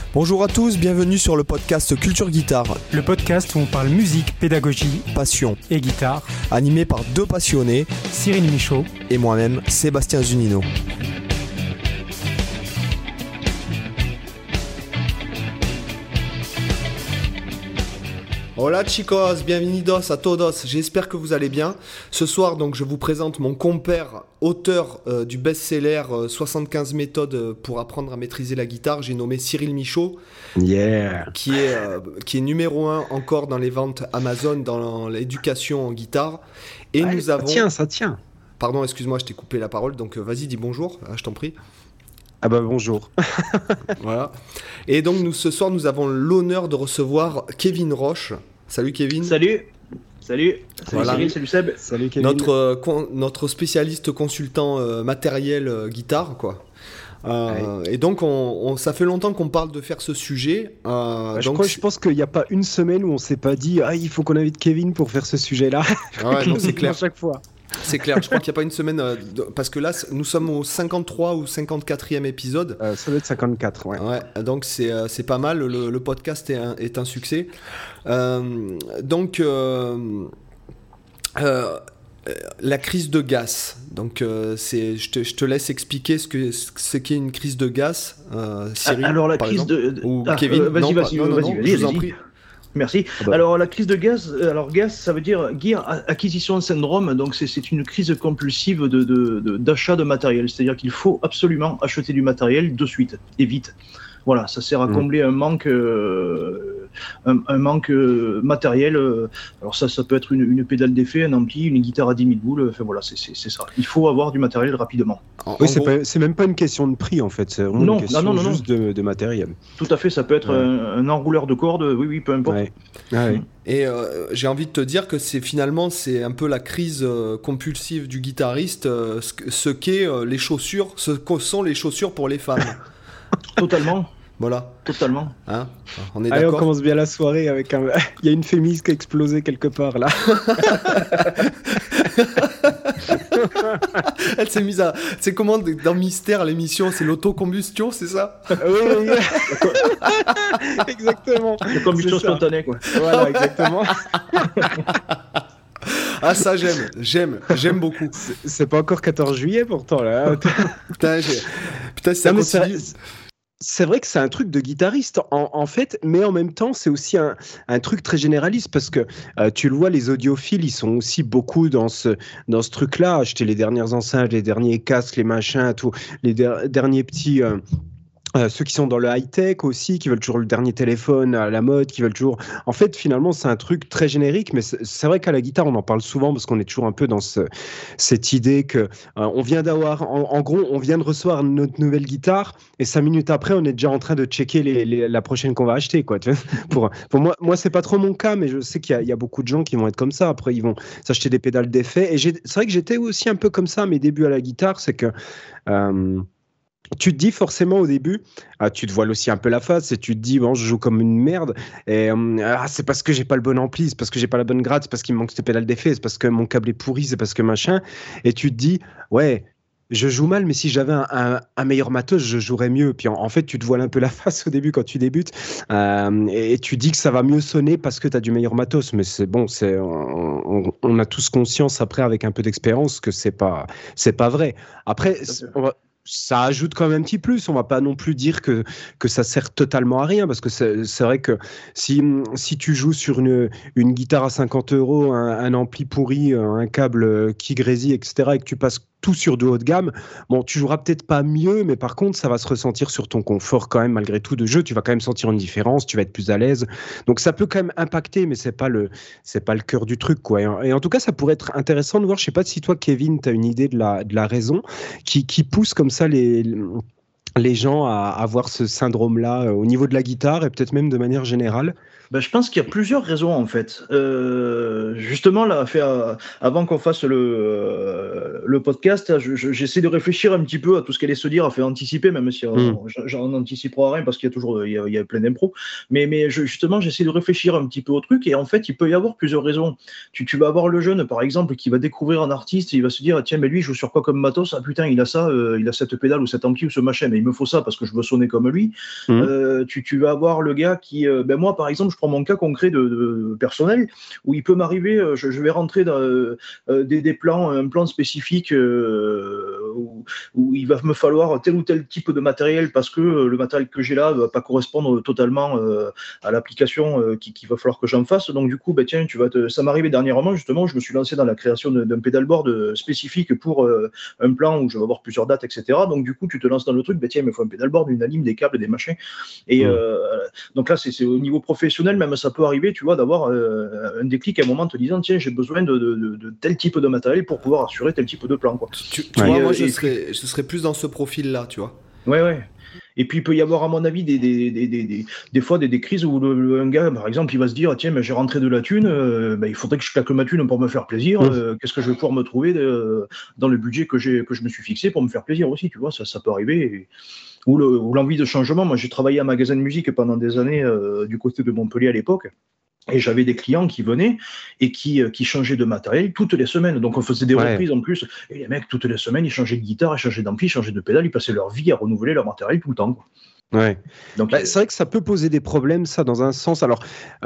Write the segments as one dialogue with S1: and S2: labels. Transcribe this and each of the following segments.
S1: Bonjour à tous, bienvenue sur le podcast Culture Guitare.
S2: Le podcast où on parle musique, pédagogie,
S1: passion
S2: et guitare.
S1: Animé par deux passionnés,
S2: Cyril Michaud
S1: et moi-même, Sébastien Zunino. Hola chicos, bienvenidos a todos, j'espère que vous allez bien. Ce soir, donc, je vous présente mon compère, auteur du best-seller 75 méthodes pour apprendre à maîtriser la guitare. J'ai nommé Cyril Michaud, qui est numéro 1 encore dans les ventes Amazon, dans l'éducation en guitare. Et
S3: ouais,
S1: nous avons...
S3: Ça tient.
S1: Pardon, excuse-moi, je t'ai coupé la parole, donc vas-y, dis bonjour, je t'en prie.
S3: Ah bah bonjour.
S1: Voilà. Et donc ce soir, nous avons l'honneur de recevoir Kevin Roche. Salut Kevin.
S4: Salut.
S1: Voilà.
S4: Cyril, salut Seb.
S3: Salut Kevin.
S1: Notre spécialiste consultant matériel guitare, quoi.
S3: Ouais.
S1: Et donc, ça fait longtemps qu'on parle de faire ce sujet.
S3: Je pense qu'il n'y a pas une semaine où on s'est pas dit il faut qu'on invite Kevin pour faire ce sujet-là.
S1: Ouais, non, c'est clair.
S3: À chaque fois.
S1: C'est clair, je crois qu'il n'y a pas une semaine, parce que là, nous sommes au 53 ou 54e épisode.
S3: Ça doit être 54, ouais.
S1: Ouais, donc c'est pas mal, le podcast est un succès. La crise de Gass. Donc, je te laisse expliquer ce qu'est une crise de Gass, Cyril.
S4: Alors, la
S1: par
S4: crise
S1: exemple. Ou Kevin.
S4: Vas-y,
S1: je vous en prie.
S4: Merci. Alors, la crise de Gass, Gass, ça veut dire Gear Acquisition Syndrome. Donc, c'est une crise compulsive d'achat de matériel. C'est-à-dire qu'il faut absolument acheter du matériel de suite et vite. Voilà, ça sert à combler un manque matériel. Alors ça peut être une pédale d'effet, un ampli, une guitare à 10 000 boules. Enfin voilà, c'est ça. Il faut avoir du matériel rapidement.
S3: Oui, c'est même pas une question de prix en fait. C'est vraiment une question juste de matériel.
S4: Tout à fait, ça peut être un enrouleur de cordes. Oui, peu importe.
S3: Ouais. Ouais.
S1: Et j'ai envie de te dire que c'est un peu la crise compulsive du guitariste, ce que sont les chaussures pour les femmes.
S4: Totalement.
S1: Voilà.
S4: Totalement.
S1: Hein, on est
S3: Allez,
S1: d'accord.
S3: on commence bien la soirée avec un... Il y a une féministe qui a explosé quelque part là.
S1: Elle s'est mise à... C'est comment dans Mystère, l'émission, c'est l'autocombustion, c'est ça?
S3: Oui. Exactement.
S4: La combustion spontanée, quoi.
S3: Voilà, exactement.
S1: Ah, ça, j'aime beaucoup.
S3: C'est pas encore 14 juillet pourtant là.
S1: Putain, si ça continue...
S3: C'est vrai que c'est un truc de guitariste en fait, mais en même temps c'est aussi un truc très généraliste parce que tu le vois, les audiophiles ils sont aussi beaucoup dans ce truc-là, acheter les dernières enceintes, les derniers casques, les machins, tout, les derniers petits... ceux qui sont dans le high-tech aussi, qui veulent toujours le dernier téléphone à la mode, qui veulent toujours... En fait, finalement, c'est un truc très générique, mais c'est vrai qu'à la guitare, on en parle souvent parce qu'on est toujours un peu dans cette idée que on vient d'avoir... En gros, on vient de recevoir notre nouvelle guitare et 5 minutes après, on est déjà en train de checker la prochaine qu'on va acheter, quoi. Pour moi, c'est pas trop mon cas, mais je sais qu'il y a beaucoup de gens qui vont être comme ça. Après, ils vont s'acheter des pédales d'effet. Et c'est vrai que j'étais aussi un peu comme ça à mes débuts à la guitare, c'est que... tu te dis forcément au début, tu te voiles aussi un peu la face et tu te dis bon, je joue comme une merde et c'est parce que j'ai pas le bon ampli, c'est parce que j'ai pas la bonne gratte, c'est parce qu'il me manque cette pédale d'effet, c'est parce que mon câble est pourri, c'est parce que machin, et tu te dis ouais, je joue mal, mais si j'avais un meilleur matos, je jouerais mieux. Puis en fait, tu te voiles un peu la face au début quand tu débutes et tu dis que ça va mieux sonner parce que tu as du meilleur matos, mais c'est bon, on a tous conscience après avec un peu d'expérience que c'est pas vrai. Après ça ajoute quand même un petit plus. On va pas non plus dire que ça sert totalement à rien parce que c'est vrai que si tu joues sur une guitare à 50 €, un ampli pourri, un câble qui grésille, etc., et que tu passes tout sur du haut de gamme, bon, tu joueras peut-être pas mieux, mais par contre, ça va se ressentir sur ton confort quand même, malgré tout, de jeu. Tu vas quand même sentir une différence, tu vas être plus à l'aise. Donc, ça peut quand même impacter, mais c'est pas le cœur du truc, quoi. Et en tout cas, ça pourrait être intéressant de voir. Je sais pas si toi, Kevin, tu as une idée de la raison qui pousse comme ça les gens à avoir ce syndrome-là au niveau de la guitare et peut-être même de manière générale.
S4: Ben, je pense qu'il y a plusieurs raisons en fait. Justement, là, avant qu'on fasse le podcast, là, j'essaie de réfléchir un petit peu à tout ce qu'elle allait se dire, à faire anticiper, même si j'en anticipera rien parce qu'il y a toujours il y a plein d'impro. Mais justement, j'essaie de réfléchir un petit peu au truc et en fait, il peut y avoir plusieurs raisons. Tu vas avoir le jeune, par exemple, qui va découvrir un artiste, et il va se dire tiens, mais lui, il joue sur quoi comme matos? Ah putain, il a ça, il a cette pédale ou cet ampli ou ce machin, mais il me faut ça parce que je veux sonner comme lui. Tu vas avoir le gars qui, moi, par exemple, je prends mon cas concret de personnel, où il peut m'arriver, je vais rentrer dans des plans, un plan spécifique où il va me falloir tel ou tel type de matériel parce que le matériel que j'ai là ne va pas correspondre totalement à l'application qu'il va falloir que j'en fasse. Donc du coup, tiens, ça m'est arrivé dernièrement, justement, je me suis lancé dans la création d'un pédalboard spécifique pour un plan où je vais avoir plusieurs dates, etc. Donc du coup, tu te lances dans le truc, tiens, il me faut un pédalboard, une anime, des câbles, des machins. Et donc là, c'est au niveau professionnel, même ça peut arriver, tu vois, d'avoir un déclic à un moment te disant tiens, j'ai besoin de tel type de matériel pour pouvoir assurer tel type de plan, quoi.
S1: Tu vois, moi je serais plus dans ce profil-là, tu vois.
S4: Ouais. Et puis il peut y avoir, à mon avis, des fois des crises où un gars, par exemple, il va se dire tiens, mais j'ai rentré de la thune, il faudrait que je claque ma thune pour me faire plaisir. Qu'est-ce que je vais pouvoir me trouver dans le budget que je me suis fixé pour me faire plaisir aussi, tu vois, ça peut arriver. Ou l'envie de changement. Moi, j'ai travaillé à un magasin de musique pendant des années du côté de Montpellier à l'époque. Et j'avais des clients qui venaient et qui changeaient de matériel toutes les semaines. Donc on faisait des reprises en plus. Et les mecs, toutes les semaines, ils changeaient de guitare, ils changeaient d'ampli, ils changeaient de pédale, ils passaient leur vie à renouveler leur matériel tout le temps, quoi.
S3: Ouais.
S4: Donc,
S3: c'est vrai que ça peut poser des problèmes, ça, dans un sens. Alors,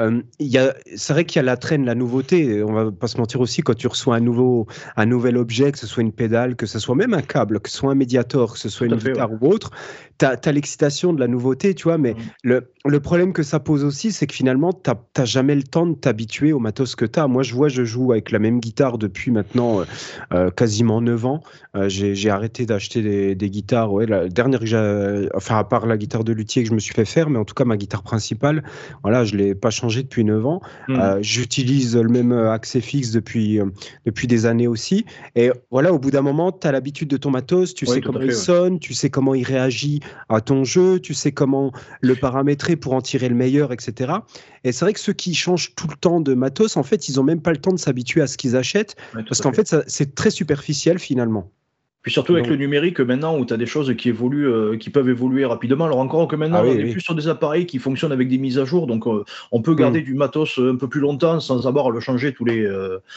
S3: c'est vrai qu'il y a la traîne, la nouveauté. On va pas se mentir aussi, quand tu reçois un nouvel objet, que ce soit une pédale, que ce soit même un câble, que ce soit un médiator, que ce soit une guitare ou autre, t'as l'excitation de la nouveauté, tu vois. Mais le problème que ça pose aussi, c'est que finalement, t'as jamais le temps de t'habituer au matos que t'as. Moi, je joue avec la même guitare depuis maintenant quasiment 9 ans. J'ai arrêté d'acheter des guitares. Ouais, la dernière que à part la guitare de luthier que je me suis fait faire, mais en tout cas ma guitare principale, voilà, je l'ai pas changée depuis 9 ans. J'utilise le même accès fixe depuis des années aussi. Et voilà, au bout d'un moment, tu as l'habitude de ton matos, tu sais comment il sonne, tu sais comment il réagit à ton jeu, tu sais comment le paramétrer pour en tirer le meilleur, etc. Et c'est vrai que ceux qui changent tout le temps de matos, en fait, ils ont même pas le temps de s'habituer à ce qu'ils achètent, parce qu'en fait, c'est très superficiel finalement.
S4: Puis surtout avec le numérique maintenant, où tu as des choses qui évoluent, qui peuvent évoluer rapidement. Alors encore que maintenant, on est plus sur des appareils qui fonctionnent avec des mises à jour, donc on peut garder du matos un peu plus longtemps sans avoir à le changer tous les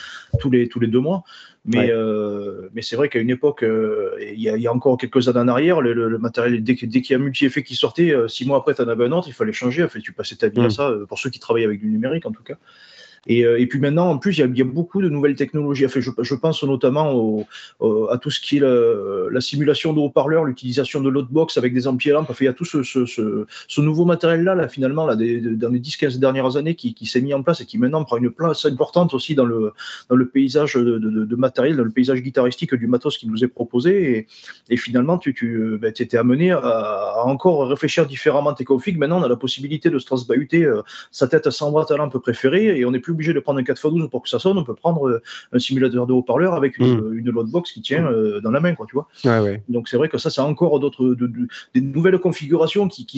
S4: 2 mois. Mais c'est vrai qu'à une époque, il y a encore quelques années en arrière, le matériel, dès qu'il y a un multi-effet qui sortait, 6 mois après, tu en avais un autre, il fallait changer. En fait, tu passais ta vie à ça, pour ceux qui travaillent avec du numérique en tout cas. Et puis maintenant, en plus, il y a beaucoup de nouvelles technologies. Enfin, je pense notamment à tout ce qui est la simulation de haut-parleurs, l'utilisation de l'hotbox avec des amplis à lampe. Enfin, il y a tout ce nouveau matériel-là, finalement, dans les 10-15 dernières années, qui s'est mis en place et qui maintenant prend une place importante aussi dans le paysage de matériel, dans le paysage guitaristique du matos qui nous est proposé. Et finalement, tu étais amené à encore réfléchir différemment tes configs. Maintenant, on a la possibilité de se transbahuter sa tête à 100 watts à lampe préférée et on n'est plus obligé de prendre un 4x12 pour que ça sonne. On peut prendre un simulateur de haut-parleur avec une loadbox qui tient dans la main, quoi, tu vois. Donc c'est vrai que ça, c'est encore des nouvelles configurations qui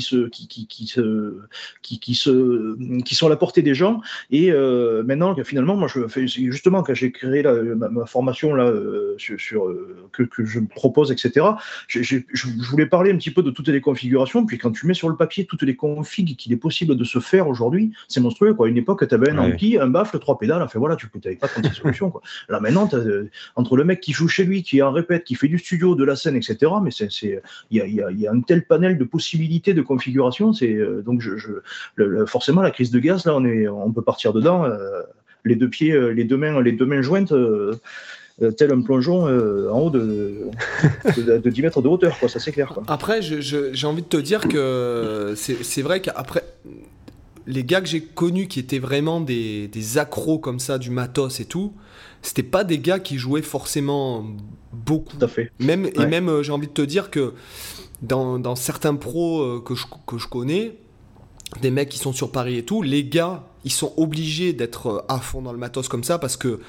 S4: sont à la portée des gens. Et maintenant, finalement, moi, justement, quand j'ai créé ma formation là, que je propose, etc., je voulais parler un petit peu de toutes les configurations. Puis quand tu mets sur le papier toutes les configs qu'il est possible de se faire aujourd'hui, c'est monstrueux, quoi. À une époque, tu avais un ampli, un baffle, 3 pédales, enfin voilà, tu n'avais pas 36 solutions, quoi. Là maintenant, entre le mec qui joue chez lui, qui en répète, qui fait du studio, de la scène, etc., mais il y a un tel panel de possibilités de configuration, donc forcément la crise de gaz, là, on peut partir dedans, les deux mains jointes, tel un plongeon en haut de 10 mètres de hauteur, quoi, ça c'est clair, quoi.
S1: Après, j'ai envie de te dire que c'est vrai qu'après, les gars que j'ai connus qui étaient vraiment des accros comme ça, du matos et tout, c'était pas des gars qui jouaient forcément beaucoup.
S4: Tout à fait.
S1: Même j'ai envie de te dire que dans certains pros que je connais, des mecs qui sont sur Paris et tout, les gars, ils sont obligés d'être à fond dans le matos comme ça parce que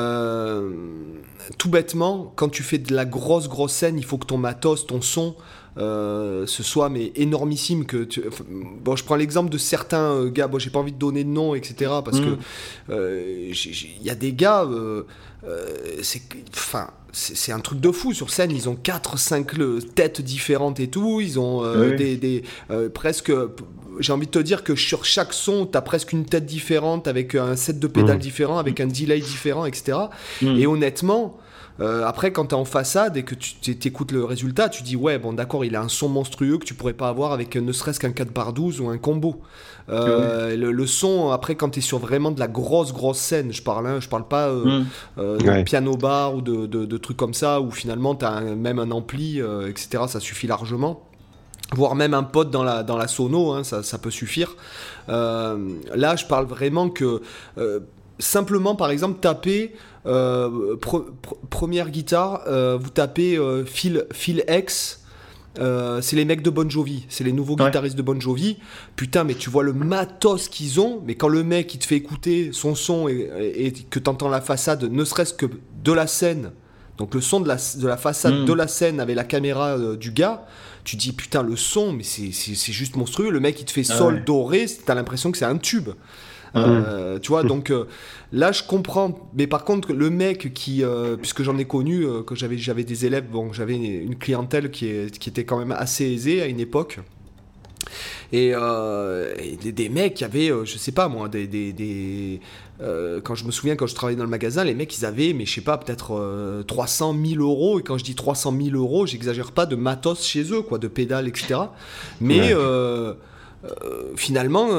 S1: tout bêtement, quand tu fais de la grosse scène, il faut que ton matos, ton son ce soit mais énormissime bon, je prends l'exemple de certains gars, bon, j'ai pas envie de donner de nom, etc. parce que il y a des gars, c'est un truc de fou sur scène, ils ont 4-5 têtes différentes et tout, ils ont presque, j'ai envie de te dire que sur chaque son t'as presque une tête différente avec un set de pédales différent, avec un delay différent, etc. Et honnêtement, après, quand t'es en façade et que tu t'écoutes le résultat, tu dis ouais, bon, d'accord, il a un son monstrueux que tu pourrais pas avoir avec ne serait-ce qu'un 4/12 ou un combo. Le son, après, quand t'es sur vraiment de la grosse scène, je parle pas de piano bar ou de trucs comme ça, où finalement t'as même un ampli, etc., ça suffit largement. Voire même un pote dans la sono, hein, ça peut suffire. Là, je parle vraiment que simplement, par exemple, taper première guitare, vous tapez Phil X. C'est les mecs de Bon Jovi, c'est les nouveaux guitaristes de Bon Jovi. Putain, mais tu vois le matos qu'ils ont, mais quand le mec il te fait écouter son son et que t'entends la façade, ne serait-ce que de la scène, donc le son de la façade de la scène avec la caméra du gars, tu dis putain, le son, mais c'est juste monstrueux. Le mec il te fait sol doré, t'as l'impression que c'est un tube. Tu vois, donc là je comprends, mais par contre le mec qui, puisque j'en ai connu, que j'avais des élèves, bon, j'avais une clientèle qui était quand même assez aisée à une époque, et des mecs qui avaient, je sais pas moi, quand je me souviens, quand je travaillais dans le magasin, les mecs ils avaient, mais je sais pas, peut-être 300 000 euros, et quand je dis 300 000 euros, j'exagère pas, de matos chez eux, quoi, de pédales, etc. Mais finalement,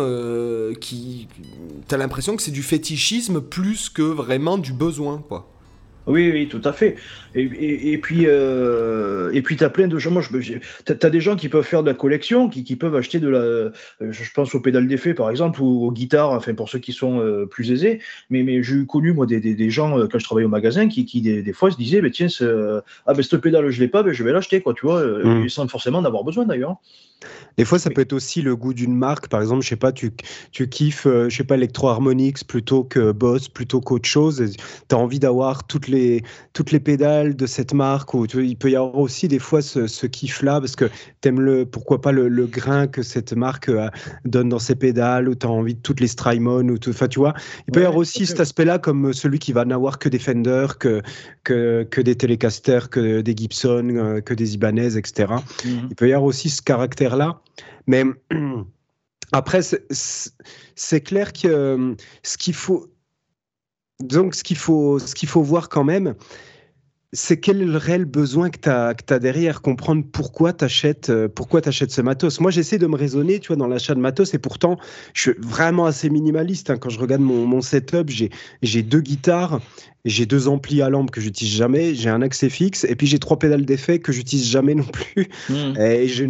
S1: t'as l'impression que c'est du fétichisme plus que vraiment du besoin, quoi.
S4: Oui, tout à fait. Et puis t'as plein de gens. T'as des gens qui peuvent faire de la collection, qui peuvent acheter je pense aux pédales d'effet par exemple, ou aux guitares, enfin pour ceux qui sont plus aisés. Mais j'ai connu moi des gens quand je travaillais au magasin qui des fois se disaient, tiens, cette pédale je l'ai pas, je vais l'acheter, quoi, tu vois, sans forcément en avoir besoin d'ailleurs.
S3: Des fois, ça peut être aussi le goût d'une marque. Par exemple, je sais pas, tu kiffes, je sais pas, Electro Harmonix plutôt que Boss, plutôt qu'autre chose. Tu as envie d'avoir toutes les pédales de cette marque. Il peut y avoir aussi des fois ce kiff-là parce que tu aimes pourquoi pas le grain que cette marque donne dans ses pédales, ou tu as envie de toutes les Strymon. Enfin, tu vois, il peut y avoir aussi cet aspect-là, comme celui qui va n'avoir que des Fender, que des Telecaster, que des Gibson, que des Ibanez, etc. Il peut y avoir aussi ce caractère-là. Mais après, c'est clair que ce qu'il faut voir quand même, c'est quel est le réel besoin que tu as derrière, comprendre pourquoi tu achètes ce matos. Moi, j'essaie de me raisonner, tu vois, dans l'achat de matos, et pourtant, je suis vraiment assez minimaliste, hein. Quand je regarde mon setup, j'ai 2 guitares, j'ai 2 amplis à lampe que j'utilise jamais, j'ai un accès fixe, et puis j'ai 3 pédales d'effet que j'utilise jamais non plus. Et j'ai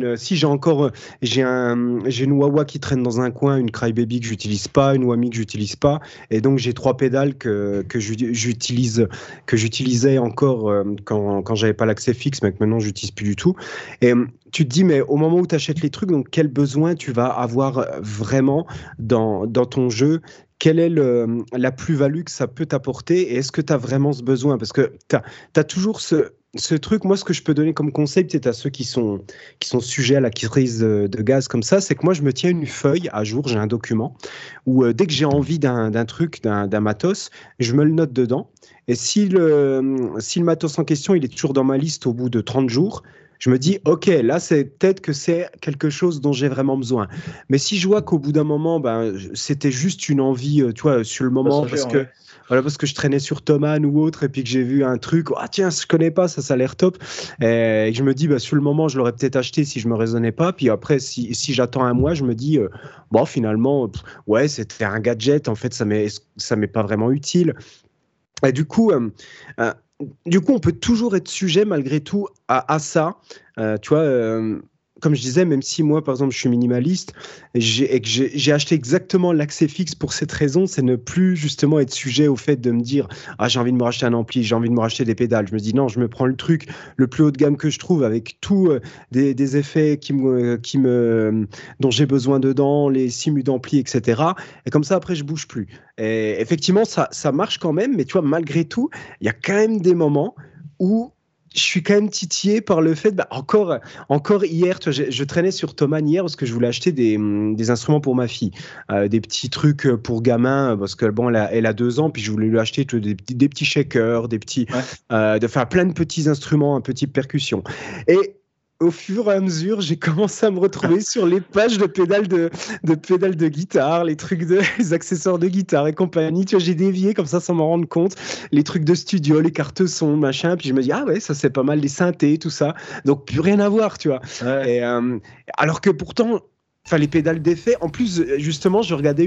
S3: une Wah-Wah qui traîne dans un coin, une Crybaby que j'utilise pas, une Whammy que j'utilise pas, et donc j'ai 3 pédales que j'utilisais encore quand j'avais pas l'accès fixe, mais que maintenant j'utilise plus du tout. Et tu te dis, mais au moment où tu achètes les trucs, donc quel besoin tu vas avoir vraiment dans ton jeu? Quelle est la plus-value que ça peut t'apporter, et est-ce que tu as vraiment ce besoin? Parce que tu as toujours ce truc. Moi, ce que je peux donner comme conseil, c'est à ceux qui sont sujets à la crise de gaz comme ça, c'est que moi, je me tiens une feuille à jour, j'ai un document, où dès que j'ai envie d'un truc, d'un matos, je me le note dedans. Et si le matos en question, il est toujours dans ma liste au bout de 30 jours, je me dis, ok, là, c'est peut-être que c'est quelque chose dont j'ai vraiment besoin. Mais si je vois qu'au bout d'un moment, c'était juste une envie, tu vois, sur le moment, parce que je traînais sur Thomann ou autre, et puis que j'ai vu un truc, tiens, je connais pas, ça a l'air top, et je me dis, sur le moment, je l'aurais peut-être acheté si je me raisonnais pas. Puis après, si j'attends un mois, je me dis, finalement, ouais, c'était un gadget, en fait, ça m'est pas vraiment utile. Et du coup, on peut toujours être sujet malgré tout à ça. Tu vois, comme je disais, même si moi, par exemple, je suis minimaliste, j'ai acheté exactement l'accès fixe pour cette raison, c'est ne plus justement être sujet au fait de me dire « Ah, j'ai envie de me racheter un ampli, j'ai envie de me racheter des pédales ». Je me dis non, je me prends le truc le plus haut de gamme que je trouve, avec tous des effets dont j'ai besoin dedans, les simus d'ampli, etc. Et comme ça, après, je bouge plus. Et effectivement, ça marche quand même, mais tu vois, malgré tout, il y a quand même des moments où je suis quand même titillé par le fait, encore hier, tu vois, je traînais sur Thomann hier parce que je voulais acheter des instruments pour ma fille, des petits trucs pour gamin, parce que bon, elle a 2 ans, puis je voulais lui acheter des petits shakers, des petits, plein de petits instruments, un petit percussion. Et au fur et à mesure, j'ai commencé à me retrouver sur les pages de pédales de guitare, les accessoires de guitare et compagnie. Tu vois, j'ai dévié comme ça sans m'en rendre compte. Les trucs de studio, les cartes son, machin. Puis je me dis, ah ouais, ça c'est pas mal, les synthés, tout ça. Donc plus rien à voir, tu vois. Ouais. Et, alors que pourtant, les pédales d'effet, en plus, justement, je regardais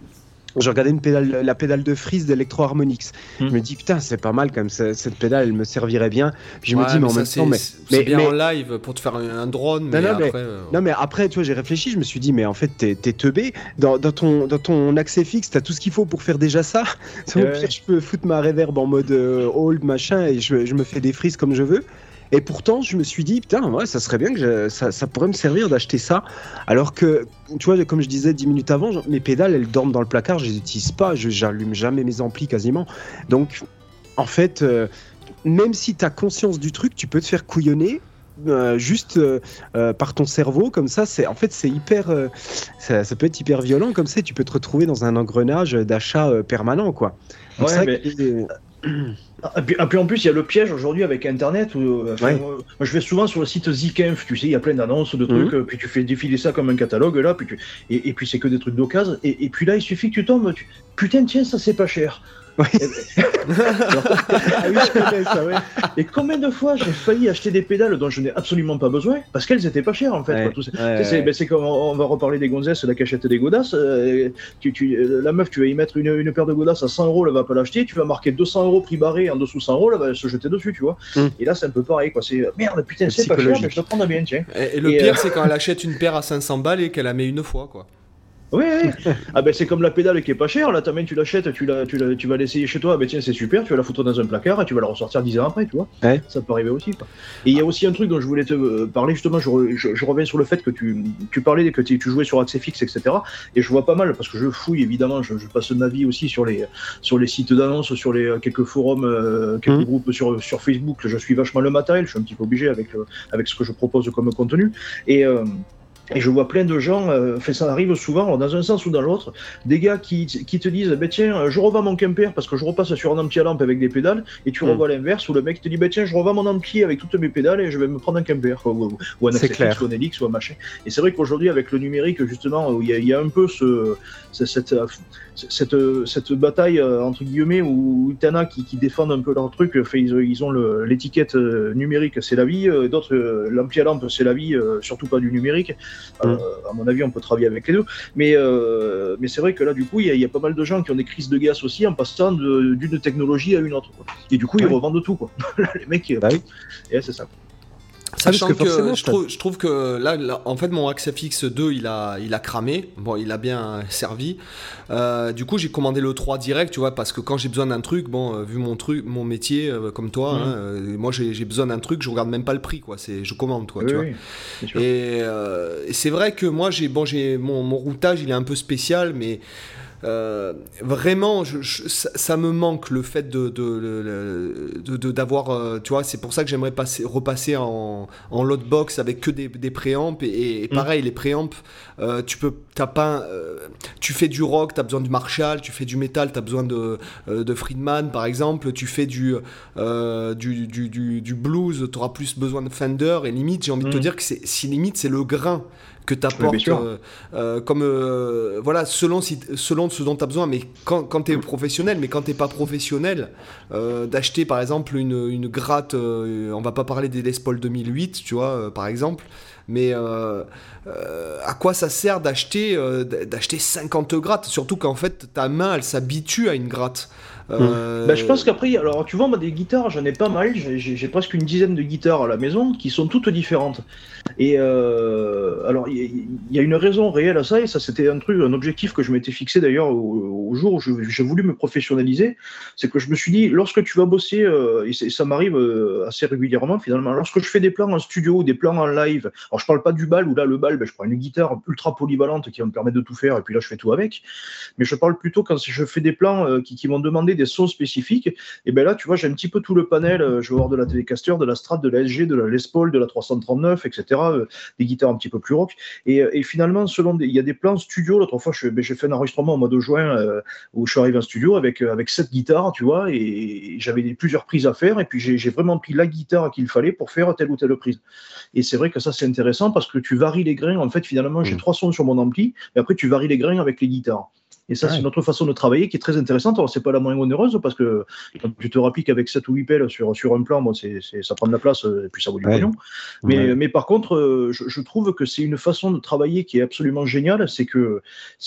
S3: la pédale de Freeze d'Electro-Harmonix. Je me dis, putain, c'est pas mal quand même, cette pédale, elle me servirait bien. Puis je me dis, mais en même temps,
S1: c'est bien en live pour te faire un drone.
S3: Mais après, tu vois, j'ai réfléchi, je me suis dit, mais en fait, t'es teubé. Dans ton accès fixe, t'as tout ce qu'il faut pour faire déjà ça. Au pire, je peux foutre ma reverb en mode hold, machin, et je me fais des freezes comme je veux. Et pourtant, je me suis dit, putain, ouais, ça serait bien que ça pourrait me servir d'acheter ça. Alors que, tu vois, comme je disais 10 minutes avant, mes pédales, elles dorment dans le placard, je les utilise pas, j'allume jamais mes amplis quasiment. Donc, en fait, même si tu as conscience du truc, tu peux te faire couillonner. Juste par ton cerveau comme ça, c'est hyper ça peut être hyper violent comme ça, tu peux te retrouver dans un engrenage d'achat permanent, quoi. Donc,
S4: Et puis en plus, il y a le piège aujourd'hui avec Internet. Moi, je vais souvent sur le site Zikinf, tu sais, il y a plein d'annonces, de trucs, puis tu fais défiler ça comme un catalogue, là, et puis c'est que des trucs d'occasion. Et puis là, il suffit que tu tombes, putain, tiens, ça c'est pas cher. Oui. Je connais ça, ouais. Et combien de fois j'ai failli acheter des pédales dont je n'ai absolument pas besoin parce qu'elles étaient pas chères en fait. C'est comme on va reparler des gonzesses, la cachette des godasses. La meuf, tu vas y mettre une paire de godasses à 100 €, elle va pas l'acheter. Tu vas marquer 200 € prix barré en dessous 100 €, elle va se jeter dessus, tu vois. Et là, c'est un peu pareil, quoi. C'est merde, putain, c'est pas cher, mais je te prends bien, tiens.
S1: Et le pire, c'est quand elle achète une paire à 500 balles et qu'elle la met une fois, quoi.
S4: Oui. Ah ben c'est comme la pédale qui est pas chère, là tu l'achètes, tu vas l'essayer chez toi, ben tiens c'est super, tu vas la foutre dans un placard et tu vas la ressortir 10 ans après, tu vois. Ouais. Ça peut arriver aussi, quoi. Et il y a aussi un truc dont je voulais te parler, justement, je reviens sur le fait que tu parlais que tu jouais sur accès fixe, etc. Et je vois pas mal, parce que je fouille évidemment, je passe ma vie aussi sur les sites d'annonces, sur les quelques forums, quelques groupes sur Facebook, je suis vachement le matériel, je suis un petit peu obligé avec ce que je propose comme contenu. Et je vois plein de gens, ça arrive souvent, dans un sens ou dans l'autre, des gars qui te disent, tiens, je revends mon Quimper parce que je repasse sur un ampli à lampe avec des pédales, et tu revois l'inverse, où le mec te dit, tiens, je revends mon ampli avec toutes mes pédales et je vais me prendre un Quimper, ou un Access ou un Helix, ou un machin. Et c'est vrai qu'aujourd'hui, avec le numérique, justement, où il y a un peu cette bataille, entre guillemets, où t'en as qui défendent un peu leur truc, ils ont l'étiquette numérique, c'est la vie, d'autres, l'ampli à lampe, c'est la vie, surtout pas du numérique. À mon avis, on peut travailler avec les deux. Mais c'est vrai que là, du coup, il y a pas mal de gens qui ont des crises de gaz aussi en passant d'une technologie à une autre, quoi. Et du coup, ils revendent tout, quoi. Les mecs, et c'est ça.
S1: Sachant que je trouve que là, en fait, mon Accès Fixe 2, il a cramé. Bon, il a bien servi. Du coup, j'ai commandé le 3 direct, tu vois, parce que quand j'ai besoin d'un truc, vu mon métier, comme toi, moi, j'ai besoin d'un truc, je regarde même pas le prix, quoi. Je commande, quoi, tu vois. Et c'est vrai que moi, mon routage, il est un peu spécial, mais vraiment, ça me manque le fait d'avoir, tu vois, c'est pour ça que j'aimerais repasser en loadbox avec que des préamps et pareil, les préamps, tu fais du rock, t'as besoin du Marshall, tu fais du métal, t'as besoin de Friedman par exemple, tu fais du blues, t'auras plus besoin de Fender, et limite j'ai envie de te dire que c'est le grain que t'apportes, voilà, selon ce dont tu as besoin, mais quand tu es professionnel, mais quand tu n'es pas professionnel, d'acheter par exemple une gratte, on va pas parler des Les Paul 2008, tu vois, par exemple, mais à quoi ça sert d'acheter 50 grattes, surtout qu'en fait ta main elle s'habitue à une gratte.
S4: Je pense qu'après, alors tu vois, moi des guitares, j'en ai pas mal, j'ai presque une dizaine de guitares à la maison qui sont toutes différentes. Et alors il y a une raison réelle à ça, et ça c'était un objectif que je m'étais fixé d'ailleurs au jour où j'ai voulu me professionnaliser, c'est que je me suis dit, lorsque tu vas bosser, et ça m'arrive assez régulièrement finalement, lorsque je fais des plans en studio ou des plans en live, alors je parle pas du bal, où là le bal, je prends une guitare ultra polyvalente qui va me permettre de tout faire, et puis là je fais tout avec, mais je parle plutôt quand je fais des plans qui vont demander des sons spécifiques. Et ben là, tu vois, j'ai un petit peu tout le panel. Je vais avoir de la Telecaster, de la Strat, de la SG, de la Les Paul, de la 339, etc. Des guitares un petit peu plus rock. Et finalement, il y a des plans studio. L'autre fois, j'ai fait un enregistrement au mois de juin où je suis arrivé en studio avec 7 guitares, tu vois, et j'avais plusieurs prises à faire. Et puis j'ai vraiment pris la guitare qu'il fallait pour faire telle ou telle prise. Et c'est vrai que ça, c'est intéressant parce que tu varies les grains. En fait, finalement, j'ai 3 sons sur mon ampli, et après, tu varies les grains avec les guitares. Et ça, c'est une autre façon de travailler qui est très intéressante. Alors, c'est pas la moins onéreuse parce que quand tu te rappliques avec 7 ou 8 pelles sur un plan, bon, ça prend de la place et puis ça vaut du pognon. Mais par contre, je trouve que c'est une façon de travailler qui est absolument géniale. C'est que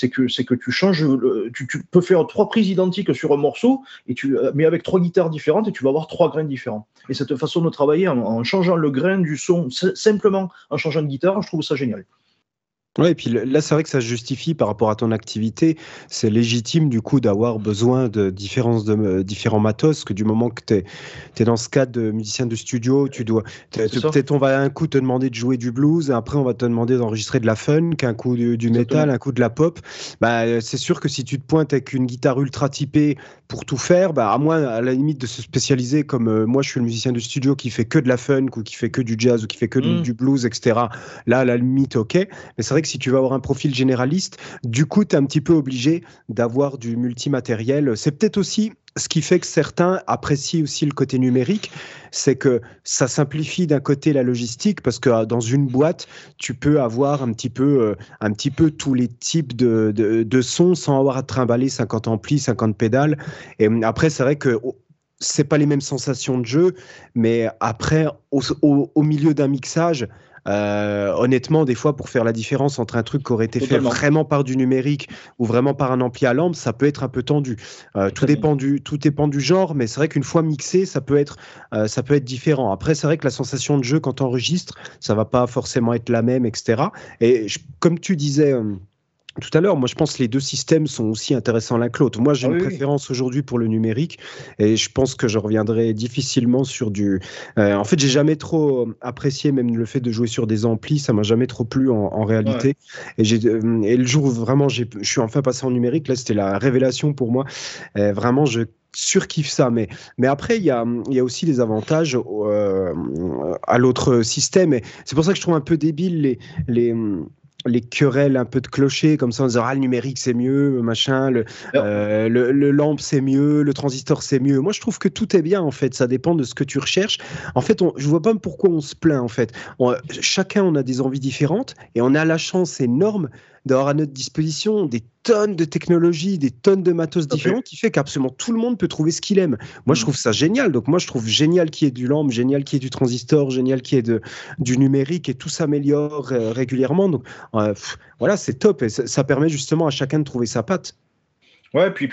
S4: tu changes, tu peux faire 3 prises identiques sur un morceau, mais avec 3 guitares différentes, et tu vas avoir 3 grains différents. Et cette façon de travailler en changeant le grain du son, simplement en changeant de guitare, je trouve ça génial.
S3: Ouais, et puis là, c'est vrai que ça se justifie par rapport à ton activité. C'est légitime, du coup, d'avoir besoin de différents matos, que du moment que tu es dans ce cadre de musicien de studio, peut-être on va un coup te demander de jouer du blues, et après on va te demander d'enregistrer de la funk, un coup du métal, un coup de la pop. Bah, c'est sûr que si tu te pointes avec une guitare ultra typée pour tout faire, bah, à moins, à la limite, de se spécialiser comme moi, je suis le musicien de studio qui fait que de la funk, ou qui fait que du jazz, ou qui fait que du blues, etc. Là, à la limite, ok. Mais c'est vrai que si tu veux avoir un profil généraliste, du coup, tu es un petit peu obligé d'avoir du multimatériel. C'est peut-être aussi ce qui fait que certains apprécient aussi le côté numérique, c'est que ça simplifie d'un côté la logistique, parce que dans une boîte, tu peux avoir un petit peu tous les types de sons sans avoir à trimballer 50 amplis, 50 pédales. Et après, c'est vrai que c'est pas les mêmes sensations de jeu, mais après, au milieu d'un mixage, honnêtement, des fois, pour faire la différence entre un truc qui aurait été fait vraiment par du numérique ou vraiment par un ampli à lampe, ça peut être un peu tendu. Tout dépend du genre, mais c'est vrai qu'une fois mixé, ça peut être différent. Après, c'est vrai que la sensation de jeu quand tu enregistres, ça va pas forcément être la même, etc. Et comme tu disais tout à l'heure, moi je pense que les deux systèmes sont aussi intéressants l'un que l'autre. Moi j'ai une préférence aujourd'hui pour le numérique, et je pense que je reviendrai difficilement sur du... en fait, j'ai jamais trop apprécié même le fait de jouer sur des amplis, ça m'a jamais trop plu en réalité. Et le jour où vraiment je suis enfin passé en numérique, là c'était la révélation pour moi. Vraiment, je surkiffe ça, mais après il y a aussi des avantages à l'autre système, et c'est pour ça que je trouve un peu débile les querelles un peu de clocher comme ça en disant le numérique c'est mieux, machin, le lampe c'est mieux, le transistor c'est mieux. Moi je trouve que tout est bien en fait, ça dépend de ce que tu recherches. En fait, je vois pas pourquoi on se plaint en fait. Chacun on a des envies différentes, et on a la chance énorme d'avoir à notre disposition des tonnes de technologies, des tonnes de matos différents, qui fait qu'absolument tout le monde peut trouver ce qu'il aime. Moi, je trouve ça génial. Donc, moi, je trouve génial qu'il y ait du lampe, génial qu'il y ait du transistor, génial qu'il y ait du numérique, et tout s'améliore régulièrement. Donc, voilà, c'est top. Et ça permet justement à chacun de trouver sa patte.
S4: Ouais, puis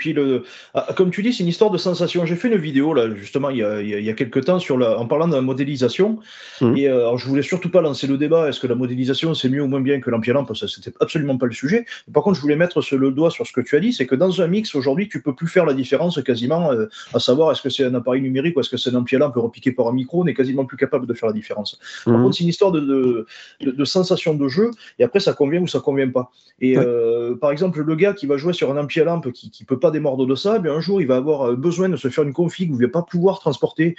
S4: comme tu dis, c'est une histoire de sensation. J'ai fait une vidéo là justement il y a quelques temps en parlant de la modélisation. Et alors je voulais surtout pas lancer le débat. Est-ce que la modélisation c'est mieux ou moins bien que l'ampli à lampe? Ça c'était absolument pas le sujet. Par contre, je voulais mettre le doigt sur ce que tu as dit, c'est que dans un mix aujourd'hui, tu peux plus faire la différence quasiment, à savoir est-ce que c'est un appareil numérique ou est-ce que c'est un ampli à lampe repiqué par un micro. On est quasiment plus capable de faire la différence. Par contre, c'est une histoire de sensation de jeu. Et après, ça convient ou ça convient pas. Et par exemple, le gars qui va jouer sur un ampli à lampe qui peut pas démordre de ça, bien un jour il va avoir besoin de se faire une config où il va pas pouvoir transporter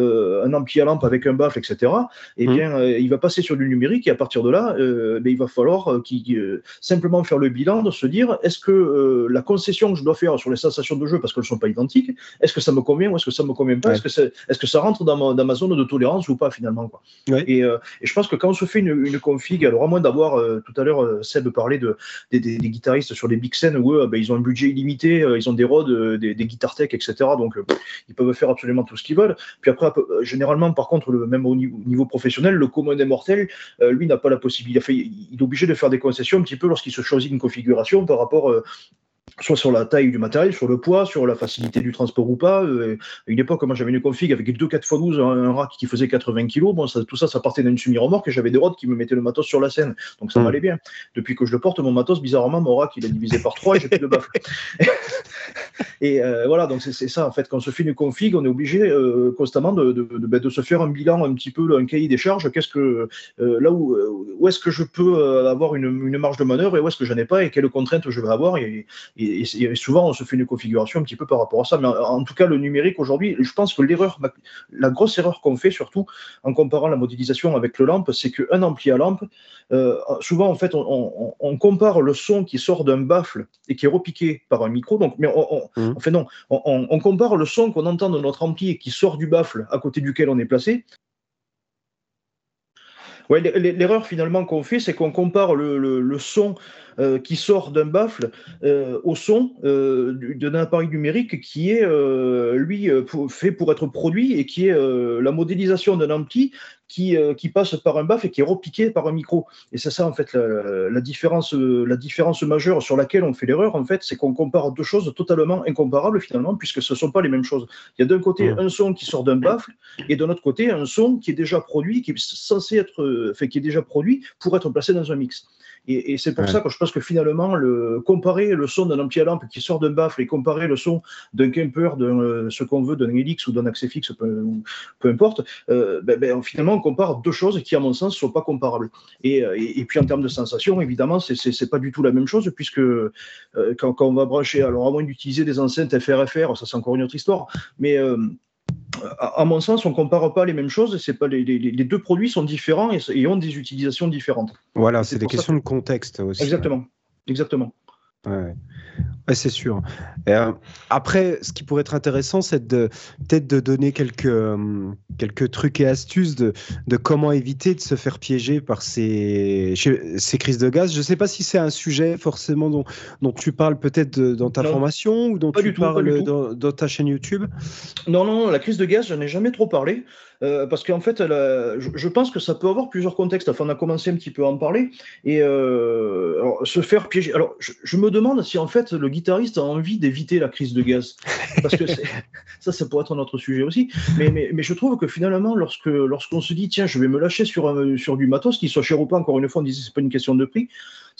S4: un ampli à lampe avec un baffle, etc. Et bien il va passer sur du numérique, et à partir de là, il va falloir simplement faire le bilan de se dire est-ce que la concession que je dois faire sur les sensations de jeu, parce qu'elles ne sont pas identiques, est-ce que ça me convient ou est-ce que ça me convient pas, est-ce que ça rentre dans ma zone de tolérance ou pas finalement, quoi. Et je pense que quand on se fait une config, alors à moins d'avoir tout à l'heure Seb parlait des guitaristes sur les big scènes où ils ont un budget illimité, ils ont des Rhodes, des guitares tech, etc. Donc ils peuvent faire absolument tout ce qu'ils veulent. Puis après, généralement, par contre, même au niveau professionnel, le commun des mortels, lui, n'a pas la possibilité. Il est obligé de faire des concessions un petit peu lorsqu'il se choisit une configuration par rapport soit sur la taille du matériel, sur le poids, sur la facilité du transport ou pas. À une époque, moi j'avais une config avec 2 4x12, un rack qui faisait 80 kg. Bon, tout ça partait d'une semi-remorque, et j'avais des rods qui me mettaient le matos sur la scène. Donc ça m'allait bien. Depuis que je le porte, mon matos, bizarrement, mon rack il est divisé par 3 et j'ai plus de baffle. Et voilà, donc c'est ça en fait. Quand on se fait une config, on est obligé constamment de se faire un bilan un petit peu, un cahier des charges. Qu'est-ce que là où est-ce que je peux avoir une marge de manœuvre et où est-ce que j'en ai pas et quelles contraintes je vais avoir et souvent on se fait une configuration un petit peu par rapport à ça. Mais en tout cas, le numérique aujourd'hui, je pense que la grosse erreur qu'on fait surtout en comparant la modélisation avec le LAMP, c'est qu'un ampli à lampe, souvent en fait on compare le son qui sort d'un baffle et qui est repiqué par un micro. Donc, mais on compare le son qu'on entend de notre ampli et qui sort du baffle à côté duquel on est placé. Ouais, l'erreur finalement qu'on fait, c'est qu'on compare le son qui sort d'un baffle au son d'un appareil numérique qui est, fait pour être produit et qui est la modélisation d'un ampli qui passe par un baffle et qui est repiqué par un micro. Et c'est ça, en fait, la différence majeure sur laquelle on fait l'erreur, en fait, c'est qu'on compare deux choses totalement incomparables, finalement, puisque ce ne sont pas les mêmes choses. Il y a d'un côté un son qui sort d'un baffle et d'un autre côté un son qui est déjà produit, qui est censé être, qui est déjà produit pour être placé dans un mix. Et c'est pour ça que je pense que finalement, comparer le son d'un ampli à lampe qui sort d'un baffle et comparer le son d'un Kemper, ce qu'on veut, d'un Helix ou d'un Axefix, peu importe, finalement, on compare deux choses qui, à mon sens, ne sont pas comparables. Et puis, en termes de sensation, évidemment, c'est pas du tout la même chose, puisque quand on va brancher, alors à moins d'utiliser des enceintes FR-FR, ça c'est encore une autre histoire, mais à mon sens, on ne compare pas les mêmes choses. C'est pas les deux produits sont différents et ont des utilisations différentes.
S3: Voilà, c'est des questions de contexte aussi.
S4: Exactement.
S3: Ouais, c'est sûr. Après, ce qui pourrait être intéressant, c'est peut-être de donner quelques trucs et astuces de comment éviter de se faire piéger par ces crises de gaz. Je ne sais pas si c'est un sujet forcément dont tu parles peut-être dans ta formation ou dont tu parles dans ta chaîne YouTube.
S4: Non, la crise de gaz, je n'en ai jamais trop parlé. Parce qu'en fait, je pense que ça peut avoir plusieurs contextes. Enfin, on a commencé un petit peu à en parler. Et alors, se faire piéger. Alors, je me demande si en fait le guitariste a envie d'éviter la crise de gaz. Parce que ça pourrait être un autre sujet aussi. Mais je trouve que finalement, lorsqu'on se dit, tiens, je vais me lâcher sur du matos, qu'il soit cher ou pas, encore une fois, on disait, c'est pas une question de prix.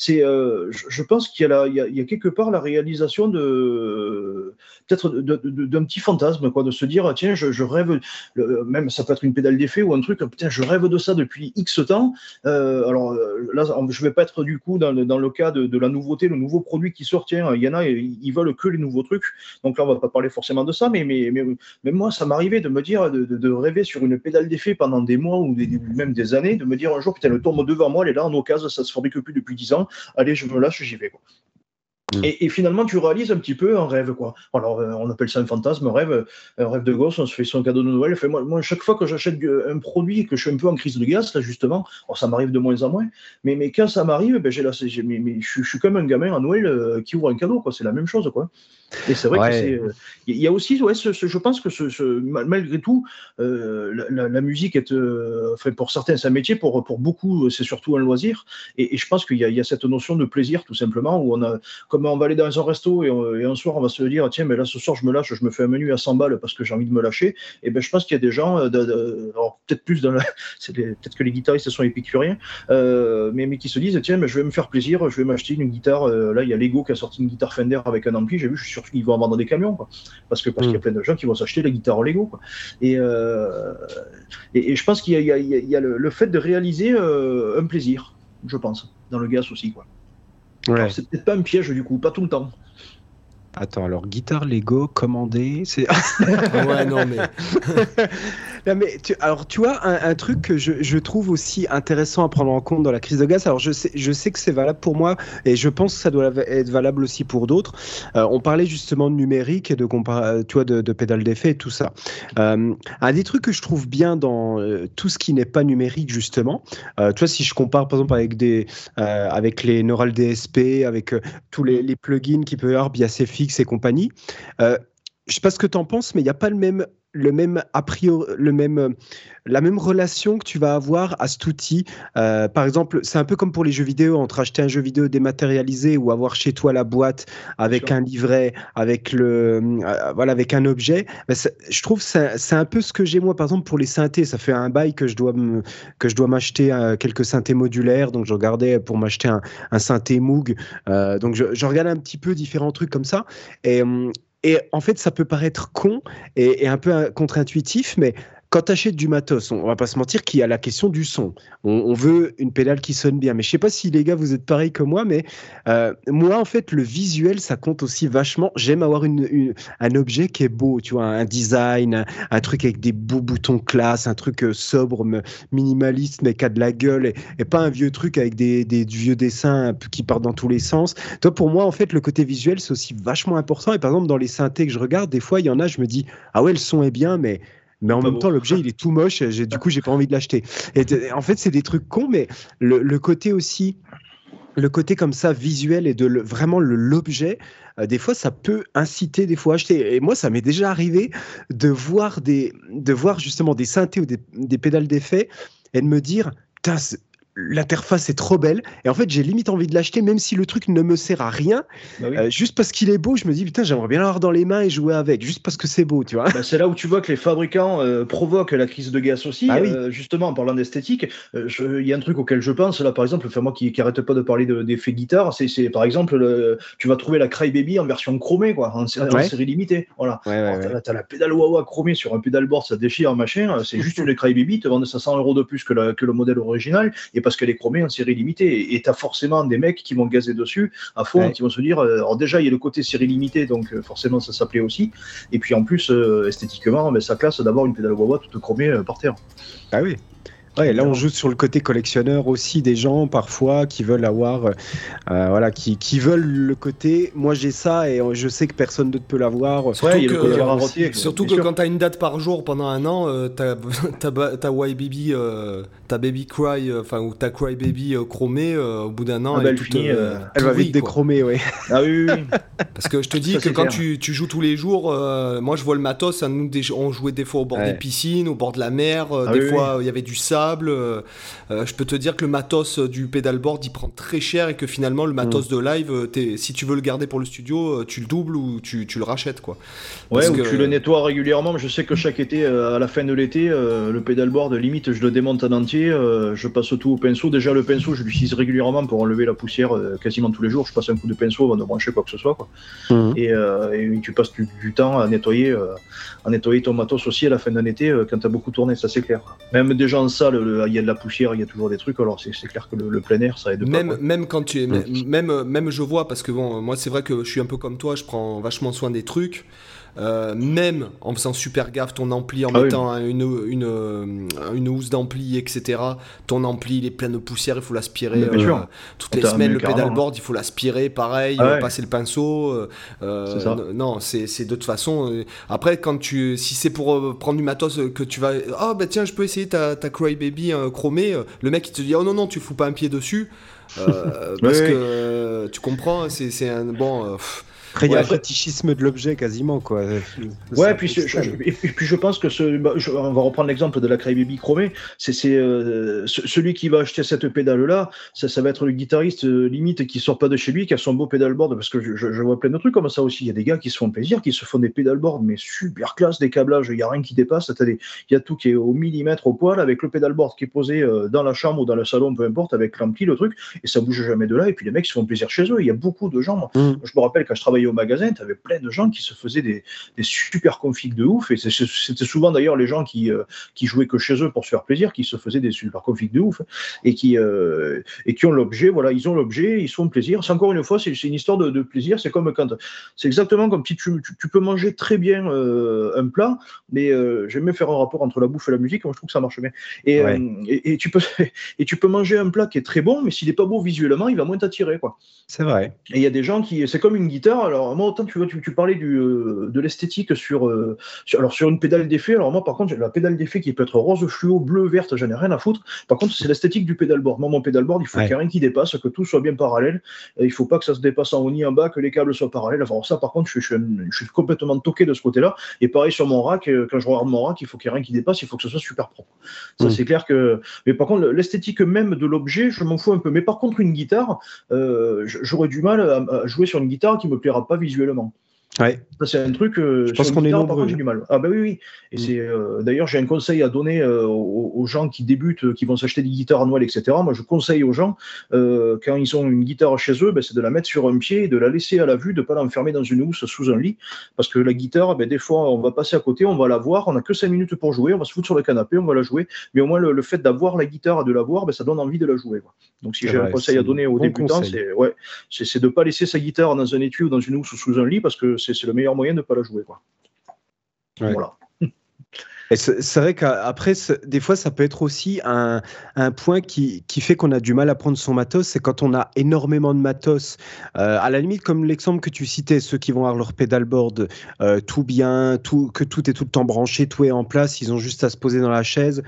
S4: Je pense qu'il y a quelque part la réalisation peut-être d'un petit fantasme, quoi, de se dire, tiens, je rêve, même ça peut être une pédale d'effet ou un truc, putain, je rêve de ça depuis X temps. Alors là, je vais pas être du coup dans le cas de la nouveauté, le nouveau produit qui sort. Tiens, il y en a, ils veulent que les nouveaux trucs. Donc là, on va pas parler forcément de ça, mais moi, ça m'arrivait de me dire, de rêver sur une pédale d'effet pendant des mois ou même des années, de me dire un jour, putain, le tombe devant moi, elle est là en occasion, ça se fabrique plus depuis 10 ans. Allez, je me lâche, j'y vais, quoi. Et finalement, tu réalises un petit peu un rêve, quoi. Alors, on appelle ça un fantasme, un rêve de gosse, on se fait son cadeau de Noël. Enfin, moi, chaque fois que j'achète un produit et que je suis un peu en crise de gaz, là, justement, ça m'arrive de moins en moins, mais quand ça m'arrive, je suis comme un gamin à Noël qui ouvre un cadeau, quoi. C'est la même chose, quoi. Et c'est vrai que il y a aussi, je pense que malgré tout, la musique est, enfin, pour certains, c'est un métier, pour beaucoup, c'est surtout un loisir. Et je pense qu'il y a cette notion de plaisir, tout simplement, où comme on va aller dans un resto et un soir, on va se dire, tiens, mais là, ce soir, je me lâche, je me fais un menu à 100 balles parce que j'ai envie de me lâcher. Et ben, je pense qu'il y a des gens, alors peut-être plus peut-être que les guitaristes sont épicuriens, mais qui se disent, tiens, mais je vais me faire plaisir, je vais m'acheter une guitare. Là, il y a Lego qui a sorti une guitare Fender avec un ampli. J'ai vu, je suis sûr qu'ils vont en vendre des camions, quoi. Parce qu'il y a plein de gens qui vont s'acheter la guitare Lego, quoi. Et je pense qu'il y a le fait de réaliser un plaisir, je pense, dans le gaz aussi, quoi. Ouais. Alors, c'est peut-être pas un piège, du coup, pas tout le temps.
S3: Attends, alors guitare Lego commandée, c'est.
S1: Ouais, non, mais.
S3: Non, mais alors, tu vois, un truc que je trouve aussi intéressant à prendre en compte dans la crise de gaz, alors je sais que c'est valable pour moi et je pense que ça doit être valable aussi pour d'autres. On parlait justement de numérique et de pédale d'effet et tout ça. Un des trucs que je trouve bien dans tout ce qui n'est pas numérique, justement, tu vois, si je compare par exemple avec les Neural DSP, avec tous les plugins qui peuvent y avoir, Biacefix et compagnie, je sais pas ce que tu en penses, mais il n'y a pas la même relation que tu vas avoir à cet outil. Par exemple, c'est un peu comme pour les jeux vidéo, entre acheter un jeu vidéo dématérialisé ou avoir chez toi la boîte avec un livret, avec avec un objet. Je trouve que c'est un peu ce que j'ai moi, par exemple, pour les synthés. Ça fait un bail que je dois m'acheter quelques synthés modulaires. Donc, je regardais pour m'acheter un synthé Moog. Donc, je regardais un petit peu différents trucs comme ça. Et Et en fait, ça peut paraître con et un peu contre-intuitif, mais quand tu achètes du matos, on va pas se mentir qu'il y a la question du son. On veut une pédale qui sonne bien. Mais je sais pas si les gars, vous êtes pareils que moi, mais moi, en fait, le visuel, ça compte aussi vachement. J'aime avoir un objet qui est beau, tu vois, un design, un truc avec des beaux boutons classe, un truc sobre, minimaliste, mais qui a de la gueule, et pas un vieux truc avec des vieux dessins qui partent dans tous les sens. Toi, pour moi, en fait, le côté visuel, c'est aussi vachement important. Et par exemple, dans les synthés que je regarde, des fois, il y en a, je me dis, ah ouais, le son est bien, mais en même temps, l'objet, il est tout moche. Du coup, j'ai pas envie de l'acheter. En fait, c'est des trucs cons, mais le côté aussi, le côté comme ça visuel et de vraiment l'objet, des fois, ça peut inciter des fois à acheter. Et moi, ça m'est déjà arrivé de voir justement des synthés ou des pédales d'effet et de me dire, putain, l'interface est trop belle, et en fait j'ai limite envie de l'acheter même si le truc ne me sert à rien, juste parce qu'il est beau. Je me dis putain, j'aimerais bien l'avoir dans les mains et jouer avec, juste parce que c'est beau, tu vois.
S4: C'est là où tu vois que les fabricants provoquent la crise de Gas aussi. Justement, en parlant d'esthétique, il y a un truc auquel je pense là, par exemple, moi qui arrête pas de parler d'effets guitare, c'est par exemple tu vas trouver la Crybaby en version chromée, quoi, en série limitée, voilà. T'as la pédale Wah-Wah chromée sur un pédalboard, ça déchire, machin, c'est juste une Crybaby, te vendent ça 100 € de plus que le modèle original, et parce qu'elle est chromée en série limitée, et t'as forcément des mecs qui vont gazer dessus à fond, qui vont se dire, alors déjà il y a le côté série limitée, donc forcément ça s'appelait aussi, et puis en plus esthétiquement, ça classe d'avoir une pédale Wah-Wah toute chromée par terre.
S3: Ah oui. Ouais, là on joue sur le côté collectionneur aussi des gens parfois qui veulent avoir, qui veulent le côté, moi j'ai ça et je sais que personne d'autre peut l'avoir.
S1: Surtout que quand t'as une date par jour pendant un an, t'as YBaby, ta Baby Cry, ou ta Cry Baby chromée, au bout d'un an,
S3: elle va vite déchromer, ouais.
S4: Ah oui.
S1: Parce que je te dis ça, que quand tu joues tous les jours, moi je vois le matos, on jouait des fois au bord des piscines, au bord de la mer, des fois il y avait du sable. Je peux te dire que le matos du pedalboard il prend très cher et que finalement le matos de live, si tu veux le garder pour le studio, tu le doubles ou tu le rachètes, quoi.
S4: Ou tu le nettoies régulièrement. Je sais que chaque été, à la fin de l'été, le pedalboard limite je le démonte en entier, je passe tout au pinceau. Déjà le pinceau je l'utilise régulièrement pour enlever la poussière quasiment tous les jours. Je passe un coup de pinceau avant de brancher quoi que ce soit, quoi. Et tu passes du temps à nettoyer ton matos aussi à la fin d'un été quand t'as beaucoup tourné, ça c'est clair. Même déjà en salle, il y a de la poussière, il y a toujours des trucs, alors c'est clair que le plein air ça aide pas.
S1: Même quand tu es, même je vois, parce que bon, moi c'est vrai que je suis un peu comme toi, je prends vachement soin des trucs. Même en faisant super gaffe ton ampli, en mettant une housse d'ampli, etc. Ton ampli il est plein de poussière, il faut l'aspirer toutes les semaines. Le pedalboard il faut l'aspirer, pareil, passer le pinceau. Non, c'est de toute façon. Après, si c'est pour prendre du matos que tu vas, tiens, je peux essayer ta Crybaby chromée. Le mec il te dit non, tu fous pas un pied dessus parce que tu comprends, c'est un bon.
S3: Après, il y a un fétichisme de l'objet quasiment, quoi.
S4: Puis je pense que on va reprendre l'exemple de la Crybaby chromée. C'est celui qui va acheter cette pédale-là, ça va être le guitariste limite qui sort pas de chez lui, qui a son beau pédalboard, parce que je vois plein de trucs comme ça aussi. Il y a des gars qui se font plaisir, qui se font des pédalboards, mais super classe, des câblages, il y a rien qui dépasse. Il y a tout qui est au millimètre, au poil, avec le pédalboard qui est posé dans la chambre ou dans le salon, peu importe, avec l'ampli, le truc, et ça bouge jamais de là. Et puis les mecs se font plaisir chez eux. Il y a beaucoup de gens. Je me rappelle quand je travaillais au magasin, tu avais plein de gens qui se faisaient des super configs de ouf, et c'était souvent d'ailleurs les gens qui jouaient que chez eux pour se faire plaisir, qui se faisaient des super configs de ouf, et qui ont l'objet, ils ont l'objet, ils se font plaisir. C'est encore une fois, c'est une histoire de plaisir. C'est exactement comme si tu peux manger très bien un plat, mais j'aime bien faire un rapport entre la bouffe et la musique, moi je trouve que ça marche bien. Et tu peux manger un plat qui est très bon, mais s'il est pas beau visuellement, il va moins t'attirer, quoi.
S3: C'est vrai.
S4: Et il y a des gens c'est comme une guitare. Alors moi, autant tu parlais de l'esthétique sur une pédale d'effet. Alors moi, par contre, j'ai la pédale d'effet qui peut être rose fluo, bleu, verte, j'en ai rien à foutre. Par contre, c'est l'esthétique du pédalboard. Moi, mon pédalboard, il faut qu'il n'y ait rien qui dépasse, que tout soit bien parallèle. Il faut pas que ça se dépasse en haut ni en bas, que les câbles soient parallèles. Alors ça, par contre, je suis complètement toqué de ce côté-là. Et pareil sur mon rack, quand je regarde mon rack, il faut qu'il n'y ait rien qui dépasse, il faut que ce soit super propre. Ça, c'est clair que. Mais par contre, l'esthétique même de l'objet, je m'en fous un peu. Mais par contre, une guitare, j'aurais du mal à jouer sur une guitare qui me plaira pas visuellement.
S3: Ouais.
S4: Ça, c'est un truc.
S3: Je pense qu'on est
S4: par
S3: nombreux.
S4: contre, j'ai du mal. Ah, bah oui. Et c'est, d'ailleurs, j'ai un conseil à donner aux gens qui débutent, qui vont s'acheter des guitares à Noël, etc. Moi, je conseille aux gens, quand ils ont une guitare chez eux, c'est de la mettre sur un pied et de la laisser à la vue, de ne pas l'enfermer dans une housse sous un lit. Parce que la guitare, des fois, on va passer à côté, on va la voir, on n'a que 5 minutes pour jouer, on va se foutre sur le canapé, on va la jouer. Mais au moins, le fait d'avoir la guitare et de la voir, ça donne envie de la jouer, quoi. Donc, si j'ai un conseil à donner aux débutants, c'est de ne pas laisser sa guitare dans un étui ou dans une housse ou sous un lit, parce que c'est le meilleur moyen de ne pas la jouer, quoi.
S3: Ouais.
S4: Voilà.
S3: Et c'est vrai qu'après, des fois, ça peut être aussi un point qui fait qu'on a du mal à prendre son matos, c'est quand on a énormément de matos. À la limite, comme l'exemple que tu citais, ceux qui vont avoir leur pedalboard tout bien, que tout est tout le temps branché, tout est en place, ils ont juste à se poser dans la chaise,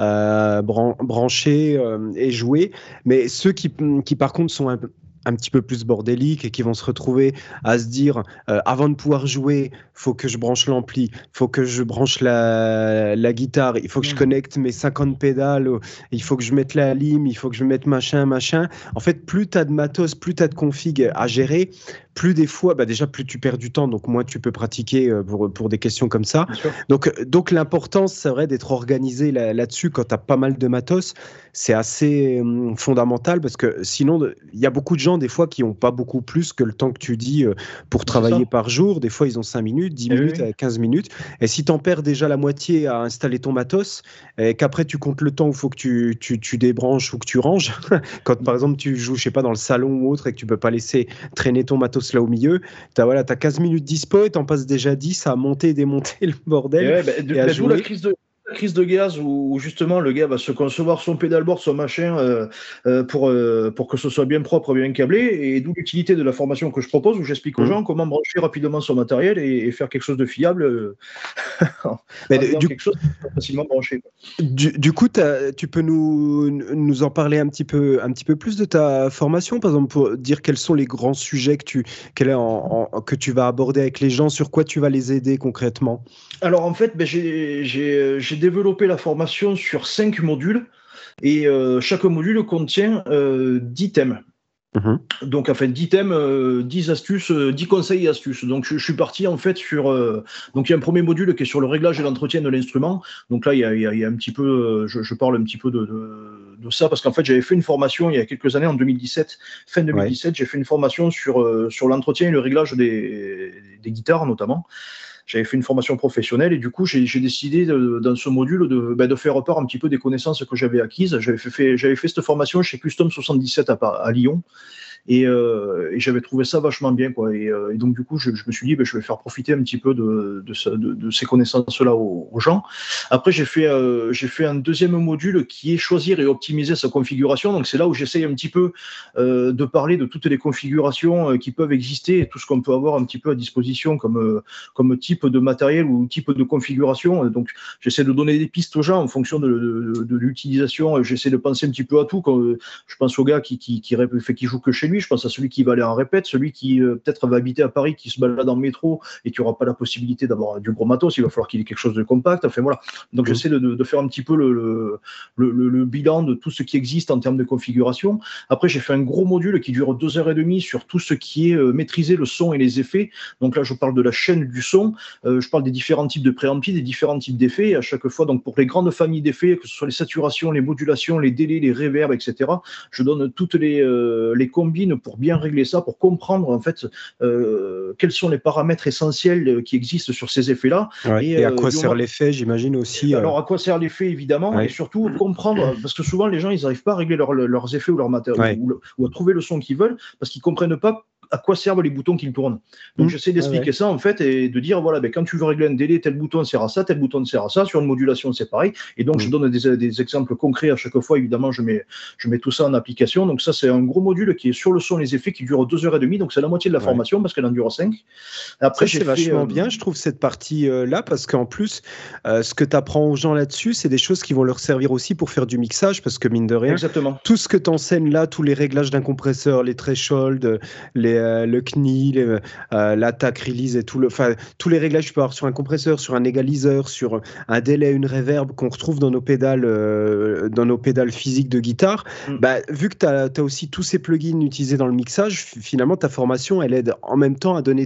S3: brancher et jouer. Mais ceux qui par contre, sont un petit peu plus bordéliques et qui vont se retrouver à se dire avant de pouvoir jouer, faut que je branche l'ampli, faut que je branche la guitare, il faut que je connecte mes 50 pédales, il faut que je mette la lime, il faut que je mette machin. En fait, plus tu as de matos, plus tu as de config à gérer, plus des fois, déjà plus tu perds du temps, donc moins tu peux pratiquer pour des questions comme ça. Donc l'importance, c'est vrai, d'être organisé là-dessus quand tu as pas mal de matos, c'est assez fondamental parce que sinon, il y a beaucoup de gens des fois qui n'ont pas beaucoup plus que le temps que tu dis pour travailler par jour. Des fois, ils ont 5 minutes, 10 minutes, 15 minutes. Et si tu en perds déjà la moitié à installer ton matos et qu'après tu comptes le temps où il faut que tu débranches ou que tu ranges, quand par exemple tu joues, je sais pas, dans le salon ou autre et que tu peux pas laisser traîner ton matos là au milieu, tu as 15 minutes dispo et tu en passes déjà 10 à monter et démonter le bordel.
S4: D'où la crise de gaz où justement le gars va se concevoir son pédalboard, son machin pour que ce soit bien propre, bien câblé, et d'où l'utilité de la formation que je propose où j'explique aux gens comment brancher rapidement son matériel et faire quelque chose de fiable quelque chose facilement branché.
S3: Du coup, tu peux nous en parler un petit peu plus de ta formation, par exemple, pour dire quels sont les grands sujets que tu vas aborder avec les gens, sur quoi tu vas les aider concrètement?
S4: Alors en fait, j'ai développé la formation sur 5 modules et chaque module contient 10 thèmes. Donc, en fait, 10 thèmes, 10 astuces, 10 conseils et astuces. Donc, je suis parti, en fait, sur... donc, il y a un premier module qui est sur le réglage et l'entretien de l'instrument. Donc là, il y a un petit peu... Je parle un petit peu de ça, parce qu'en fait, j'avais fait une formation il y a quelques années, en 2017, fin 2017, j'ai fait une formation sur l'entretien et le réglage des guitares, notamment. J'avais fait une formation professionnelle et du coup, j'ai décidé dans ce module de faire part un petit peu des connaissances que j'avais acquises. J'avais fait cette formation chez Custom 77 à Lyon. Et j'avais trouvé ça vachement bien, quoi. Et donc du coup, je me suis dit, je vais faire profiter un petit peu de ces connaissances-là aux gens. Après, j'ai fait un deuxième module qui est choisir et optimiser sa configuration. Donc c'est là où j'essaye un petit peu de parler de toutes les configurations qui peuvent exister et tout ce qu'on peut avoir un petit peu à disposition comme type de matériel ou type de configuration. Donc j'essaie de donner des pistes aux gens en fonction de l'utilisation. J'essaie de penser un petit peu à tout. Quand je pense au gars qui joue que chez lui. Je pense à celui qui va aller en répète, celui qui peut-être va habiter à Paris, qui se balade dans le métro et qui n'aura pas la possibilité d'avoir du gros matos. Il va falloir qu'il ait quelque chose de compact. Enfin voilà. Donc j'essaie de faire un petit peu le bilan de tout ce qui existe en termes de configuration. Après, j'ai fait un gros module qui dure 2h30 sur tout ce qui est maîtriser le son et les effets. Donc là, je parle de la chaîne du son. Je parle des différents types de préamplis, des différents types d'effets. Et à chaque fois, donc pour les grandes familles d'effets, que ce soit les saturations, les modulations, les délais, les reverbs, etc., je donne toutes les combines pour bien régler ça, pour comprendre en fait quels sont les paramètres essentiels qui existent sur ces effets-là.
S3: Et à quoi sert l'effet, j'imagine aussi.
S4: Alors à quoi sert l'effet, évidemment, et surtout comprendre, parce que souvent les gens ils n'arrivent pas à régler leurs effets ou leur matériel ou à trouver le son qu'ils veulent parce qu'ils ne comprennent pas à quoi servent les boutons qu'ils tournent. Donc j'essaie d'expliquer ça en fait et de dire voilà, quand tu veux régler un délai, tel bouton sert à ça, tel bouton sert à ça, sur une modulation c'est pareil, et donc je donne des exemples concrets à chaque fois, évidemment je mets tout ça en application. Donc ça c'est un gros module qui est sur le son, les effets, qui dure 2h30, donc c'est la moitié de la formation parce qu'elle en dure 5. Après
S3: c'est vachement bien, je trouve, cette partie là, parce qu'en plus ce que tu apprends aux gens là-dessus, c'est des choses qui vont leur servir aussi pour faire du mixage, parce que mine de rien, tout ce que tu enseignes là, tous les réglages d'un compresseur, les thresholds, les le CNI, l'attaque release et tous les réglages que tu peux avoir sur un compresseur, sur un égaliseur, sur un délai, une reverb qu'on retrouve dans nos pédales physiques de guitare. Vu que tu as aussi tous ces plugins utilisés dans le mixage, finalement ta formation elle aide en même temps à donner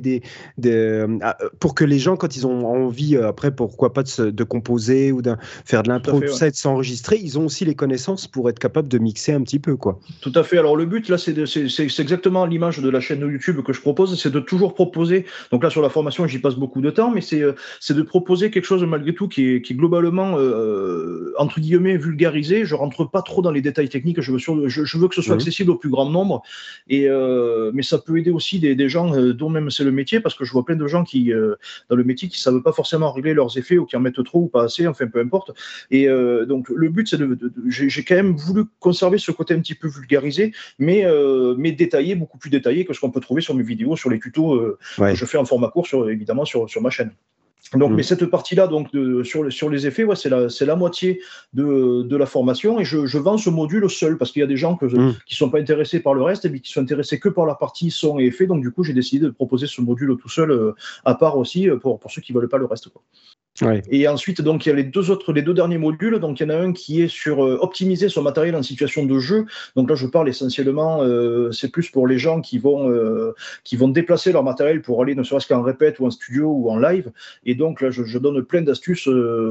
S3: pour que les gens, quand ils ont envie après, pourquoi pas de composer ou de faire de l'impro, tout ça, et de s'enregistrer, ils ont aussi les connaissances pour être capables de mixer un petit peu, quoi.
S4: Tout à fait. Alors le but là, c'est exactement l'image de la chaîne de YouTube que je propose, c'est de toujours proposer. Donc là sur la formation, j'y passe beaucoup de temps, mais c'est de proposer quelque chose malgré tout qui est globalement entre guillemets vulgarisé. Je rentre pas trop dans les détails techniques. Je veux que ce soit accessible au plus grand nombre. Mais ça peut aider aussi des gens dont même c'est le métier, parce que je vois plein de gens qui dans le métier qui savent pas forcément régler leurs effets ou qui en mettent trop ou pas assez. Enfin peu importe. Et donc le but c'est j'ai quand même voulu conserver ce côté un petit peu vulgarisé, mais détaillé, beaucoup plus détaillé que ce qu'on peut trouver sur mes vidéos, sur les tutos que je fais en format court, évidemment sur ma chaîne. Donc, mais cette partie-là, donc sur les effets, c'est la moitié de la formation, et je vends ce module seul parce qu'il y a des gens qui sont pas intéressés par le reste et qui sont intéressés que par la partie son et effets. Donc du coup, j'ai décidé de proposer ce module tout seul à part aussi pour ceux qui veulent pas le reste, quoi. Ouais. Et ensuite, donc il y a les deux derniers modules. Donc il y en a un qui est sur optimiser son matériel en situation de jeu. Donc là, je parle essentiellement, c'est plus pour les gens qui vont déplacer leur matériel pour aller ne serait-ce qu'en répète ou en studio ou en live. Et donc là, je donne plein d'astuces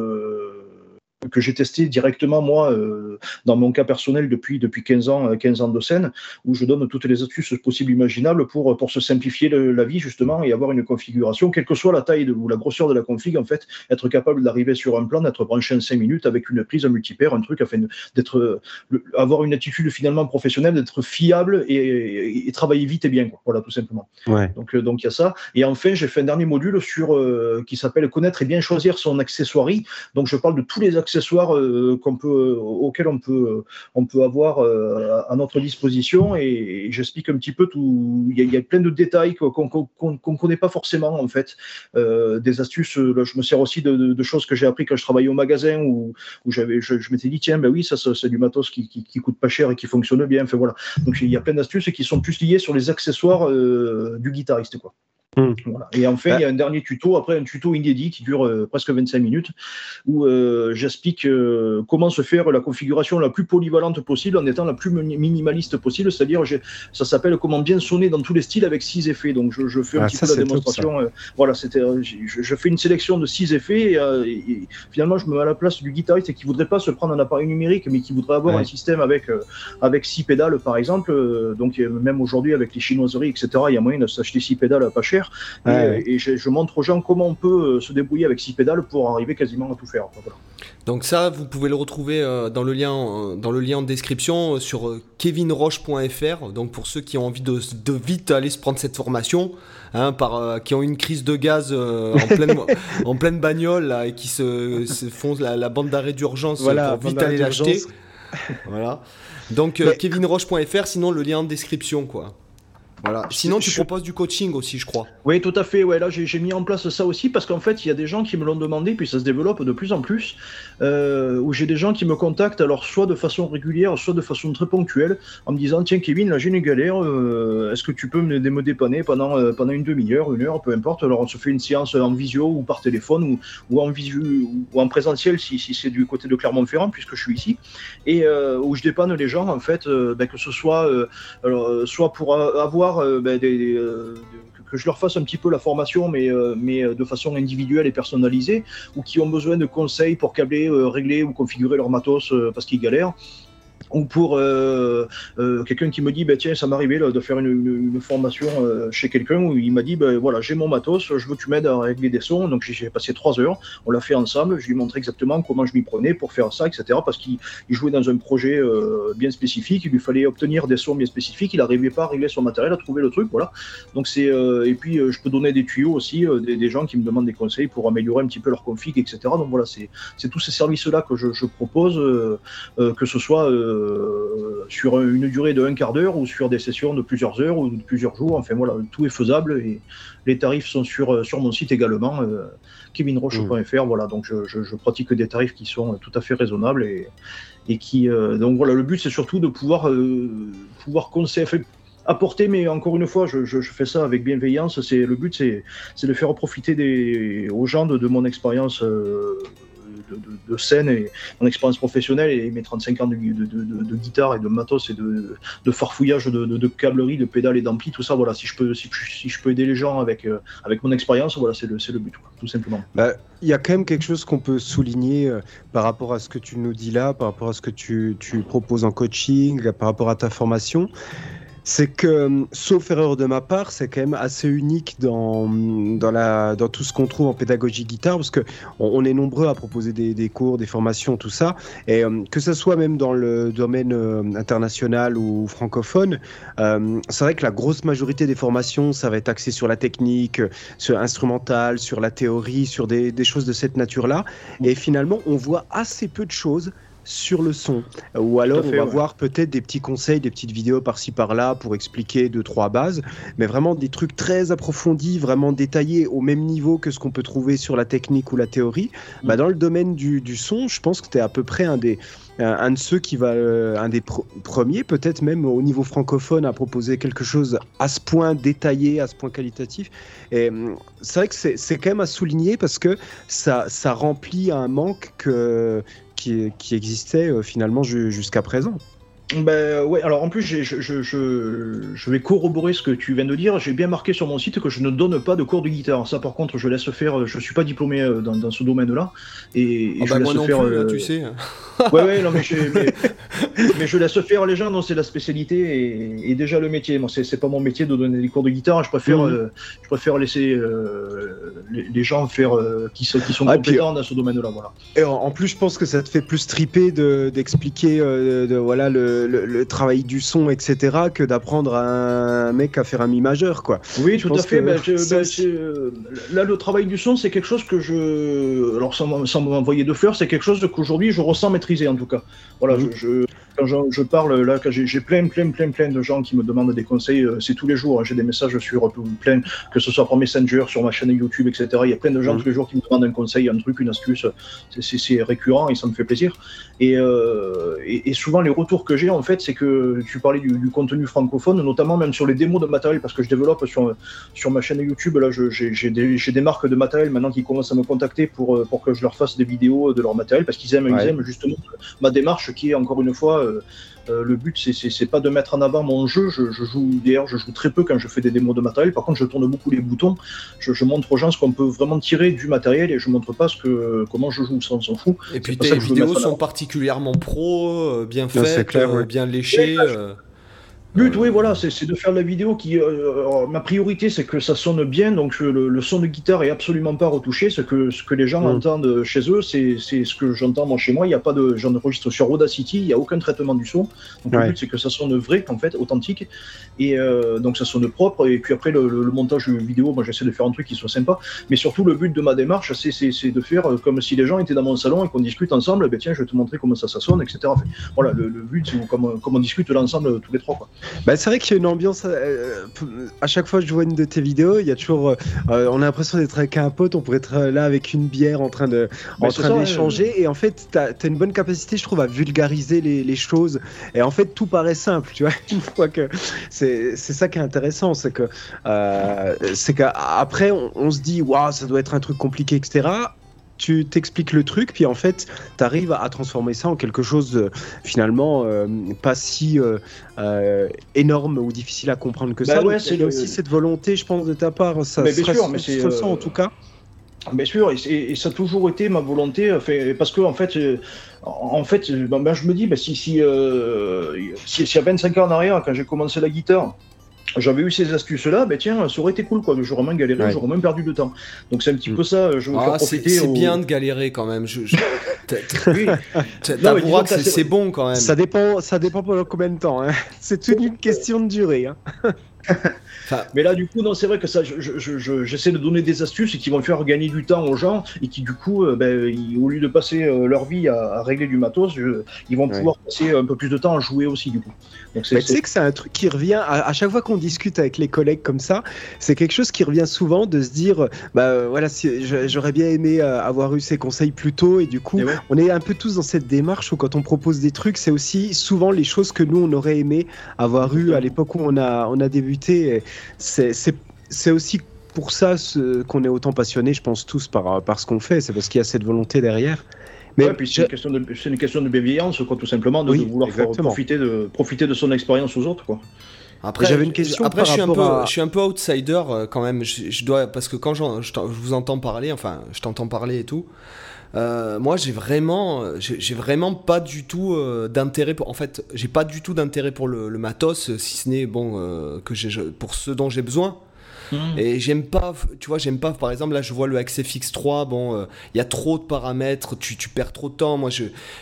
S4: que j'ai testé directement moi dans mon cas personnel depuis 15 ans de scène, où je donne toutes les astuces possibles imaginables pour se simplifier la vie justement et avoir une configuration, quelle que soit la taille ou la grosseur de la config, en fait, être capable d'arriver sur un plan, d'être branché en 5 minutes avec une prise, un multipaire, un truc, afin avoir une attitude finalement professionnelle, d'être fiable et travailler vite et bien, quoi. Voilà, tout simplement. Ouais. Donc il y a ça. Et enfin, j'ai fait un dernier module qui s'appelle connaître et bien choisir son accessoirie. Donc je parle de tous les accessoires auxquels on peut avoir à notre disposition, et j'explique un petit peu tout. Il y a plein de détails qu'on connaît pas forcément, en fait, des astuces. Là, je me sers aussi de choses que j'ai appris quand je travaillais au magasin, où je m'étais dit tiens, ben oui, ça c'est du matos qui coûte pas cher et qui fonctionne bien. Enfin voilà. Donc il y a plein d'astuces qui sont plus liées sur les accessoires du guitariste, quoi. Voilà. Et enfin, il y a un dernier tuto, après un tuto inédit qui dure presque 25 minutes, où j'explique comment se faire la configuration la plus polyvalente possible en étant la plus minimaliste possible, c'est-à-dire ça s'appelle comment bien sonner dans tous les styles avec 6 effets. Donc je fais un petit peu la démonstration. Voilà, je fais une sélection de 6 effets et finalement je me mets à la place du guitariste qui voudrait pas se prendre un appareil numérique, mais qui voudrait avoir un système avec 6 pédales par exemple. Donc même aujourd'hui avec les chinoiseries, etc., il y a moyen de s'acheter 6 pédales pas cher. Et je montre aux gens comment on peut se débrouiller avec 6 pédales pour arriver quasiment à tout faire. Voilà.
S1: Donc ça, vous pouvez le retrouver dans le lien en description sur kevinroche.fr. Donc pour ceux qui ont envie de vite aller se prendre cette formation, qui ont une crise de gaz en pleine bagnole là, et qui se font la bande d'arrêt d'urgence pour vite aller l'acheter. Voilà. Donc kevinroche.fr, sinon le lien en description, quoi. Voilà. Sinon, tu proposes du coaching aussi, je crois.
S4: Oui, tout à fait. Ouais, là, j'ai mis en place ça aussi parce qu'en fait, il y a des gens qui me l'ont demandé, puis ça se développe de plus en plus, où j'ai des gens qui me contactent, alors soit de façon régulière, soit de façon très ponctuelle, en me disant tiens, Kevin, là, j'ai une galère, est-ce que tu peux me dépanner pendant une demi-heure, 1 heure, peu importe. Alors, on se fait une séance en visio ou par téléphone ou en visio ou en présentiel si c'est du côté de Clermont-Ferrand, puisque je suis ici, et où je dépanne les gens, en fait, que ce soit soit pour avoir que je leur fasse un petit peu la formation, mais de façon individuelle et personnalisée, ou qui ont besoin de conseils pour câbler, régler ou configurer leur matos parce qu'ils galèrent. Ou pour quelqu'un qui me dit tiens, ça m'est arrivé de faire une formation chez quelqu'un où il m'a dit voilà, j'ai mon matos, je veux que tu m'aides à régler des sons. Donc j'ai passé 3 heures, on l'a fait ensemble, je lui ai montré exactement comment je m'y prenais pour faire ça, etc. Parce qu'il jouait dans un projet bien spécifique, il lui fallait obtenir des sons bien spécifiques, il n'arrivait pas à régler son matériel, à trouver le truc, voilà. Donc c'est et puis je peux donner des tuyaux aussi, des gens qui me demandent des conseils pour améliorer un petit peu leur config, etc. Donc voilà, c'est tous ces services-là que je propose, que ce soit sur une durée de 1/4 d'heure ou sur des sessions de plusieurs heures ou de plusieurs jours. Enfin voilà, tout est faisable et les tarifs sont sur mon site également, kevinroche.fr. Voilà, donc je pratique des tarifs qui sont tout à fait raisonnables et qui donc voilà, le but c'est surtout de pouvoir conseiller. apporter, mais encore une fois, je fais ça avec bienveillance. Le but, c'est de faire profiter aux gens de mon expérience de scène et mon expérience professionnelle et mes 35 ans de guitare et de matos et de farfouillage de câblerie, de pédales et d'ampli, tout ça. Voilà, si je peux aider les gens avec mon expérience, voilà, c'est le but, quoi, tout simplement.
S3: Il y a quand même quelque chose qu'on peut souligner par rapport à ce que tu nous dis là, par rapport à ce que tu proposes en coaching, par rapport à ta formation. C'est que, sauf erreur de ma part, c'est quand même assez unique dans tout ce qu'on trouve en pédagogie guitare, parce que on est nombreux à proposer des cours, des formations, tout ça, et que ce soit même dans le domaine international ou francophone, c'est vrai que la grosse majorité des formations, ça va être axé sur la technique, sur l'instrumental, sur la théorie, sur des choses de cette nature-là, et finalement, on voit assez peu de choses sur le son, ou alors on va voir peut-être des petits conseils, des petites vidéos par-ci par-là pour expliquer 2-3 bases, mais vraiment des trucs très approfondis, vraiment détaillés au même niveau que ce qu'on peut trouver sur la technique ou la théorie. Dans le domaine du son, je pense que tu es à peu près un de ceux qui va, un des premiers, peut-être même au niveau francophone, à proposer quelque chose à ce point détaillé, à ce point qualitatif. Et c'est vrai que c'est quand même à souligner parce que ça remplit un manque qui existait finalement jusqu'à présent.
S4: Ouais, alors en plus, je vais corroborer ce que tu viens de dire. J'ai bien marqué sur mon site que je ne donne pas de cours de guitare. Ça, par contre, je laisse faire. Je suis pas diplômé dans ce domaine-là. Et je laisse
S1: moi non
S4: faire.
S1: Plus, là, tu sais.
S4: Ouais, non, mais je laisse faire les gens dont c'est la spécialité et déjà le métier. Moi, c'est pas mon métier de donner des cours de guitare. Je préfère laisser les gens faire qui sont compétents dans ce domaine-là. Voilà.
S3: Et en plus, je pense que ça te fait plus triper d'expliquer voilà le travail du son, etc., que d'apprendre à un mec à faire un mi majeur, quoi.
S4: Oui, tout à fait. Là, le travail du son, c'est quelque chose que alors sans m'envoyer de fleurs, c'est quelque chose qu'aujourd'hui je ressens maîtriser, en tout cas. Voilà, quand je parle là, quand j'ai plein de gens qui me demandent des conseils, c'est tous les jours. J'ai des messages sur plein, que ce soit par Messenger, sur ma chaîne YouTube, etc. Il y a plein de gens tous les jours qui me demandent un conseil, un truc, une astuce. C'est récurrent et ça me fait plaisir. Et souvent les retours que j'ai, en fait, c'est que tu parlais du contenu francophone, notamment même sur les démos de matériel, parce que je développe sur ma chaîne YouTube. Là, j'ai des marques de matériel maintenant qui commencent à me contacter pour que je leur fasse des vidéos de leur matériel, parce qu'ils aiment justement ma démarche, qui est, encore une fois, le but, c'est pas de mettre en avant mon jeu. Je joue très peu quand je fais des démos de matériel. Par contre, je tourne beaucoup les boutons. Je montre aux gens ce qu'on peut vraiment tirer du matériel, et je montre pas comment je joue, ça on s'en fout.
S1: Et puis tes vidéos sont particulièrement pro, bien faites, bien léchées.
S4: But, oui, voilà, c'est de faire de la vidéo qui... ma priorité, c'est que ça sonne bien, donc le son de guitare est absolument pas retouché. Ce que les gens entendent chez eux, c'est ce que j'entends moi chez moi. Il y a pas de... J'enregistre sur Audacity, il n'y a aucun traitement du son. Donc le but, c'est que ça sonne vrai, en fait, authentique. Et donc ça sonne propre. Et puis après, le montage vidéo, moi, j'essaie de faire un truc qui soit sympa. Mais surtout, le but de ma démarche, c'est de faire comme si les gens étaient dans mon salon et qu'on discute ensemble. Tiens, je vais te montrer comment ça sonne, etc. Enfin, voilà, le but, c'est comme on discute l'ensemble tous les trois, quoi.
S3: C'est vrai qu'il y a une ambiance. À chaque fois que je vois une de tes vidéos, il y a toujours. On a l'impression d'être avec un pote. On pourrait être là avec une bière en train d'échanger. Et en fait, t'as une bonne capacité, je trouve, à vulgariser les choses. Et en fait, tout paraît simple, tu vois. Une fois que c'est ça qui est intéressant, c'est qu'après on se dit, waouh, ça doit être un truc compliqué, etc. Tu t'expliques le truc, puis en fait, tu arrives à transformer ça en quelque chose de, finalement pas si énorme ou difficile à comprendre que ça.
S4: Ouais,
S3: il y a aussi cette volonté, je pense, de ta part. Ça se ressent en tout cas.
S4: Bien sûr, et ça a toujours été ma volonté, parce que en fait, je me dis, si il y a 25 ans en arrière, quand j'ai commencé la guitare, j'avais eu ces astuces-là, tiens, ça aurait été cool, quoi. J'aurais moins galéré, j'aurais moins perdu de temps. Donc c'est un petit peu ça, je veux faire profiter.
S1: C'est bien de galérer quand même. T'avoueras que c'est bon quand même.
S3: Ça dépend pendant combien de temps, hein. C'est toute une question de durée, hein.
S4: Mais là, du coup, non, c'est vrai que ça, j'essaie de donner des astuces qui vont faire gagner du temps aux gens et qui, du coup, au lieu de passer leur vie à régler du matos, ils vont pouvoir passer un peu plus de temps à jouer aussi, du coup. Donc,
S3: tu sais que c'est un truc qui revient à chaque fois qu'on discute avec les collègues comme ça. C'est quelque chose qui revient souvent de se dire, voilà, j'aurais bien aimé avoir eu ces conseils plus tôt. Et du coup, on est un peu tous dans cette démarche où quand on propose des trucs, c'est aussi souvent les choses que nous on aurait aimé avoir eu à l'époque où on a débuté. C'est aussi pour ça qu'on est autant passionné, je pense tous par ce qu'on fait. C'est parce qu'il y a cette volonté derrière.
S4: Mais puis c'est une question de bienveillance, quoi, tout simplement, de vouloir profiter de son expérience aux autres, quoi.
S1: Après, j'avais une question. Après, je suis un peu outsider quand même. Je dois, parce que quand je vous entends parler, enfin, je t'entends parler et tout. Moi, j'ai vraiment pas du tout d'intérêt pour. En fait, j'ai pas du tout d'intérêt pour le matos, si ce n'est pour ce dont j'ai besoin. Et j'aime pas, par exemple, là je vois le XFX3, il y a trop de paramètres, tu perds trop de temps. Moi,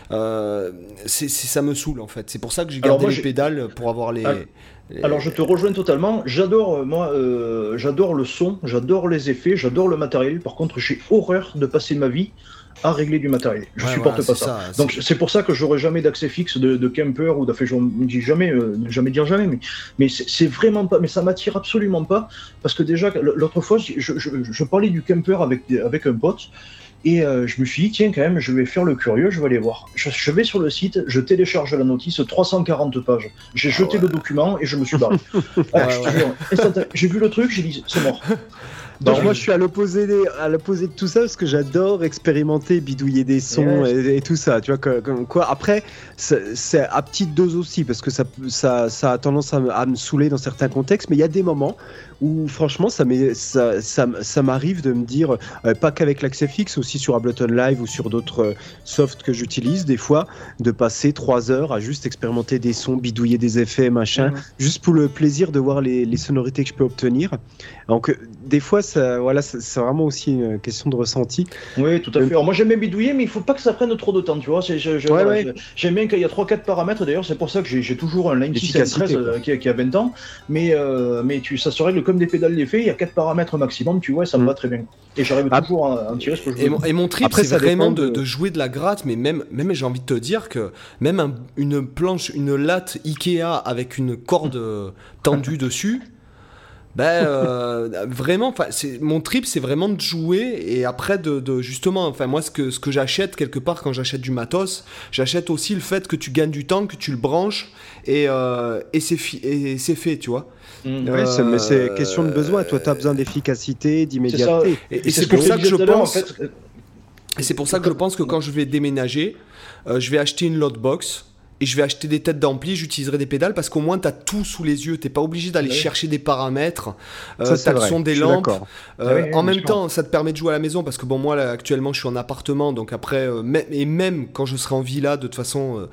S1: ça me saoule en fait. C'est pour ça que j'ai gardé les pédales pour avoir les.
S4: Alors je te rejoins totalement. J'adore le son, j'adore les effets, j'adore le matériel. Par contre, j'ai horreur de passer ma vie à régler du matériel. Je supporte pas ça. Donc c'est pour ça que j'aurai jamais d'accès fixe de camper ou d'affaires. Je ne dis jamais dire jamais, mais c'est vraiment pas. Mais ça m'attire absolument pas parce que déjà l'autre fois je parlais du camper avec un pote. Et je me suis dit, tiens, quand même, je vais faire le curieux, je vais aller voir. Je vais sur le site, je télécharge la notice, 340 pages. J'ai jeté le document et je me suis barré. J'ai vu le truc, j'ai dit, c'est mort.
S3: Donc moi je suis à l'opposé de tout ça parce que j'adore expérimenter, bidouiller des sons et tout ça, tu vois quoi. Après c'est à petite dose aussi parce que ça a tendance à me saouler dans certains contextes, mais il y a des moments où franchement ça m'arrive de me dire, pas qu'avec l'AccessFX, aussi sur Ableton Live ou sur d'autres softs que j'utilise des fois, de passer 3 heures à juste expérimenter des sons, bidouiller des effets, machin, juste pour le plaisir de voir les sonorités que je peux obtenir. Donc des fois c'est vraiment aussi une question de ressenti.
S4: Oui, tout à fait. Alors, moi j'aime bien bidouiller, mais il faut pas que ça prenne trop de temps, tu vois. J'aime bien qu'il y a 3-4 paramètres, d'ailleurs c'est pour ça que j'ai toujours un Line 6 M13 qui a 20 ans, mais ça se règle comme des pédales d'effet, il y a 4 paramètres maximum, tu vois, ça me va très bien. Et j'arrive toujours à en tirer ce que je veux.
S1: Et mon trip, après, c'est vraiment de jouer de la gratte, mais même j'ai envie de te dire que même une latte Ikea avec une corde tendue dessus, vraiment, mon trip, c'est vraiment de jouer et après de justement, enfin moi ce que j'achète quelque part quand j'achète du matos, j'achète aussi le fait que tu gagnes du temps, que tu le branches et c'est fait, tu vois.
S3: Mais c'est question de besoin. Toi, t'as besoin d'efficacité, d'immédiateté.
S1: Et c'est pour ça que je pense. Et c'est pour ça que je pense que quand je vais déménager, je vais acheter une loadbox. Et je vais acheter des têtes d'ampli, j'utiliserai des pédales parce qu'au moins tu as tout sous les yeux, t'es pas obligé d'aller chercher des paramètres, t'as le son des lampes. En même temps, ça te permet de jouer à la maison parce que moi là, actuellement je suis en appartement, donc après, même quand je serai en villa, de toute façon,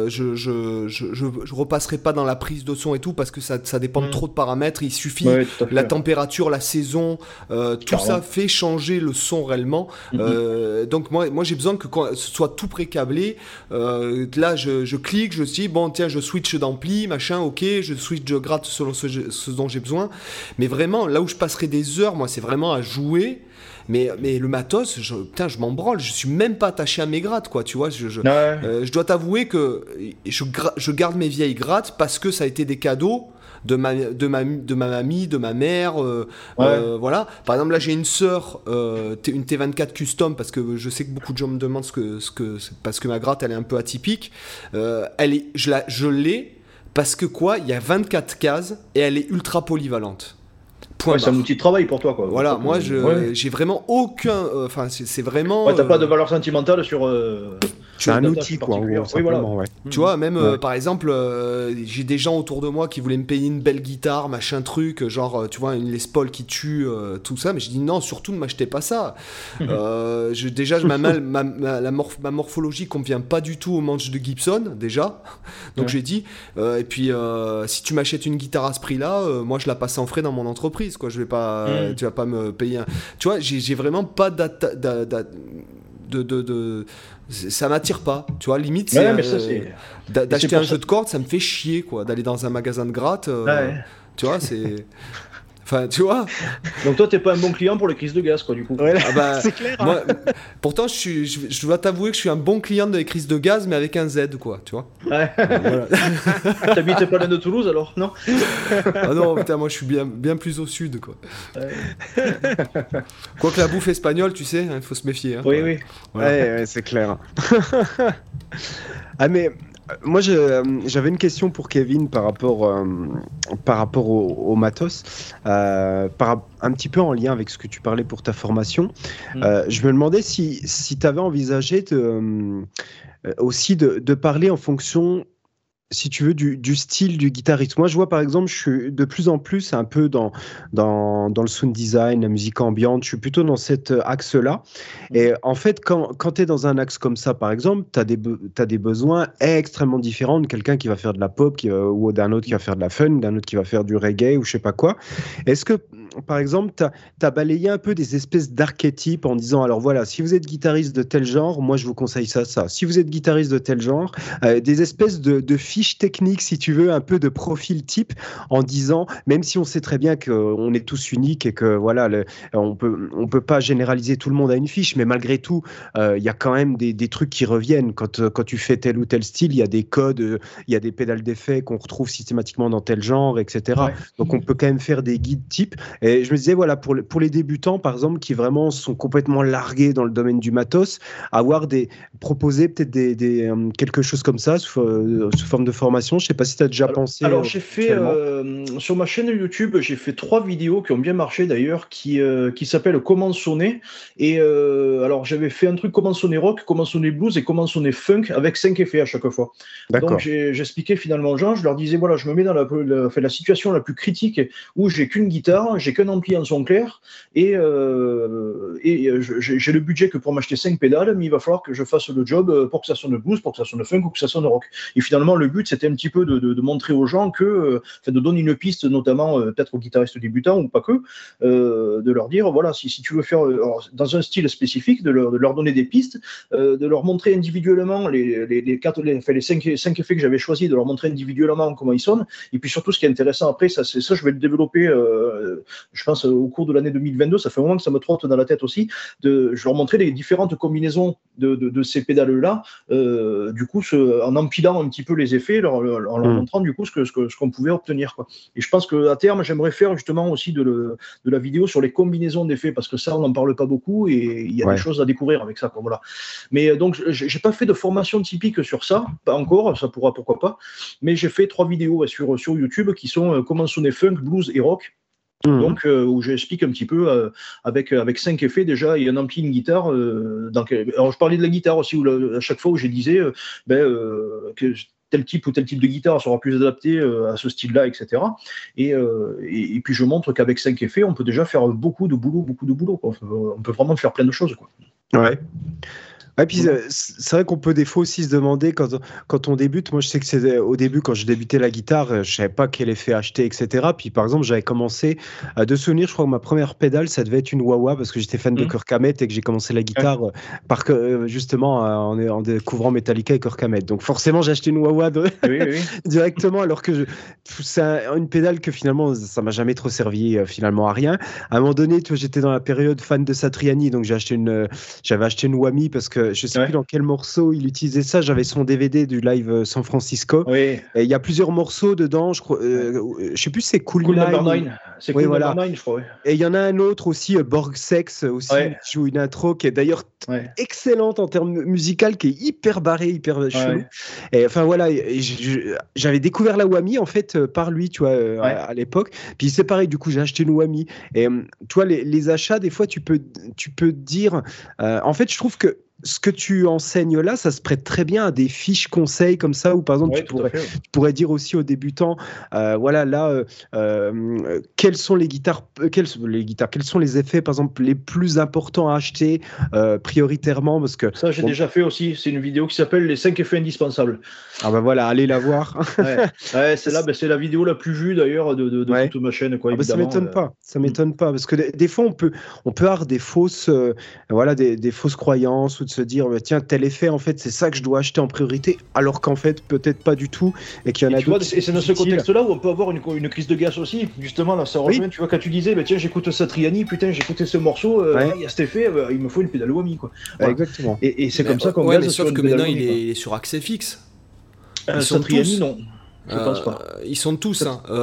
S1: je repasserai pas dans la prise de son et tout parce que ça dépend de trop de paramètres. Il suffit la température, la saison, tout ça fait changer le son réellement. Donc moi j'ai besoin que ce soit tout pré-câblé. Là je clique, je me suis dit, bon, tiens, je switch d'ampli, machin, ok, je gratte selon ce dont j'ai besoin. Mais vraiment, là où je passerai des heures, moi, c'est vraiment à jouer. Mais le matos, je m'en branle. Je suis même pas attaché à mes grattes, quoi. Tu vois, je dois t'avouer que je garde mes vieilles grattes parce que ça a été des cadeaux de ma mamie, de ma mère, voilà. Par exemple, là, j'ai une sœur, une T24 custom, parce que je sais que beaucoup de gens me demandent parce que ma gratte, elle est un peu atypique. Je l'ai parce que il y a 24 cases et elle est ultra polyvalente.
S4: C'est un outil de travail pour toi, quoi.
S1: Voilà, moi, j'ai vraiment aucun. C'est vraiment.
S4: T'as pas de valeur sentimentale sur.
S3: C'est un outil, quoi.
S4: Oui, voilà.
S1: Tu vois, même par exemple, j'ai des gens autour de moi qui voulaient me payer une belle guitare, machin truc, genre, tu vois, une Les Paul qui tue, tout ça. Mais je dis non, surtout ne m'achetez pas ça. Déjà, ma morphologie convient pas du tout au manche de Gibson, déjà. Donc j'ai dit, et puis si tu m'achètes une guitare à ce prix-là, moi je la passe en frais dans mon entreprise, quoi. Je vais pas, tu vas pas me payer. Tu vois, j'ai vraiment pas ça m'attire pas, tu vois, limite d'acheter un jeu de cordes, ça me fait chier, quoi, d'aller dans un magasin de gratte, Tu vois, c'est... Enfin, tu vois.
S4: Donc toi, t'es pas un bon client pour les crises de gaz, quoi, du coup.
S3: Ouais,
S1: Ah bah,
S3: c'est clair.
S1: moi, pourtant, je dois t'avouer que je suis un bon client des crises de gaz, mais avec un Z, quoi, tu vois.
S4: Ouais.
S1: Voilà.
S4: T'habites pas loin de Toulouse, alors, non?
S1: Ah non, putain, moi, je suis bien plus au sud, quoi. Quoique la bouffe espagnole, tu sais, il faut se méfier. Hein,
S4: oui, oui.
S1: Voilà.
S3: Ouais, c'est clair. Ah mais moi j'avais une question pour Kevin par rapport au matos, un petit peu en lien avec ce que tu parlais pour ta formation. Je me demandais si tu avais envisagé aussi de parler en fonction, si tu veux, du style du guitariste. Moi, je vois par exemple, je suis de plus en plus un peu dans le sound design, la musique ambiante, je suis plutôt dans cet axe-là. Et en fait, quand tu es dans un axe comme ça, par exemple, tu as des besoins extrêmement différents de quelqu'un qui va faire de la pop ou d'un autre qui va faire de la fun, d'un autre qui va faire du reggae ou je sais pas quoi. Est-ce que, par exemple, tu as balayé un peu des espèces d'archétypes en disant, alors voilà, si vous êtes guitariste de tel genre, moi je vous conseille ça. Si vous êtes guitariste de tel genre, des espèces de fiches techniques, si tu veux, un peu de profil type, en disant, même si on sait très bien qu'on est tous uniques et que voilà, on peut pas généraliser tout le monde à une fiche, mais malgré tout, il y a quand même des trucs qui reviennent. Quand tu fais tel ou tel style, il y a des codes, il y a des pédales d'effet qu'on retrouve systématiquement dans tel genre, etc. Ouais. Donc on peut quand même faire des guides types. Et je me disais, voilà, pour les débutants, par exemple, qui vraiment sont complètement largués dans le domaine du matos, proposer peut-être quelque chose comme ça sous forme de formation. Je sais pas si tu as déjà pensé.
S4: Alors j'ai fait sur ma chaîne YouTube, j'ai fait 3 vidéos qui ont bien marché d'ailleurs, qui s'appellent Comment sonner. Et alors j'avais fait un truc comment sonner rock, comment sonner blues et comment sonner funk avec 5 effets à chaque fois. D'accord. Donc j'expliquais finalement aux gens, je leur disais voilà, je me mets dans la situation la plus critique où j'ai qu'une guitare, j'ai qu'un ampli en son clair et j'ai le budget que pour m'acheter 5 pédales, mais il va falloir que je fasse le job pour que ça sonne blues, pour que ça sonne funk ou que ça sonne rock. Et finalement le but c'était un petit peu de montrer aux gens que, de donner une piste notamment peut-être aux guitaristes débutants ou pas que, de leur dire voilà, si tu veux faire dans un style spécifique, de leur donner des pistes, de leur montrer individuellement les 5 effets que j'avais choisis, de leur montrer individuellement comment ils sonnent, et puis surtout ce qui est intéressant après, ça je vais le développer je pense au cours de l'année 2022, ça fait un moment que ça me trotte dans la tête aussi, je leur montrer les différentes combinaisons de ces pédales-là, du coup en empilant un petit peu les effets, en leur montrant du coup ce qu'on pouvait obtenir, quoi. Et je pense qu'à terme, j'aimerais faire justement aussi de la vidéo sur les combinaisons d'effets, parce que ça, on n'en parle pas beaucoup, et il y a des choses à découvrir avec ça, quoi, voilà. Mais donc, j'ai pas fait de formation typique sur ça, pas encore, ça pourquoi pas, mais j'ai fait 3 vidéos sur YouTube qui sont comment sonner funk, blues et rock. Donc où j'explique un petit peu avec 5 effets déjà et un ampli, une guitare. Alors je parlais de la guitare aussi, à chaque fois où je disais que tel type ou tel type de guitare sera plus adapté à ce style-là, etc. Et puis je montre qu'avec 5 effets, on peut déjà faire beaucoup de boulot, quoi. On peut vraiment faire plein de choses, quoi.
S3: Ouais. Et puis c'est vrai qu'on peut des fois aussi se demander quand on débute. Moi je sais que c'est au début, quand je débutais la guitare, je savais pas quel effet acheter, etc. Puis par exemple j'avais commencé de souvenir, je crois que ma première pédale ça devait être une wah-wah, parce que j'étais fan de Kirk Hammett et que j'ai commencé la guitare justement en découvrant Metallica et Kirk Hammett. Donc forcément j'ai acheté une wah-wah directement, alors que c'est une pédale que finalement ça m'a jamais trop servi finalement à rien. À un moment donné, tu vois, j'étais dans la période fan de Satriani, donc j'avais acheté une Whammy parce que je sais plus dans quel morceau il utilisait ça. J'avais son DVD du live San Francisco. Oui. Et il y a plusieurs morceaux dedans. Je crois, je sais plus, c'est Cool
S4: Number 9. C'est Cool Number 9, je crois. Ouais.
S3: Et il y en a un autre aussi, Borg Sex aussi, qui joue une intro qui est d'ailleurs excellente en termes musicaux, qui est hyper barré, hyper chelou. Et enfin voilà, j'avais découvert la Whammy en fait par lui, tu vois, à l'époque. Puis c'est pareil, du coup j'ai acheté une Whammy. Et tu vois, les achats, des fois tu peux dire, en fait, je trouve que ce que tu enseignes là, ça se prête très bien à des fiches conseils comme ça, où par exemple tu pourrais dire aussi aux débutants, voilà, là, quelles sont les effets par exemple les plus importants à acheter prioritairement, parce que
S4: ça j'ai déjà fait aussi. C'est une vidéo qui s'appelle les 5 effets indispensables.
S3: Ah ben voilà, allez la voir.
S4: C'est la vidéo la plus vue d'ailleurs de toute ma chaîne, quoi.
S3: Ça m'étonne pas, parce que des fois on peut avoir des fausses, des fausses croyances ou de se dire tiens, tel effet, en fait, c'est ça que je dois acheter en priorité, alors qu'en fait, peut-être pas du tout, et qu'il y en a d'autres.
S4: Et c'est dans ce contexte-là où on peut avoir une crise de gaz aussi. Justement, là, ça rejoint. Tu vois, quand tu disais, tiens, j'écoute Satriani, putain, j'ai écouté ce morceau, il y a cet effet, il me faut une pédale Whammy, quoi. Voilà.
S3: Exactement.
S4: Et c'est comme ça qu'on
S1: gaze. Mais sauf que maintenant, il est sur accès fixe.
S4: Satriani, non. Je pense pas.
S1: Ils sont tous,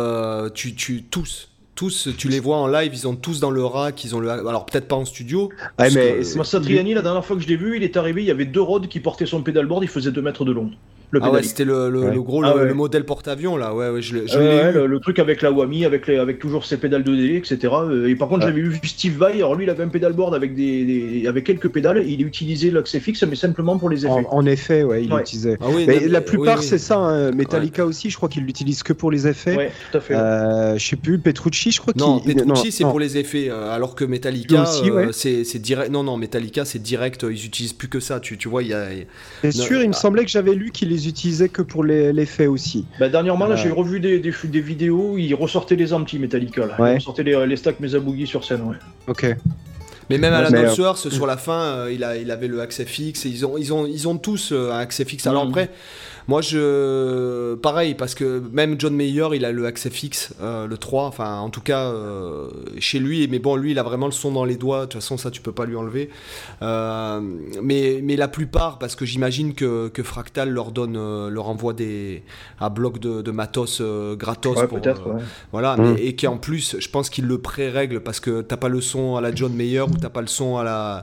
S1: tous, tu les vois en live, ils ont tous dans le rack, alors peut-être pas en studio.
S4: Moi, Satriani, la dernière fois que je l'ai vu, il est arrivé, il y avait 2 rods qui portaient son pédalboard, il faisait 2 mètres de long.
S1: C'était le gros, le modèle porte-avion là, le
S4: truc avec la Whammy, avec toujours ses pédales de délai, etc. Et par contre, j'avais vu Steve Vai, alors lui, il avait un pédalboard avec quelques pédales, et il utilisait l'accès fixe, mais simplement pour les effets.
S3: En effet, il l'utilisait. La plupart, c'est ça, hein. Metallica aussi, je crois qu'il l'utilise que pour les effets.
S4: Ouais, tout à fait.
S3: Je sais plus, Petrucci, je crois
S1: Petrucci, c'est pour les effets, alors que Metallica, c'est direct. Non, Metallica, c'est direct, ils utilisent plus que ça, tu vois, il y a.
S3: C'est sûr, il me semblait que j'avais lu qu'il les utilisait que pour l'effet aussi.
S4: Dernièrement, là, j'ai revu des vidéos où ils ressortaient les amplis Metallica. Là. Ils ressortaient les stacks Mesa Boogie sur scène. Ouais.
S3: Ok.
S1: Mais même à la Note sur la fin, il avait le accès fixe. Et ils ont tous un accès fixe. Alors après, moi, pareil, parce que même John Mayer, il a le accès fixe, le 3, enfin, en tout cas, chez lui. Mais bon, lui, il a vraiment le son dans les doigts. De toute façon, ça, tu peux pas lui enlever. Mais la plupart, parce que j'imagine que Fractal leur envoie à bloc de matos gratos.
S4: Ouais, peut-être,
S1: Voilà, et qui en plus, je pense qu'il le pré-règle parce que t'as pas le son à la John Mayer ou t'as pas le son à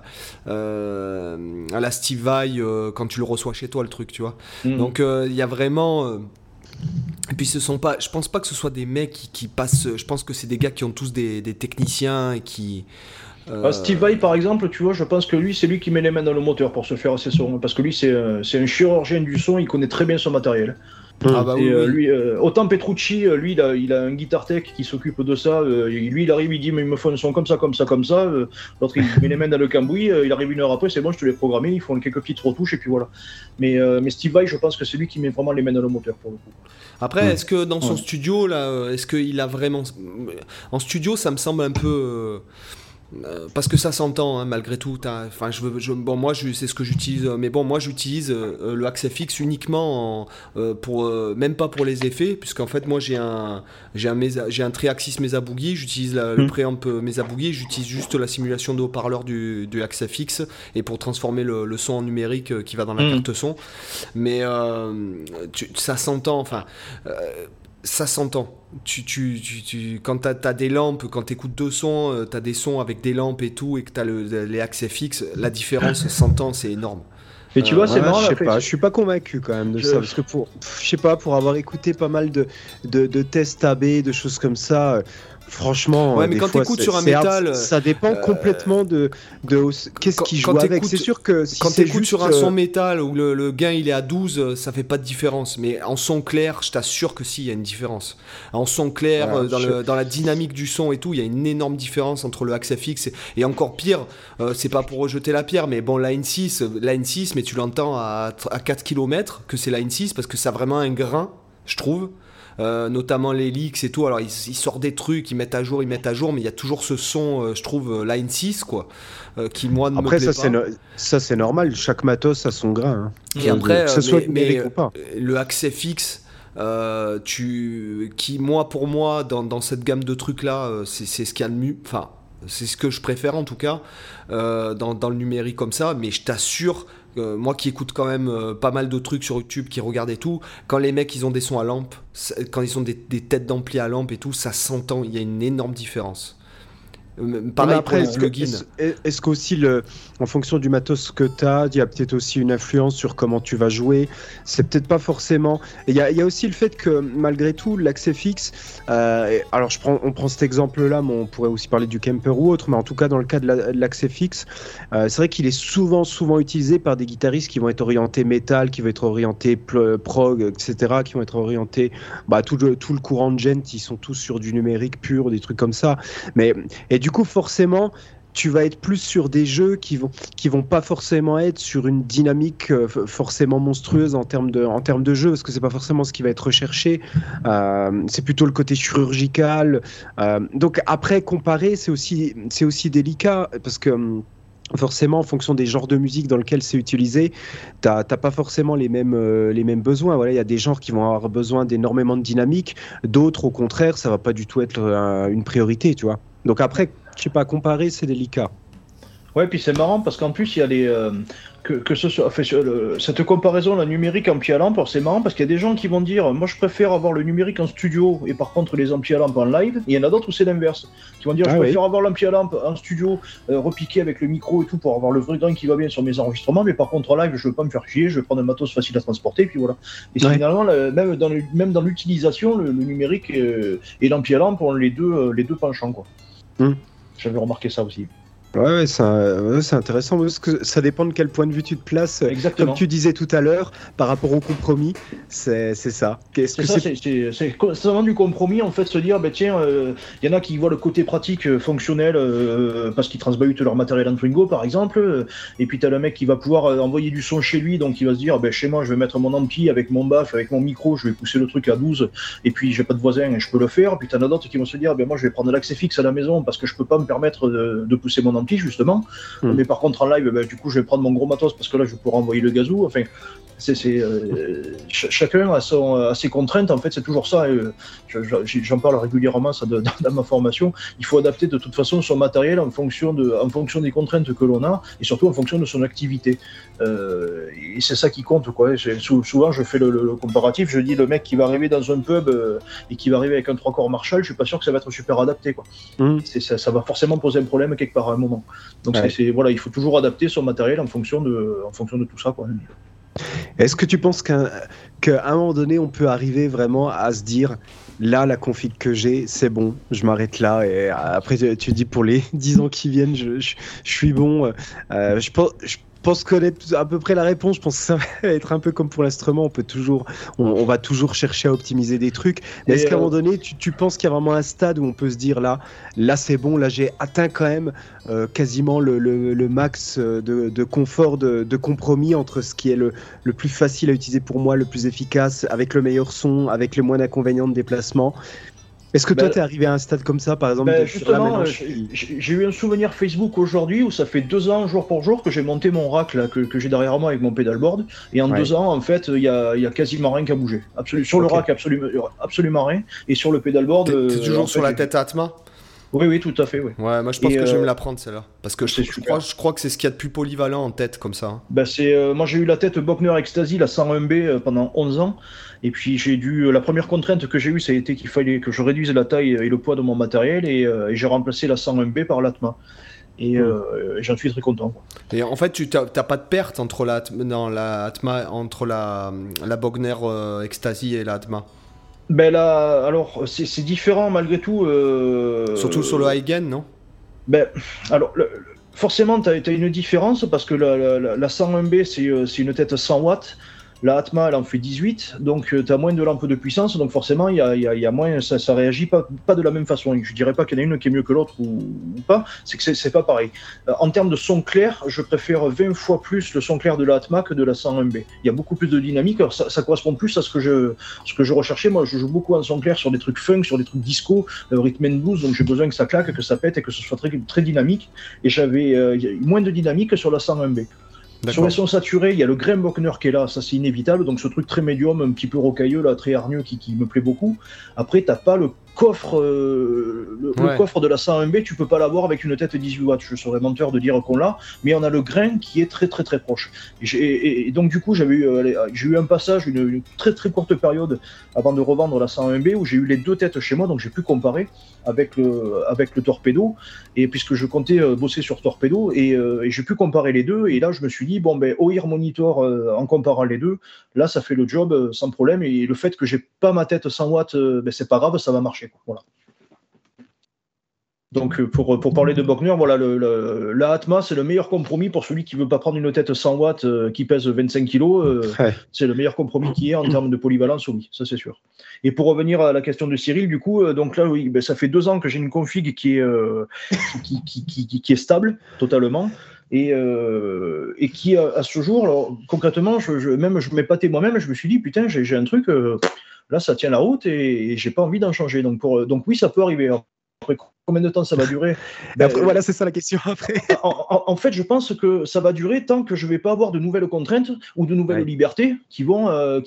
S1: la Steve Vai quand tu le reçois chez toi, le truc, tu vois. Donc, il y a vraiment et puis je pense pas que ce soit des mecs qui passent, je pense que c'est des gars qui ont tous des techniciens et qui
S4: Steve Vai par exemple, tu vois, je pense que lui c'est lui qui met les mains dans le moteur pour se faire ses sons, parce que lui c'est un chirurgien du son, il connaît très bien son matériel. Lui, autant Petrucci, lui il a un guitar tech qui s'occupe de ça, lui il arrive, il dit mais il me faut un son comme ça, l'autre il met les mains dans le cambouis, il arrive 1 heure après, c'est bon, je te l'ai programmé, ils font quelques petites retouches et puis voilà. Mais Steve Vai, je pense que c'est lui qui met vraiment les mains dans le moteur pour le coup.
S1: Après, est-ce que dans son studio là, est-ce qu'il a vraiment en studio, ça me semble un peu parce que ça s'entend, hein, malgré tout. Moi, c'est ce que j'utilise. Mais bon, moi, j'utilise le accès fixe uniquement même pas pour les effets, puisqu'en fait, moi, j'ai un Triaxis Mesa Boogie. J'utilise le préamp Mesa Boogie. J'utilise juste la simulation de haut-parleur du accès fixe et pour transformer le son en numérique qui va dans la carte son. Mais ça s'entend. Enfin. Ça s'entend. Quand t'as des lampes, quand t'écoutes 2 sons, t'as des sons avec des lampes et tout, et que t'as les accès fixes, la différence s'entend, c'est énorme.
S4: Mais tu vois, c'est marrant.
S3: Je suis pas convaincu quand même de ça, parce que pour avoir équoûté pas mal de tests AB, de choses comme ça. Franchement,
S1: mais quand t'écoutes sur un métal,
S3: ça dépend complètement de qu'est-ce qui joue avec. C'est sûr que si
S1: quand
S3: c'est
S1: t'écoutes
S3: juste
S1: sur un son métal où le gain il est à 12, ça fait pas de différence. Mais en son clair, je t'assure que si, il y a une différence. En son clair, dans la dynamique du son et tout, il y a une énorme différence entre le accès fixe et encore pire. C'est pas pour rejeter la pierre, mais bon, la N6, mais tu l'entends à 4 km que c'est la N6 parce que ça a vraiment un grain, je trouve. Notamment les leaks et tout, alors ils sortent des trucs, ils mettent à jour, mais il y a toujours ce son, je trouve, Line 6 quoi, qui moi ne me plaît pas.
S3: Ça c'est normal, chaque matos a son grain. Hein.
S1: Et après,
S3: que ce soit numérique ou pas.
S1: Le accès fixe, pour moi, dans cette gamme de trucs là, c'est ce qu'il y a de mieux, enfin, c'est ce que je préfère en tout cas, dans le numérique comme ça, mais je t'assure. Moi qui écoute quand même pas mal de trucs sur YouTube, qui regarde et tout, quand les mecs ils ont des sons à lampe, quand ils ont des têtes d'ampli à lampe et tout, ça s'entend, il y a une énorme différence. Pareil
S3: après,
S1: pour les plugins.
S3: Est-ce qu'aussi, en fonction du matos que tu as, il y a peut-être aussi une influence sur comment tu vas jouer. C'est peut-être pas forcément. Il y a aussi le fait que, malgré tout, l'accès fixe. Alors, on prend cet exemple-là, mais on pourrait aussi parler du Kemper ou autre. Mais en tout cas, dans le cas de l'accès fixe, c'est vrai qu'il est souvent utilisé par des guitaristes qui vont être orientés métal, qui vont être orientés prog, etc., qui vont être orientés. Tout le courant de gent, ils sont tous sur du numérique pur, des trucs comme ça. Et du coup, forcément, tu vas être plus sur des jeux qui vont pas forcément être sur une dynamique forcément monstrueuse en termes de jeu, parce que c'est pas forcément ce qui va être recherché. C'est plutôt le côté chirurgical. Donc après, comparer, c'est aussi délicat, parce que forcément, en fonction des genres de musique dans lesquels c'est utilisé, t'as pas forcément les mêmes besoins. Voilà, il y a des genres qui vont avoir besoin d'énormément de dynamique, d'autres, au contraire, ça va pas du tout être une priorité, tu vois. Donc après, je sais pas, comparer, c'est délicat.
S4: Ouais, puis c'est marrant parce qu'en plus, il y a les. Que ce soit. Enfin, cette comparaison, la numérique ampli à lampe, c'est marrant parce qu'il y a des gens qui vont dire moi je préfère avoir le numérique en studio et par contre les amplis à lampe en live. Et il y en a d'autres où c'est l'inverse. Qui vont dire je préfère avoir l'ampli à lampe en studio, repiqué avec le micro et tout pour avoir le vrai grain qui va bien sur mes enregistrements, mais par contre en live, je veux pas me faire chier, je vais prendre un matos facile à transporter, et puis voilà. Et finalement, même dans l'utilisation, le numérique et l'ampli à lampe ont les deux penchants, quoi. J'avais remarqué ça aussi.
S3: Ouais, c'est intéressant parce que ça dépend de quel point de vue tu te places.
S4: Exactement.
S3: Comme tu disais tout à l'heure, par rapport au compromis, c'est ça.
S4: C'est vraiment du compromis, en fait, se dire, tiens, y en a qui voient le côté pratique, fonctionnel, parce qu'ils transbahutent leur matériel en Twingo, par exemple, et puis t'as le mec qui va pouvoir envoyer du son chez lui, donc il va se dire, chez moi, je vais mettre mon ampli avec mon baff, avec mon micro, je vais pousser le truc à 12, et puis j'ai pas de voisin et je peux le faire, puis t'en as d'autres qui vont se dire, moi, je vais prendre l'accès fixe à la maison parce que je peux pas me permettre de pousser mon ampli, justement, mais par contre en live, du coup je vais prendre mon gros matos parce que là je pourrais envoyer le gazou. Enfin, chacun a ses contraintes, en fait, c'est toujours ça. J'en parle régulièrement ça dans ma formation. Il faut adapter de toute façon son matériel en fonction des contraintes que l'on a et surtout en fonction de son activité. Et c'est ça qui compte, quoi. Souvent je fais le comparatif, je dis le mec qui va arriver dans un pub et qui va arriver avec un 3-corps Marshall, je suis pas sûr que ça va être super adapté, quoi. Ça va forcément poser un problème quelque part à un moment. Donc voilà, il faut toujours adapter son matériel en fonction de tout ça, quoi.
S3: Est-ce que tu penses qu'à un moment donné, on peut arriver vraiment à se dire là, la config que j'ai, c'est bon, je m'arrête là et après tu dis pour les 10 ans qui viennent, je suis bon. Je pense connaître à peu près la réponse. Je pense que ça va être un peu comme pour l'instrument. On va toujours chercher à optimiser des trucs. Mais est-ce qu'à un moment donné, tu penses qu'il y a vraiment un stade où on peut se dire là c'est bon, là j'ai atteint quand même quasiment le max de confort, de compromis entre ce qui est le plus facile à utiliser pour moi, le plus efficace, avec le meilleur son, avec le moins d'inconvénients de déplacement. Est-ce que toi, t'es arrivé à un stade comme ça, par exemple
S4: justement, j'ai eu un souvenir Facebook aujourd'hui où ça fait 2 ans, jour pour jour, que j'ai monté mon rack là, que j'ai derrière moi avec mon pedalboard. Et en 2 ans, en fait, il y a quasiment rien qui a bougé. Sur le rack, absolument rien. Et sur le pedalboard...
S1: T'es toujours sur la tête Atma ?
S4: Oui, tout à fait, oui.
S1: Ouais, moi je pense que je vais me la prendre celle-là. Parce que je crois que c'est ce qu'il y a de plus polyvalent en tête comme ça.
S4: Moi j'ai eu la tête Bochner Ecstasy, la 101B pendant 11 ans. Et puis la première contrainte que j'ai eue, ça a été qu'il fallait que je réduise la taille et le poids de mon matériel. Et j'ai remplacé la 101B par l'Atma. Et j'en suis très content, quoi.
S1: Et en fait, tu n'as pas de perte entre la Bochner Ecstasy et l'Atma.
S4: Alors, c'est différent malgré tout.
S1: Surtout sur le high gain, non ?
S4: Alors, forcément, tu as une différence parce que la 101B, c'est une tête 100 watts. La Atma, elle en fait 18, donc tu as moins de lampes de puissance, donc forcément, il y a moins, ça réagit pas de la même façon. Je dirais pas qu'il y en a une qui est mieux que l'autre ou pas, c'est que c'est pas pareil. En termes de son clair, je préfère 20 fois plus le son clair de la Atma que de la 101B. Il y a beaucoup plus de dynamique, alors ça correspond plus à ce que je recherchais. Moi, je joue beaucoup en son clair sur des trucs funk, sur des trucs disco, rhythm and blues, donc j'ai besoin que ça claque, que ça pète et que ce soit très, très dynamique. Et j'avais moins de dynamique sur la 101B.
S1: D'accord.
S4: Sur les sons saturés, il y a le grain Bochner qui est là, ça c'est inévitable, donc ce truc très médium, un petit peu rocailleux, là, très hargneux, qui me plaît beaucoup. Après, t'as pas le coffre, le coffre de la 101B, tu peux pas l'avoir avec une tête 18 watts, je serais menteur de dire qu'on l'a, mais on a le grain qui est très très très proche. Et donc du coup, j'ai eu un passage, une très très courte période avant de revendre la 101B où j'ai eu les deux têtes chez moi, donc j'ai pu comparer avec le Torpedo, et puisque je comptais bosser sur Torpedo, et j'ai pu comparer les deux, et là je me suis dit, OIR Monitor, en comparant les deux, là ça fait le job sans problème, et le fait que j'ai pas ma tête 100 watts, c'est pas grave, ça va marcher. Voilà. Donc pour parler de Bochner, voilà, la Atma, c'est le meilleur compromis pour celui qui veut pas prendre une tête 100 watts qui pèse 25 kg. C'est le meilleur compromis qui est en termes de polyvalence, oui, ça c'est sûr. Et pour revenir à la question de Cyril, du coup, donc là, oui, ça fait 2 ans que j'ai une config qui est stable totalement. Et qui, à ce jour, alors, concrètement, je m'épatais moi-même, je me suis dit, putain, j'ai un truc, là, ça tient la route et j'ai pas envie d'en changer. Donc oui, ça peut arriver. Après, combien de temps ça va durer?
S3: Après, voilà, c'est ça la question après.
S4: En fait, je pense que ça va durer tant que je vais pas avoir de nouvelles contraintes ou de nouvelles libertés qui vont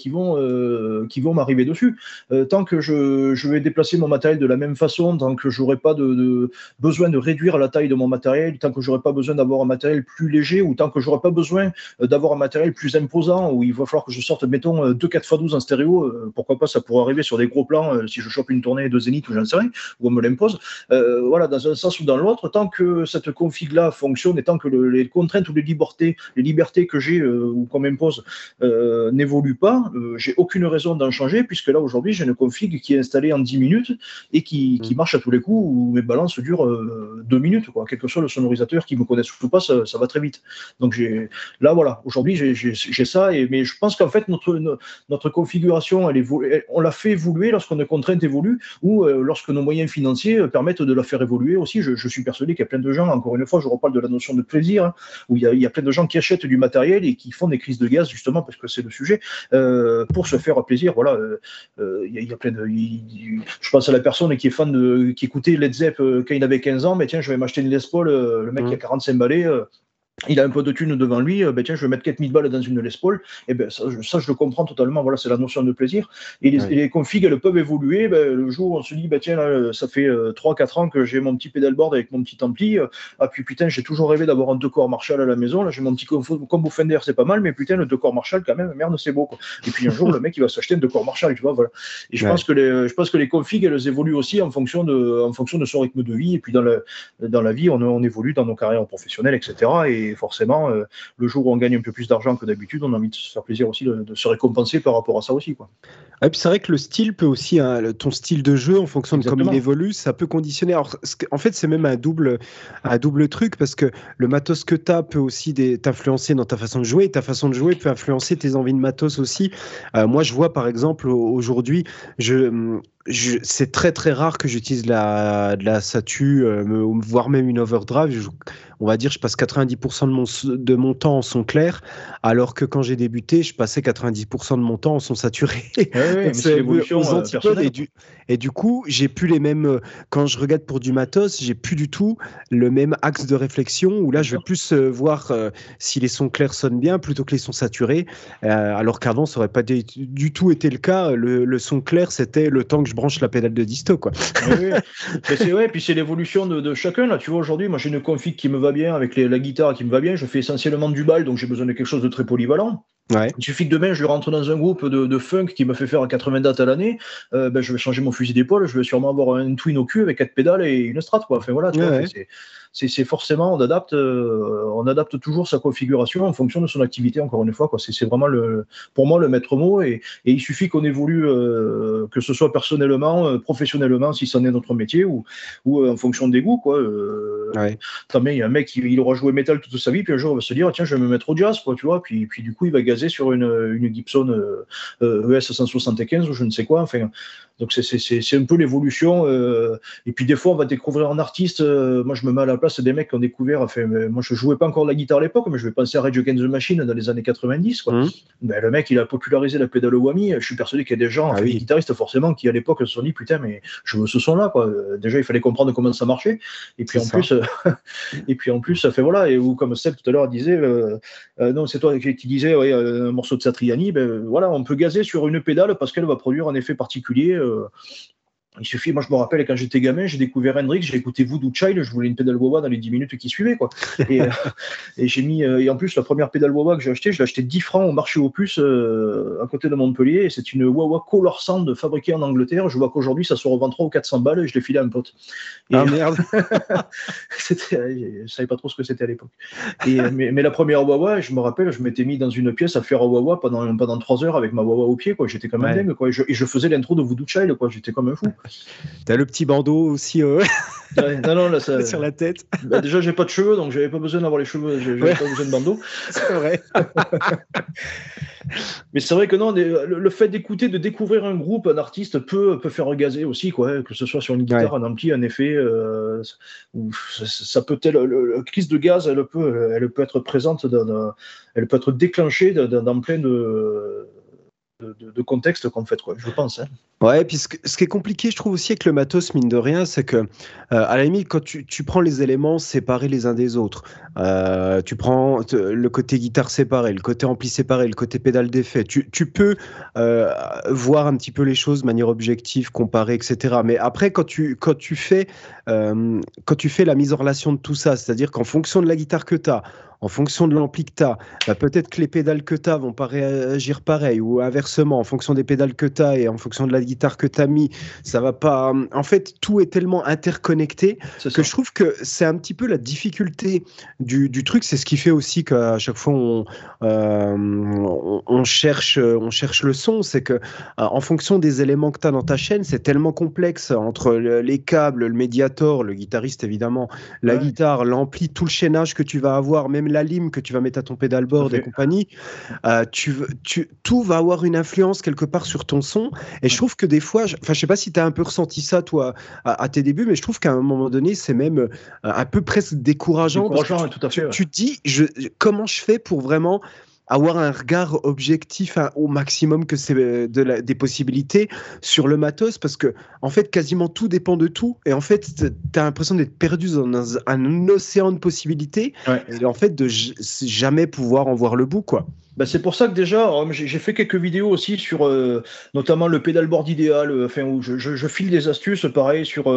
S4: m'arriver dessus. Tant que je vais déplacer mon matériel de la même façon, tant que j'aurai pas de besoin de réduire la taille de mon matériel, tant que j'aurai pas besoin d'avoir un matériel plus léger, ou tant que j'aurai pas besoin d'avoir un matériel plus imposant, où il va falloir que je sorte, mettons, 2 4x12 en stéréo, pourquoi pas, ça pourrait arriver sur des gros plans, si je chope une tournée de Zénith ou j'en sais rien, ou on me l'impose. Voilà, dans un sens ou dans l'autre, tant que cette config-là fonctionne et tant que les contraintes ou les libertés que j'ai ou qu'on m'impose n'évoluent pas, j'ai aucune raison d'en changer, puisque là, aujourd'hui, j'ai une config qui est installée en 10 minutes et qui marche à tous les coups, où mes balances durent 2 minutes, quoi. Quel que soit le sonorisateur qui me connaisse ou pas, ça va très vite. Donc, là, voilà, aujourd'hui, j'ai ça, mais je pense qu'en fait, notre configuration, on l'a fait évoluer lorsqu'on a contrainte évolue, ou lorsque nos moyens financiers permettent de la faire évoluer aussi. Je suis persuadé qu'il y a plein de gens, encore une fois, je reparle de la notion de plaisir, hein, où il y a plein de gens qui achètent du matériel et qui font des crises de gaz, justement, parce que c'est le sujet, pour se faire plaisir. Voilà, il y a plein de... je pense à la personne qui est fan qui écoutait Led Zepp quand il avait 15 ans, mais tiens, je vais m'acheter une Les Paul, le mec qui a 45 balais, il a un peu de thunes devant lui, tiens, je vais mettre 4000 balles dans une Les Paul, et ça, je le comprends totalement, voilà, c'est la notion de plaisir. Et les configs, elles peuvent évoluer, le jour où on se dit, tiens, là, ça fait 3-4 ans que j'ai mon petit pédalboard avec mon petit ampli, puis putain, j'ai toujours rêvé d'avoir un 2-corps Marshall à la maison, là, j'ai mon petit combo Fender, c'est pas mal, mais putain, le 2-corps Marshall, quand même, merde, c'est beau, quoi. Et puis un jour, le mec, il va s'acheter un 2-corps Marshall, tu vois, voilà. Et je pense que les configs, elles évoluent aussi en fonction de son rythme de vie, et puis dans la vie, on évolue dans nos carrières professionnelles, etc. Et forcément, le jour où on gagne un peu plus d'argent que d'habitude, on a envie de se faire plaisir aussi, de se récompenser par rapport à ça aussi, quoi.
S3: Et puis c'est vrai que le style peut aussi, ton style de jeu, en fonction de comment il évolue, ça peut conditionner. Alors, en fait, c'est même un double truc, parce que le matos que tu as peut aussi t'influencer dans ta façon de jouer, et ta façon de jouer peut influencer tes envies de matos aussi. Moi, je vois, par exemple, aujourd'hui, c'est très très rare que j'utilise de la Satu, voire même une overdrive. On va dire, je passe 90% de mon temps en son clair, alors que quand j'ai débuté, je passais 90% de mon temps en son saturé.
S4: C'est l'évolution
S3: aux antipodes, et du coup, j'ai plus les mêmes. Quand je regarde pour du matos, j'ai plus du tout le même axe de réflexion, où là, je vais plus voir si les sons clairs sonnent bien plutôt que les sons saturés, alors qu'avant, ça aurait pas du tout été le cas. Le son clair, c'était le temps que je branche la pédale de disto, quoi.
S4: Puis c'est l'évolution de chacun, là. Tu vois, aujourd'hui, moi, j'ai une config qui me va bien, avec la guitare qui me va bien. Je fais essentiellement du bal, donc j'ai besoin de quelque chose de très polyvalent. Il suffit que demain je rentre dans un groupe de funk qui me fait faire 80 dates à l'année, je vais changer mon fusil d'épaule, je vais sûrement avoir un twin au cul avec 4 pédales et une strat, quoi. Enfin voilà, tu vois, c'est forcément, on adapte toujours sa configuration en fonction de son activité, encore une fois, quoi. C'est vraiment pour moi le maître mot, et il suffit qu'on évolue, que ce soit personnellement, professionnellement, si c'en est notre métier, ou en fonction des goûts, quoi. Il y a un mec, il aura joué métal toute sa vie, puis un jour il va se dire, tiens, je vais me mettre au jazz, quoi, tu vois, puis du coup il va gazer sur une Gibson ES 175 ou je ne sais quoi. Enfin, donc c'est un peu l'évolution, et puis des fois on va découvrir un artiste, moi je me mets à la place des mecs qui ont découvert, enfin, moi je jouais pas encore de la guitare à l'époque, mais je vais penser à Rage Against the Machine dans les années 90, quoi. Le mec il a popularisé la pédale Whammy, je suis persuadé qu'il y a des gens, des guitaristes forcément, qui à l'époque se sont dit, putain, mais je veux ce son là, quoi. Déjà il fallait comprendre comment ça marchait, et puis en plus ça fait, voilà, et ou comme Seb tout à l'heure disait, non, c'est toi qui disais, un morceau de Satriani, voilà, on peut gazer sur une pédale parce qu'elle va produire un effet particulier. Il suffit, moi je me rappelle quand j'étais gamin, j'ai découvert Hendrix, j'ai écouté Voodoo Child, je voulais une pédale wah-wah dans les 10 minutes qui suivaient, quoi. Et j'ai mis, et en plus la première pédale wah-wah que j'ai achetée, je l'ai achetée 10 francs au marché aux puces à côté de Montpellier, et c'est une wah-wah Color Sound fabriquée en Angleterre. Je vois qu'aujourd'hui ça se revend 300 ou 400 balles, et je l'ai filé à un pote. Et,
S3: merde.
S4: Je savais pas trop ce que c'était à l'époque. Mais la première wah-wah, je me rappelle, je m'étais mis dans une pièce à faire un wah-wah pendant 3 heures avec ma wah-wah au pied, quoi. J'étais comme un dingue, quoi. Et je faisais l'intro de Voodoo Child, quoi. J'étais comme un fou.
S3: T'as le petit bandeau aussi
S4: non, là, ça...
S3: sur la tête.
S4: Déjà, j'ai pas de cheveux, donc j'avais pas besoin d'avoir les cheveux, j'avais pas besoin de bandeau.
S3: C'est vrai.
S4: Mais c'est vrai que non, le fait d'écouter, de découvrir un groupe, un artiste peut faire gazer aussi, quoi, que ce soit sur une guitare, un ampli, un effet, ça peut être la crise de gaz, elle peut être présente, elle peut être déclenchée dans plein de de contexte qu'en fait, quoi, je pense. Hein.
S3: Ouais, puis ce qui est compliqué, je trouve aussi avec le matos, mine de rien, c'est que, à la limite, quand tu prends les éléments séparés les uns des autres, tu prends le côté guitare séparé, le côté ampli séparé, le côté pédale d'effet, tu peux voir un petit peu les choses de manière objective, comparer, etc. Mais après, quand tu fais la mise en relation de tout ça, c'est-à-dire qu'en fonction de la guitare que tu as, en fonction de l'ampli que tu as, peut-être que les pédales que tu as vont pas réagir pareil, ou inversement, en fonction des pédales que tu as et en fonction de la guitare que tu as mis, ça va pas. En fait, tout est tellement interconnecté que je trouve que c'est un petit peu la difficulté du truc. C'est ce qui fait aussi qu'à chaque fois on cherche le son. C'est que en fonction des éléments que tu as dans ta chaîne, c'est tellement complexe entre les câbles, le médiator, le guitariste évidemment, la guitare, l'ampli, tout le chaînage que tu vas avoir, même la lime que tu vas mettre à ton pedalboard et compagnie, tout va avoir une influence quelque part sur ton son. Et je trouve que des fois, je sais pas si tu as un peu ressenti ça toi à tes débuts, mais je trouve qu'à un moment donné, c'est même un peu presque décourageant.
S4: Tout à fait.
S3: Tu te dis, comment je fais pour vraiment avoir un regard objectif au maximum que c'est des possibilités sur le matos, parce que en fait quasiment tout dépend de tout, et en fait t'as l'impression d'être perdu dans un océan de possibilités, et en fait de jamais pouvoir en voir le bout, quoi.
S4: Ben c'est pour ça que déjà, j'ai fait quelques vidéos aussi sur notamment le pédalboard idéal, où je file des astuces pareil sur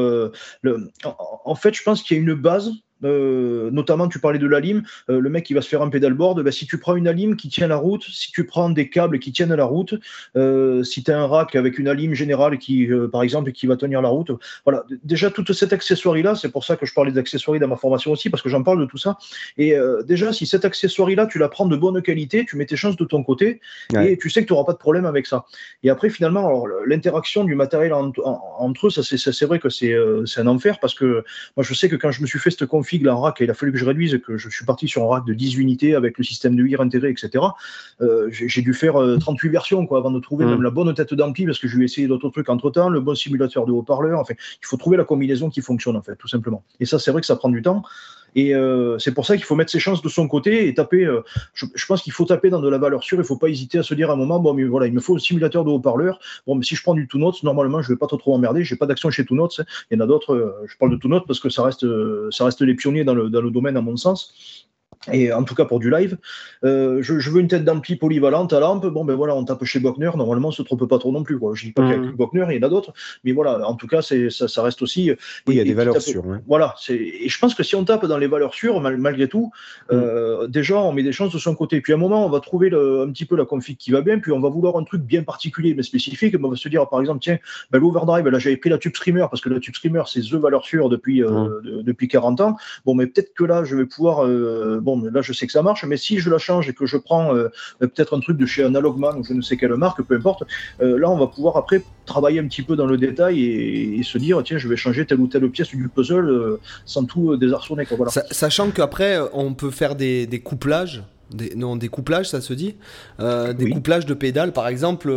S4: en fait je pense qu'il y a une base. Notamment tu parlais de la lime, le mec qui va se faire un pédalboard, si tu prends une lime qui tient la route, si tu prends des câbles qui tiennent la route, si tu as un rack avec une lime générale qui par exemple qui va tenir la route, voilà, déjà toute cette accessoirie là, c'est pour ça que je parlais d'accessoiries dans ma formation aussi, parce que j'en parle de tout ça, et déjà si cette accessoirie là tu la prends de bonne qualité, tu mets tes chances de ton côté, et tu sais que tu n'auras pas de problème avec ça. Et après finalement, alors, l'interaction du matériel entre eux, ça c'est vrai que c'est un enfer, parce que moi je sais que quand je me suis fait cette config là en rack, il a fallu que je réduise, que je suis parti sur un rack de 10 unités avec le système de IR intégré, etc. J'ai dû faire 38 versions quoi, avant de trouver même la bonne tête d'ampli, parce que je vais essayer d'autres trucs entre temps, le bon simulateur de haut-parleur, enfin, il faut trouver la combinaison qui fonctionne en fait, tout simplement. Et ça, c'est vrai que ça prend du temps. Et c'est pour ça qu'il faut mettre ses chances de son côté et taper. Je pense qu'il faut taper dans de la valeur sûre. Il ne faut pas hésiter à se dire à un moment, bon, mais voilà, il me faut un simulateur de haut-parleur. Bon, mais si je prends du Two-Notes, normalement, je ne vais pas trop emmerder. Je n'ai pas d'action chez Two-Notes. Il y en a d'autres. Je parle de Two-Notes parce que ça reste les pionniers dans le domaine, à mon sens. Et en tout cas pour du live, je veux une tête d'ampli polyvalente à lampe. Bon ben voilà, on tape chez Bochner, normalement on se trompe pas trop non plus, quoi. Je dis pas qu'il y a que Bochner, il y en a d'autres, mais voilà, en tout cas ça reste aussi.
S3: Oui, il y a des valeurs sûres. Ouais.
S4: Voilà, et je pense que si on tape dans les valeurs sûres, malgré tout, déjà on met des chances de son côté. Puis à un moment on va trouver un petit peu la config qui va bien, puis on va vouloir un truc bien particulier, mais spécifique. On va se dire par exemple, tiens, ben, l'overdrive, là j'avais pris la Tube Screamer parce que la Tube Screamer c'est the valeur sûre depuis 40 ans. Bon, mais peut-être que là je vais pouvoir là je sais que ça marche, mais si je la change et que je prends peut-être un truc de chez Analogman ou je ne sais quelle marque, peu importe, là on va pouvoir après travailler un petit peu dans le détail et se dire tiens, je vais changer telle ou telle pièce du puzzle sans tout désarçonner, quoi. Voilà.
S1: Sachant qu'après on peut faire des couplages. Des couplages, ça se dit, couplages de pédales, par exemple.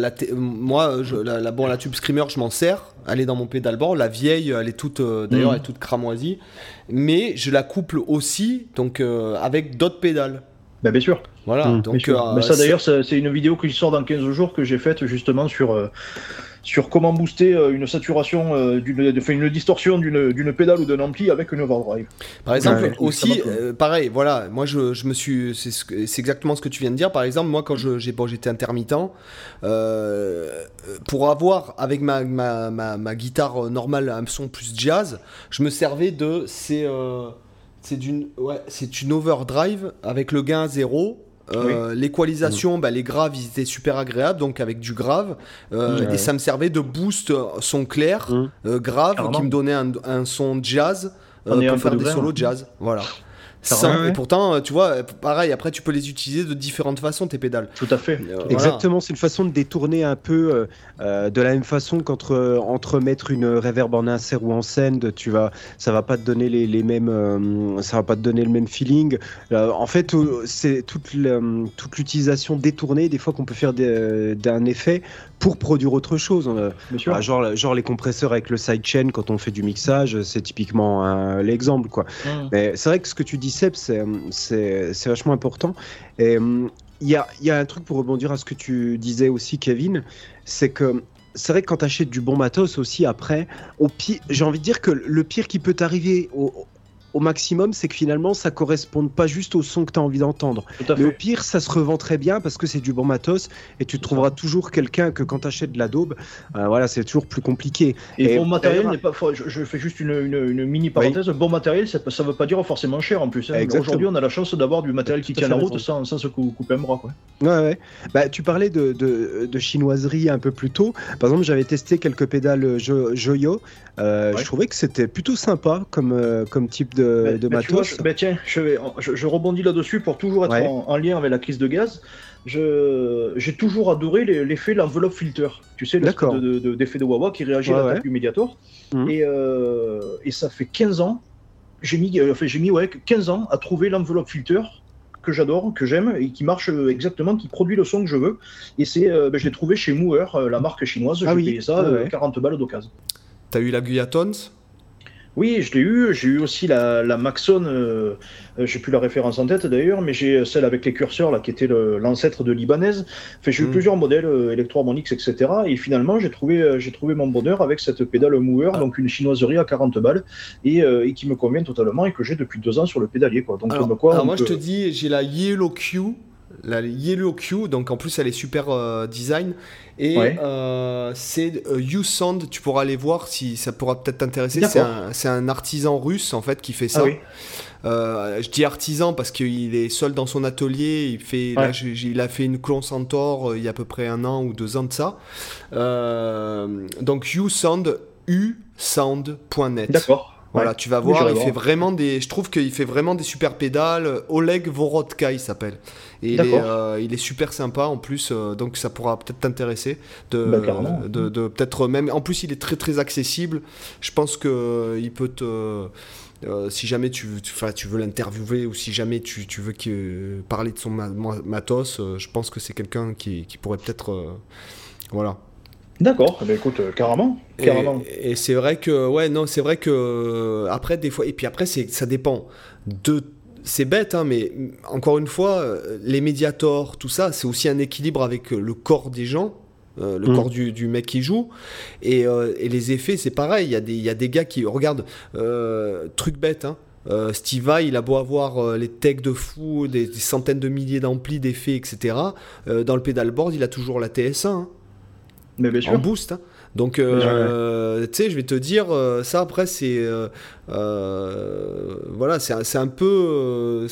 S1: La Tube Screamer, je m'en sers, elle est dans mon pédalboard. La vieille, elle est toute, d'ailleurs, elle est toute cramoisie, mais je la couple aussi, donc avec d'autres pédales.
S4: Ben, bien sûr.
S1: Voilà. Donc,
S4: ça d'ailleurs, c'est une vidéo qui sort dans 15 jours que j'ai faite justement sur comment booster une saturation, une distorsion d'une pédale ou d'un ampli avec une overdrive.
S1: Par exemple, aussi, pareil, voilà, moi je me suis, c'est exactement ce que tu viens de dire. Par exemple, moi quand j'étais intermittent, pour avoir avec ma guitare normale un son plus jazz, je me servais de c'est une overdrive avec le gain à 0. L'équalisation, les graves ils étaient super agréables, donc avec du grave, et ça me servait de boost son clair grave qui me donnait un son jazz pour faire des solos jazz, voilà. Et pourtant, tu vois, pareil, après tu peux les utiliser de différentes façons, tes pédales.
S4: Tout à fait.
S3: Exactement, c'est une façon de détourner un peu de la même façon qu'entre mettre une reverb en insert ou en send, ça va pas te donner les mêmes, ça va pas te donner le même feeling. En fait, c'est toute l'utilisation détournée des fois qu'on peut faire d'un effet pour produire autre chose. Genre les compresseurs avec le sidechain quand on fait du mixage, c'est typiquement l'exemple, quoi. Mais c'est vrai que ce que tu dis, Seb, c'est vachement important. Et il y a un truc pour rebondir à ce que tu disais aussi, Kevin, c'est que c'est vrai que quand tu achètes du bon matos aussi, après, au pire, j'ai envie de dire que le pire qui peut t'arriver au maximum, c'est que finalement, ça ne corresponde pas juste au son que tu as envie d'entendre. Mais au pire, ça se revend très bien parce que c'est du bon matos et tu trouveras toujours quelqu'un que quand tu achètes de la daube, voilà, c'est toujours plus compliqué.
S4: Et bon matériel n'est pas. Je fais juste une mini parenthèse. Bon matériel, ça ne veut pas dire forcément cher en plus. Hein. Aujourd'hui, on a la chance d'avoir du matériel qui tient la route sans se couper un bras. Quoi.
S3: Ouais. Bah, tu parlais de chinoiserie un peu plus tôt. Par exemple, j'avais testé quelques pédales Joyo. Je trouvais que c'était plutôt sympa comme type de matos.
S4: Tiens, je rebondis là-dessus pour toujours être en lien avec la crise de gaz. J'ai toujours adoré l'effet l'enveloppe filter. Tu sais, d'effet de wah-wah qui réagit à l'attaque du Mediator. Et ça fait 15 ans. J'ai mis 15 ans à trouver l'enveloppe filter que j'adore, que j'aime et qui marche exactement, qui produit le son que je veux. Et je l'ai trouvé chez Mooer, la marque chinoise. J'ai payé ça 40 balles d'occasion.
S1: T'as eu la Guyatons ?
S4: Oui, je l'ai eu. J'ai eu aussi la Maxon, j'ai plus la référence en tête d'ailleurs, mais j'ai celle avec les curseurs là, qui était l'ancêtre de l'Ibanaise. Enfin, j'ai eu plusieurs modèles, Electro-Harmonix, etc. Et finalement, j'ai trouvé mon bonheur avec cette pédale Mooer, donc une chinoiserie à 40 balles, et qui me convient totalement et que j'ai depuis 2 ans sur le pédalier. Quoi. Donc,
S1: moi, je te dis, j'ai la Yellow Q, donc en plus elle est super design et c'est U-Sound, tu pourras aller voir si ça pourra peut-être t'intéresser. C'est un artisan russe en fait qui fait ça. Je dis artisan parce qu'il est seul dans son atelier, il a fait une Clon Centaur il y a à peu près 1 an ou 2 ans de ça. Donc U-Sound, usound.net.
S4: D'accord.
S1: Voilà, tu vas voir, je trouve qu'il fait vraiment des super pédales. Oleg Vorodka, il s'appelle. Et il est super sympa en plus, donc ça pourra peut-être t'intéresser. De peut-être même. En plus, il est très très accessible. Je pense que il peut te. Si jamais tu veux l'interviewer ou si jamais tu veux parler de son matos, je pense que c'est quelqu'un qui pourrait peut-être. Voilà.
S4: D'accord, écoute, carrément.
S1: Et c'est vrai que après des fois, et puis après ça dépend c'est bête, hein, mais encore une fois, les Mediator, tout ça, c'est aussi un équilibre avec le corps des gens, le corps du mec qui joue, et les effets, c'est pareil. Il y a des gars qui regardent, truc bête, hein. Steve Vai, il a beau avoir les techs de fou, des centaines de milliers d'amplis, d'effets, etc. Dans le pedalboard, il a toujours la TS1. Hein.
S4: Mais bien sûr.
S1: En boost, hein. Donc tu sais, je vais te dire ça après c'est voilà, c'est un peu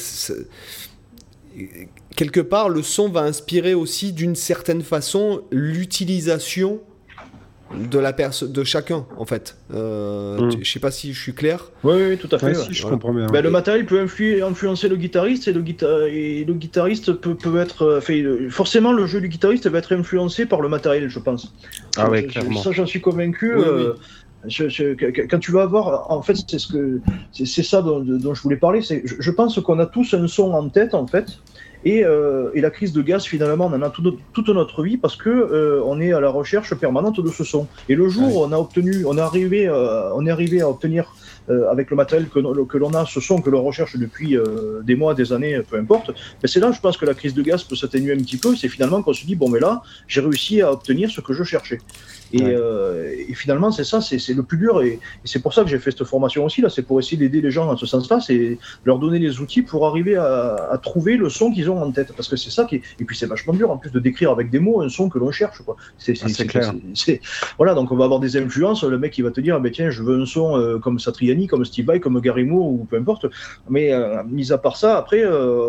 S1: quelque part le son va inspirer aussi d'une certaine façon l'utilisation de chacun en fait. Je sais pas si je suis clair.
S4: Oui, tout à fait.
S3: Si, je comprends bien.
S4: Le matériel peut influencer le guitariste et le guitariste peut être forcément le jeu du guitariste va être influencé par le matériel, je pense.
S3: Clairement.
S4: Ça, j'en suis convaincu. Quand tu vas avoir, en fait, c'est ça dont je voulais parler. Je pense qu'on a tous un son en tête en fait. Et la crise de gaz, finalement, on en a toute notre vie parce que on est à la recherche permanente de ce son. Et le jour où on est arrivé à obtenir avec le matériel que l'on a, ce son que l'on recherche depuis des mois, des années, peu importe, mais c'est là, je pense que la crise de gaz peut s'atténuer un petit peu. C'est finalement qu'on se dit, bon, mais là, j'ai réussi à obtenir ce que je cherchais. Et finalement, c'est ça, c'est le plus dur. Et c'est pour ça que j'ai fait cette formation aussi, là. C'est pour essayer d'aider les gens dans ce sens-là, c'est leur donner les outils pour arriver à trouver le son qu'ils ont en tête. Parce que c'est ça qui est... Et puis c'est vachement dur, en plus, de décrire avec des mots un son que l'on cherche, quoi. C'est
S3: clair.
S4: Voilà, donc on va avoir des influences. Le mec, il va te dire, tiens, je veux un son comme Satriani, comme Steve Vai, comme Gary Moore, ou peu importe. Mais mis à part ça, après...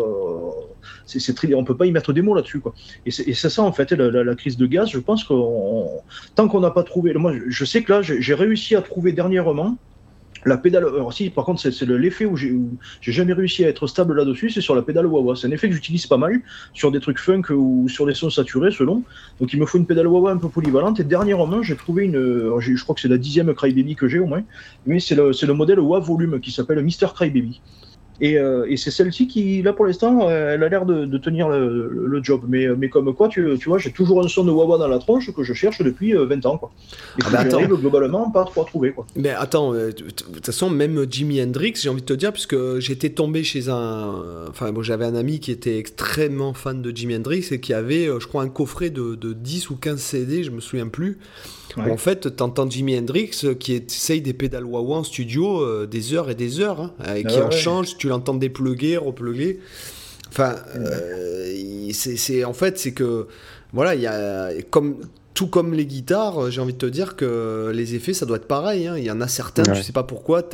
S4: on peut pas y mettre des mots là-dessus, quoi. Et c'est ça en fait la crise de gaz. Je pense que tant qu'on n'a pas trouvé, moi je sais que là j'ai réussi à trouver dernièrement la pédale. Alors si par contre c'est l'effet où j'ai jamais réussi à être stable là-dessus, c'est sur la pédale wah-wah. C'est un effet que j'utilise pas mal sur des trucs funk ou sur des sons saturés selon. Donc il me faut une pédale wah-wah un peu polyvalente. Et dernièrement j'ai trouvé je crois que c'est la 10e Crybaby que j'ai au moins, mais c'est le modèle wah volume qui s'appelle Mr Crybaby. Et c'est celle-ci qui, là pour l'instant, elle a l'air de tenir le job. Mais comme quoi, tu vois, j'ai toujours un son de wah-wah dans la tronche que je cherche depuis 20 ans. Quoi. Et j'arrive globalement pas trop à trouver. Quoi.
S1: Mais attends, de toute façon, même Jimi Hendrix, j'ai envie de te dire, puisque j'étais tombé chez Enfin, bon, j'avais un ami qui était extrêmement fan de Jimi Hendrix et qui avait, je crois, un coffret de 10 ou 15 CD, je me souviens plus. Ouais. En fait, t'entends Jimi Hendrix qui essaye des pédales wah-wah en studio des heures et des heures, hein, qui en change, tu l'entends dépluguer, repluguer. Enfin, en fait, c'est que, voilà, il y a, tout comme les guitares, j'ai envie de te dire que les effets, ça doit être pareil. Hein. Il y en a certains, je sais pas pourquoi,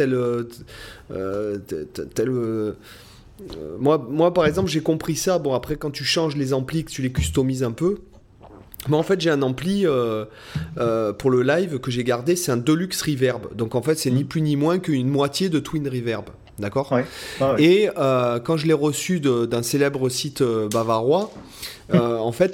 S1: moi, par exemple, j'ai compris ça. Bon, après, quand tu changes les amplis, que tu les customises un peu. Mais en fait, j'ai un ampli pour le live que j'ai gardé, c'est un Deluxe Reverb. Donc en fait, c'est ni plus ni moins qu'une moitié de Twin Reverb. D'accord ? Ouais. Ah ouais. Et quand je l'ai reçu d'un célèbre site bavarois, en fait,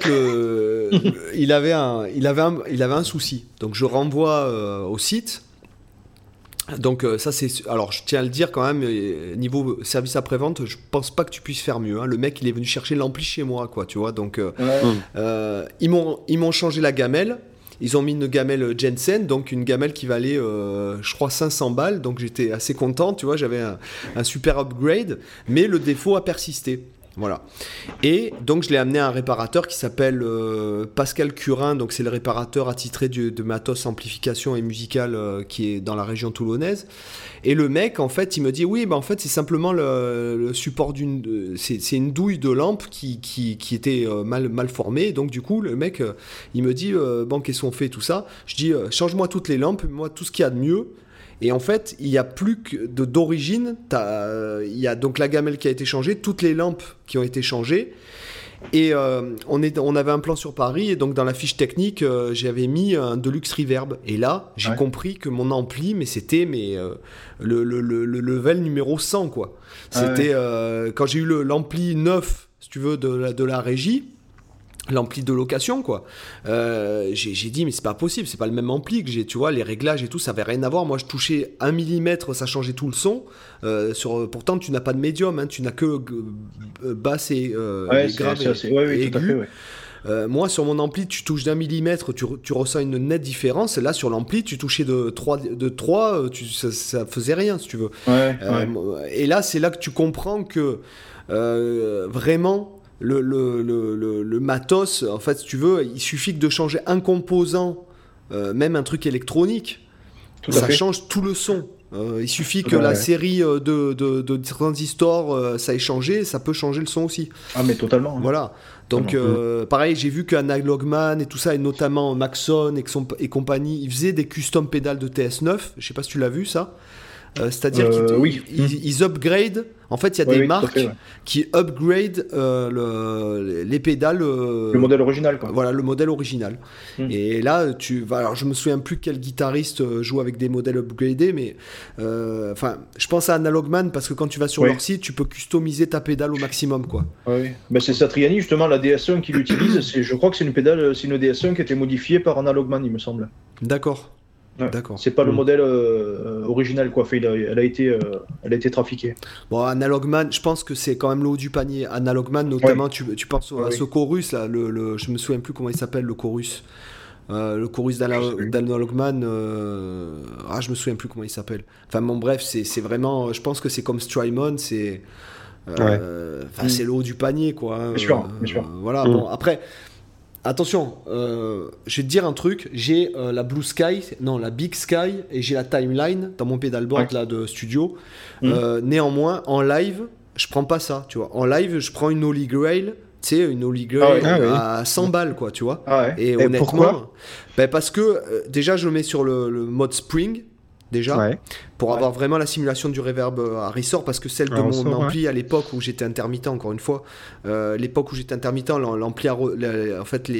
S1: il avait un souci. Donc je renvoie au site. Donc ça c'est... Alors je tiens à le dire quand même, niveau service après-vente, je pense pas que tu puisses faire mieux. Hein. Le mec il est venu chercher l'ampli chez moi, quoi, tu vois. Donc ils m'ont changé la gamelle. Ils ont mis une gamelle Jensen, donc une gamelle qui valait, je crois, 500 balles. Donc j'étais assez content, tu vois, j'avais un super upgrade. Mais le défaut a persisté. Voilà. Et donc je l'ai amené à un réparateur qui s'appelle Pascal Curin, donc c'est le réparateur attitré de matos amplification et musicale qui est dans la région toulonnaise. Et le mec, en fait, il me dit oui, bah en fait c'est simplement le support c'est une douille de lampe qui était mal formée. Donc du coup le mec, il me dit bon, qu'est-ce qu'on fait tout ça. Je dis change-moi toutes les lampes, moi tout ce qu'il y a de mieux. Et en fait, il n'y a plus que d'origine, il y a donc la gamelle qui a été changée, toutes les lampes qui ont été changées. Et on avait un plan sur Paris, et donc dans la fiche technique, j'avais mis un Deluxe Reverb. Et là, j'ai compris que mon ampli, c'était le level numéro 100, quoi. C'était quand j'ai eu l'ampli neuf, si tu veux, de la régie, l'ampli de location, quoi. J'ai dit mais c'est pas possible, c'est pas le même ampli que j'ai, tu vois, les réglages et tout, ça avait rien à voir. Moi je touchais 1 mm, ça changeait tout le son. Pourtant tu n'as pas de médium, hein, tu n'as que basse et grave et aigu. Tout à fait, ouais. Moi sur mon ampli tu touches d'1 millimètre, tu ressens une nette différence. Là sur l'ampli tu touchais de 3 ça faisait rien, si tu veux. Et là c'est là que tu comprends que vraiment le matos, en fait, si tu veux, il suffit que de changer un composant, même un truc électronique, ça change tout le son. Il suffit que la série de transistors, ça ait changé, ça peut changer le son aussi.
S4: Ah, mais totalement. Hein.
S1: Voilà. Donc, pareil, j'ai vu qu'Analogman et tout ça, et notamment Maxon et compagnie, ils faisaient des custom pédales de TS9. Je sais pas si tu l'as vu, ça. C'est-à-dire qu'ils upgrade. En fait, il y a des marques qui upgrade les pédales.
S4: Le modèle original, quoi.
S1: Voilà, le modèle original. Et là, alors, je me souviens plus quel guitariste joue avec des modèles upgradés, mais je pense à Analogman parce que quand tu vas sur leur site, tu peux customiser ta pédale au maximum, quoi.
S4: Oui. Ben, c'est Satriani, justement, la DS1 qu'il utilise. Je crois que c'est une pédale, c'est une DS1 qui a été modifiée par Analogman, il me semble.
S1: D'accord.
S4: Ouais.
S1: D'accord.
S4: C'est pas le modèle original, quoi. Elle a été trafiquée.
S1: Bon, Analogman, je pense que c'est quand même le haut du panier. Analogman, notamment, tu penses à ce chorus là, je me souviens plus comment il s'appelle, le chorus. Le chorus d'Analogman, je me souviens plus comment il s'appelle. Enfin bon, bref, c'est vraiment, je pense que c'est comme Strymon, c'est c'est le haut du panier, quoi. Hein.
S4: Bien sûr.
S1: Voilà. Bon, après. Attention, je vais te dire un truc, j'ai la Big Sky et j'ai la Timeline dans mon pedalboard là, de studio. Néanmoins, en live, je prends pas ça, tu vois. En live, je prends une Holy Grail, tu sais, une Holy Grail à 100 balles, quoi, tu vois. Et honnêtement,
S3: pourquoi
S1: parce que déjà, je le mets sur le mode Spring. Déjà, pour avoir vraiment la simulation du reverb à ressort, parce que celle de mon ampli à l'époque où j'étais intermittent, encore une fois, l'époque où j'étais intermittent, l'ampli en fait,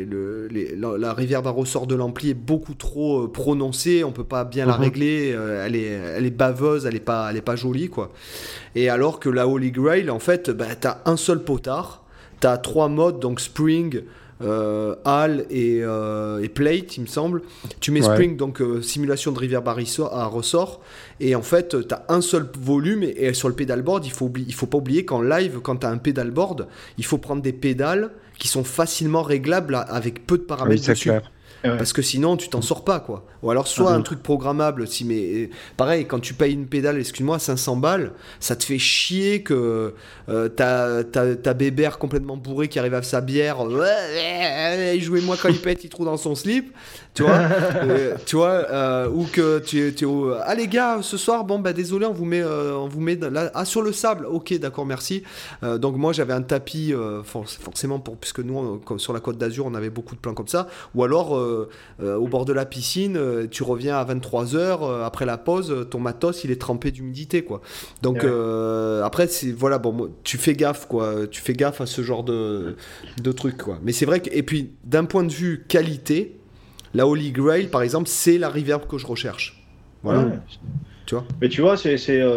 S1: la reverb à ressort de l'ampli est beaucoup trop prononcée, on peut pas bien la régler, elle est baveuse, elle est pas jolie, quoi. Et alors que la Holy Grail, en fait, t'as un seul potard, t'as 3 modes, donc Spring, Hall et Plate, il me semble. Tu mets Spring, donc simulation de reverb à ressort. Et en fait, tu as un seul volume. Et sur le pedalboard, il faut pas oublier qu'en live, quand tu as un pedalboard, il faut prendre des pédales qui sont facilement réglables avec peu de paramètres dessus. Clair. Parce que sinon tu t'en sors pas, quoi. Ou alors soit un truc programmable, mais pareil, quand tu payes une pédale, excuse-moi, 500 balles, ça te fait chier que t'as Bébert complètement bourré qui arrive à sa bière, jouez-moi quand il pète, il trouve dans son slip, tu vois, ou que tu es les gars, ce soir, bon bah désolé, on vous met là, sur le sable, ok, d'accord, merci. Donc moi j'avais un tapis, forcément puisque nous sur la Côte d'Azur on avait beaucoup de plans comme ça, ou alors au bord de la piscine, tu reviens à 23h après la pause, ton matos il est trempé d'humidité, quoi. Donc après voilà, bon, tu fais gaffe, quoi. Tu fais gaffe à ce genre de trucs, quoi. Mais c'est vrai que, et puis d'un point de vue qualité, la Holy Grail par exemple, c'est la reverb que je recherche. Voilà. Tu vois.
S4: Mais tu vois, ça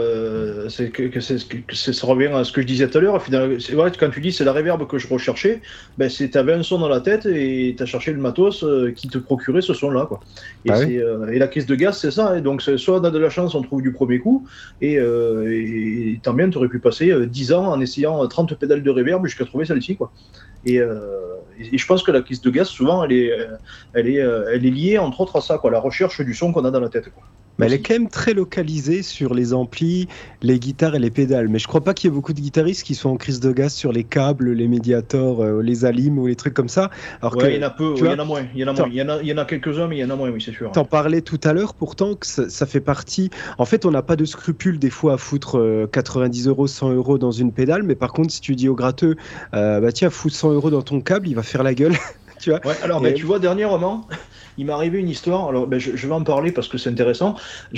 S4: revient à ce que je disais tout à l'heure. Finalement, c'est vrai, quand tu dis c'est la reverb que je recherchais, ben t'avais un son dans la tête et t'as cherché le matos qui te procurait ce son-là, quoi. Et, et la caisse de gaz, c'est ça. Et donc, soit on a de la chance, on trouve du premier coup, et tant bien, t'aurais pu passer 10 ans en essayant 30 pédales de reverb jusqu'à trouver celle-ci, quoi. Et je pense que la caisse de gaz, souvent, elle est liée, entre autres, à ça, quoi, la recherche du son qu'on a dans la tête, quoi.
S3: Mais elle est quand même très localisée sur les amplis, les guitares et les pédales. Mais je crois pas qu'il y ait beaucoup de guitaristes qui sont en crise de gaz sur les câbles, les médiators, les alimes ou les trucs comme ça. Alors
S4: il y en a peu, il y en a moins. Il y en a quelques-uns, mais il y en a moins, oui, c'est sûr.
S3: T'en parlais tout à l'heure, pourtant, que ça fait partie... En fait, on n'a pas de scrupule des fois à foutre 90 €, 100 € dans une pédale. Mais par contre, si tu dis au gratteux, tiens, fous 100 € dans ton câble, il va faire la gueule. Tu vois.
S4: Ouais, alors, tu vois, dernièrement... Il m'est arrivé une histoire, alors je vais en parler parce que c'est intéressant.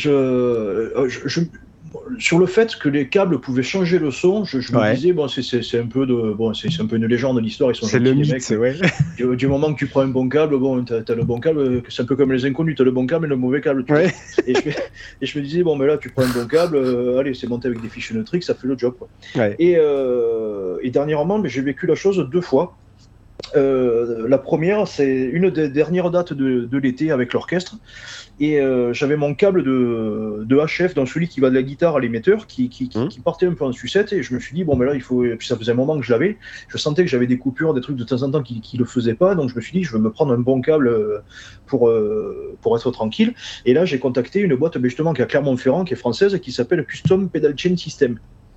S4: Sur le fait que les câbles pouvaient changer le son, je me disais, bon, c'est un peu une légende de l'histoire, ils sont
S3: c'est
S4: gentils,
S3: le
S4: les
S3: mythe,
S4: mecs. Du moment que tu prends un bon câble, bon, t'as le bon câble, c'est un peu comme les inconnus, t'as le bon câble et le mauvais câble. Tu vois. Et je me disais, bon, mais là, tu prends un bon câble, allez, c'est monté avec des fiches neutriques, ça fait le job, quoi. Ouais. Et dernièrement, j'ai vécu la chose 2 fois. La première, c'est une des dernières dates de l'été avec l'orchestre, et j'avais mon câble de HF, donc celui qui va de la guitare à l'émetteur, qui partait un peu en sucette, et je me suis dit, bon, mais là, il faut. Et puis ça faisait un moment que je l'avais, je sentais que j'avais des coupures, des trucs de temps en temps qui le faisaient pas, donc je me suis dit, je vais me prendre un bon câble pour être tranquille. Et là, j'ai contacté une boîte justement qui est à Clermont-Ferrand, qui est française, qui s'appelle Custom Pedal Chain System.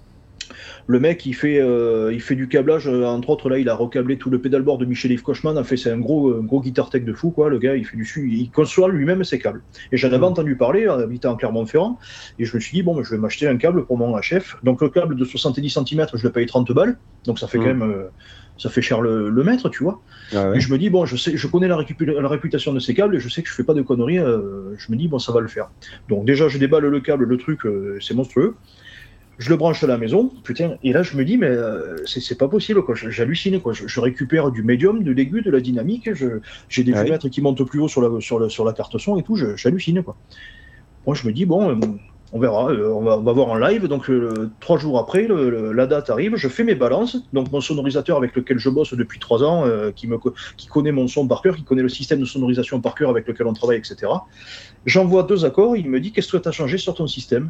S4: Le mec, il fait du câblage, entre autres, là, il a recablé tout le pédalboard de Michel-Yves Kochman. En fait, c'est un gros guitar tech de fou, quoi. Le gars, il conçoit lui-même ses câbles. Et j'en avais entendu parler, habitant en Clermont-Ferrand, et je me suis dit, bon, je vais m'acheter un câble pour mon HF. Donc, le câble de 70 cm, je le paye 30 balles. Donc, ça fait quand même, ça fait cher le mètre, tu vois. Ah ouais. Et je me dis, bon, je connais la réputation de ces câbles, et je sais que je fais pas de conneries. Je me dis, bon, ça va le faire. Donc, déjà, je déballe le câble, le truc, c'est monstrueux. Je le branche à la maison, putain, et là je me dis, mais c'est pas possible, quoi. J'hallucine, quoi. Je récupère du médium, de l'aigu, de la dynamique, j'ai des fenêtres qui montent plus haut sur la carte son et tout, j'hallucine, quoi. Moi je me dis, bon, on verra, on va voir en live. Donc 3 jours après, la date arrive, je fais mes balances, donc mon sonorisateur avec lequel je bosse depuis 3 ans, qui connaît mon son par cœur, qui connaît le système de sonorisation par cœur avec lequel on travaille, etc. J'envoie 2 accords, il me dit, qu'est-ce que tu as changé sur ton système?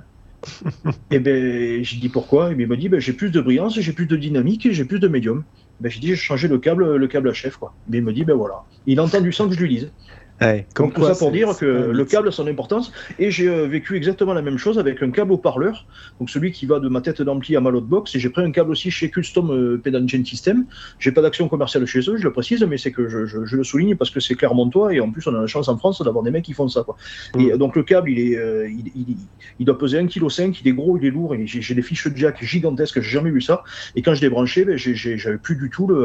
S4: Et ben j'ai dit pourquoi, et bien il m'a dit, j'ai plus de brillance, j'ai plus de dynamique, j'ai plus de médium. Ben j'ai dit, j'ai changé le câble HF, quoi. Et il me dit, voilà, il entend du sang que je lui dise. Ouais, donc tout ça pour dire que le câble a son importance, et j'ai vécu exactement la même chose avec un câble haut-parleur, donc celui qui va de ma tête d'ampli à ma load box, et j'ai pris un câble aussi chez Custom Pedal Chain System. J'ai pas d'action commerciale chez eux, je le précise, mais c'est que je le souligne parce que c'est Clermontois, et en plus on a la chance en France d'avoir des mecs qui font ça, quoi. Et donc le câble il doit peser 1,5 kg, il est gros, il est lourd, et j'ai des fiches de jack gigantesques, j'ai jamais vu ça, et quand je l'ai branché, j'avais plus du tout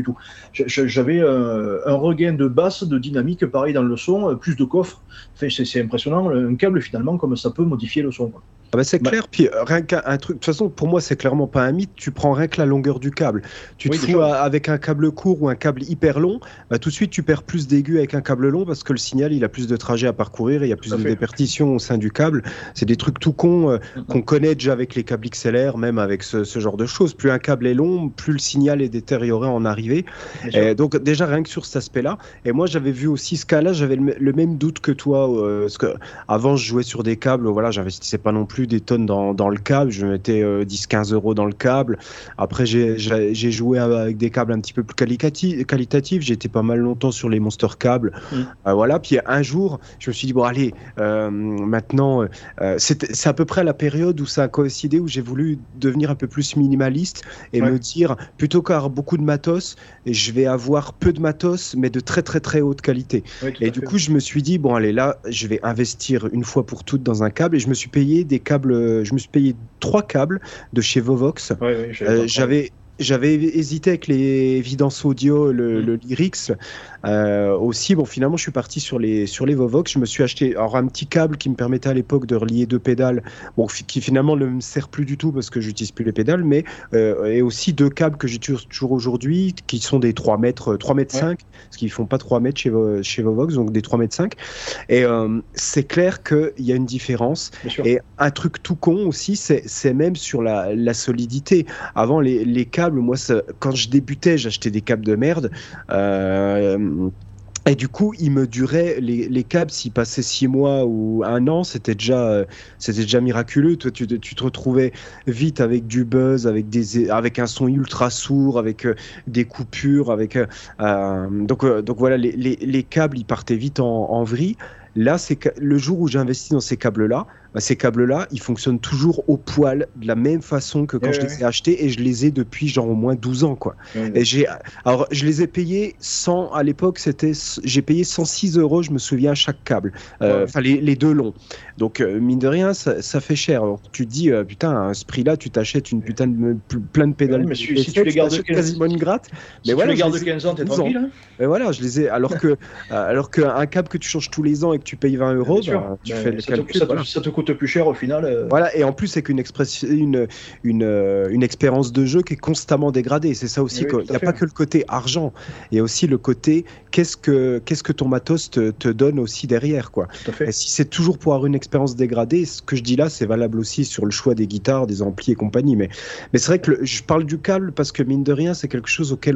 S4: j'avais un regain de basse, de dynamique, pareil dans le son, plus de coffre. Enfin, c'est impressionnant, un câble finalement, comme ça peut modifier le son, quoi.
S3: Ah bah c'est clair, puis rien qu'un truc, de toute façon pour moi c'est clairement pas un mythe, tu prends rien que la longueur du câble, tu te fous avec un câble court ou un câble hyper long, bah, tout de suite tu perds plus d'aigus avec un câble long parce que le signal il a plus de trajet à parcourir, il y a plus de déperdition au sein du câble, c'est des trucs tout cons qu'on connaît déjà avec les câbles XLR, même avec ce genre de choses, plus un câble est long, plus le signal est détérioré en arrivée, et donc déjà rien que sur cet aspect-là, et moi j'avais vu aussi ce cas-là, j'avais le même doute que toi, parce que avant je jouais sur des câbles, voilà, j'investissais pas non plus des tonnes dans le câble, je mettais 10-15 € dans le câble. Après j'ai joué avec des câbles un petit peu plus qualitatifs, j'ai été pas mal longtemps sur les Monster câbles, voilà. Puis un jour je me suis dit bon allez, maintenant c'est à peu près à la période où ça a coïncidé, où j'ai voulu devenir un peu plus minimaliste et me dire plutôt qu'avoir beaucoup de matos, je vais avoir peu de matos mais de très très très haute qualité. Et du coup je me suis dit bon allez, là je vais investir une fois pour toutes dans un câble, et je me suis payé 3 câbles de chez Vovox. J'avais hésité avec les Evidence Audio, le Lyrics. Aussi, bon, finalement, je suis parti sur les Vovox. Je me suis acheté un petit câble qui me permettait à l'époque de relier 2 pédales, bon, qui finalement ne me sert plus du tout parce que j'utilise plus les pédales, mais et aussi 2 câbles que j'utilise toujours aujourd'hui, qui sont des 3 mètres 5, parce qu'ils font pas 3 mètres chez Vovox, donc des 3 mètres 5. Et c'est clair qu'il y a une différence. Et un truc tout con aussi, c'est même sur la solidité. Avant, les câbles, moi, quand je débutais, j'achetais des câbles de merde. Et du coup, il me durait les câbles, s'ils passaient 6 mois ou 1 an, c'était déjà miraculeux. Toi, tu te retrouvais vite avec du buzz, avec un son ultra sourd, avec des coupures, donc voilà, les câbles, ils partaient vite en vrille. Là, c'est le jour où j'ai investi dans ces câbles-là, ils fonctionnent toujours au poil, de la même façon que quand je les ai achetés, et je les ai depuis genre au moins 12 ans, quoi. Et alors, je les ai payés à l'époque, j'ai payé 106 €, je me souviens, chaque câble. Enfin, les 2 longs. Donc, mine de rien, ça fait cher. Alors, tu te dis, putain, à ce prix-là, tu t'achètes une putain de plein de pédales.
S4: Mais si tu les gardes
S3: quasiment une gratte.
S4: Si tu les gardes 15 ans, t'es tranquille. Hein.
S3: Et voilà, je les ai. Alors qu'un câble que tu changes tous les ans et que tu payes 20 €, tu fais le calcul.
S4: Ça te coûte plus cher au final.
S3: Voilà, et en plus avec une expérience de jeu qui est constamment dégradée. C'est ça aussi, il n'y a pas que le côté argent, il y a aussi le côté qu'est-ce que ton matos te donne aussi derrière, quoi. Et si c'est toujours pour avoir une expérience dégradée, ce que je dis là, c'est valable aussi sur le choix des guitares, des amplis et compagnie. Mais c'est vrai que je parle du câble parce que mine de rien, c'est quelque chose auquel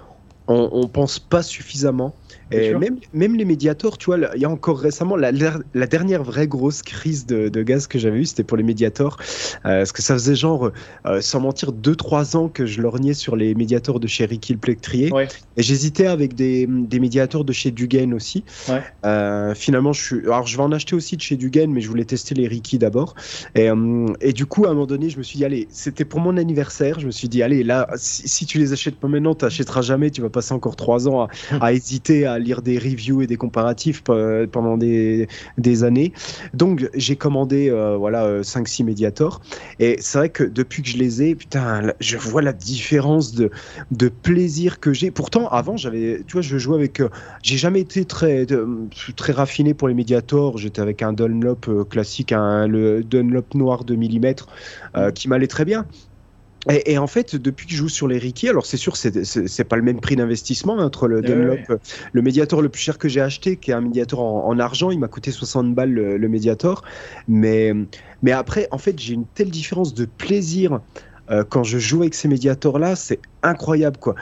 S3: on pense pas suffisamment. Et même les médiators, tu vois, il y a encore récemment la dernière vraie grosse crise de gaz que j'avais eue, c'était pour les médiators, parce que ça faisait genre, sans mentir, 2-3 ans que je lorgnais sur les médiators de chez Ricky le Plectrier, et j'hésitais avec des médiators de chez Dugain aussi. Finalement, je vais en acheter aussi de chez Dugain, mais je voulais tester les Ricky d'abord, et du coup, à un moment donné, je me suis dit, allez, c'était pour mon anniversaire, je me suis dit, allez, là, si tu les achètes pas maintenant, tu n'achèteras jamais, tu vas passer encore 3 ans à hésiter, à lire des reviews et des comparatifs pendant des années. Donc j'ai commandé 5-6 médiators, et c'est vrai que depuis que je les ai, putain, je vois la différence de plaisir que j'ai. Pourtant avant je jouais avec, j'ai jamais été très raffiné pour les médiators. J'étais avec un Dunlop classique, le Dunlop noir de millimètres, qui m'allait très bien. Et en fait, depuis que je joue sur les Ricky, alors c'est sûr, c'est pas le même prix d'investissement entre le Dunlop, le médiator le plus cher que j'ai acheté, qui est un médiator en argent, il m'a coûté 60 balles le médiator, mais après, en fait, j'ai une telle différence de plaisir quand je joue avec ces médiators-là, c'est incroyable, quoi.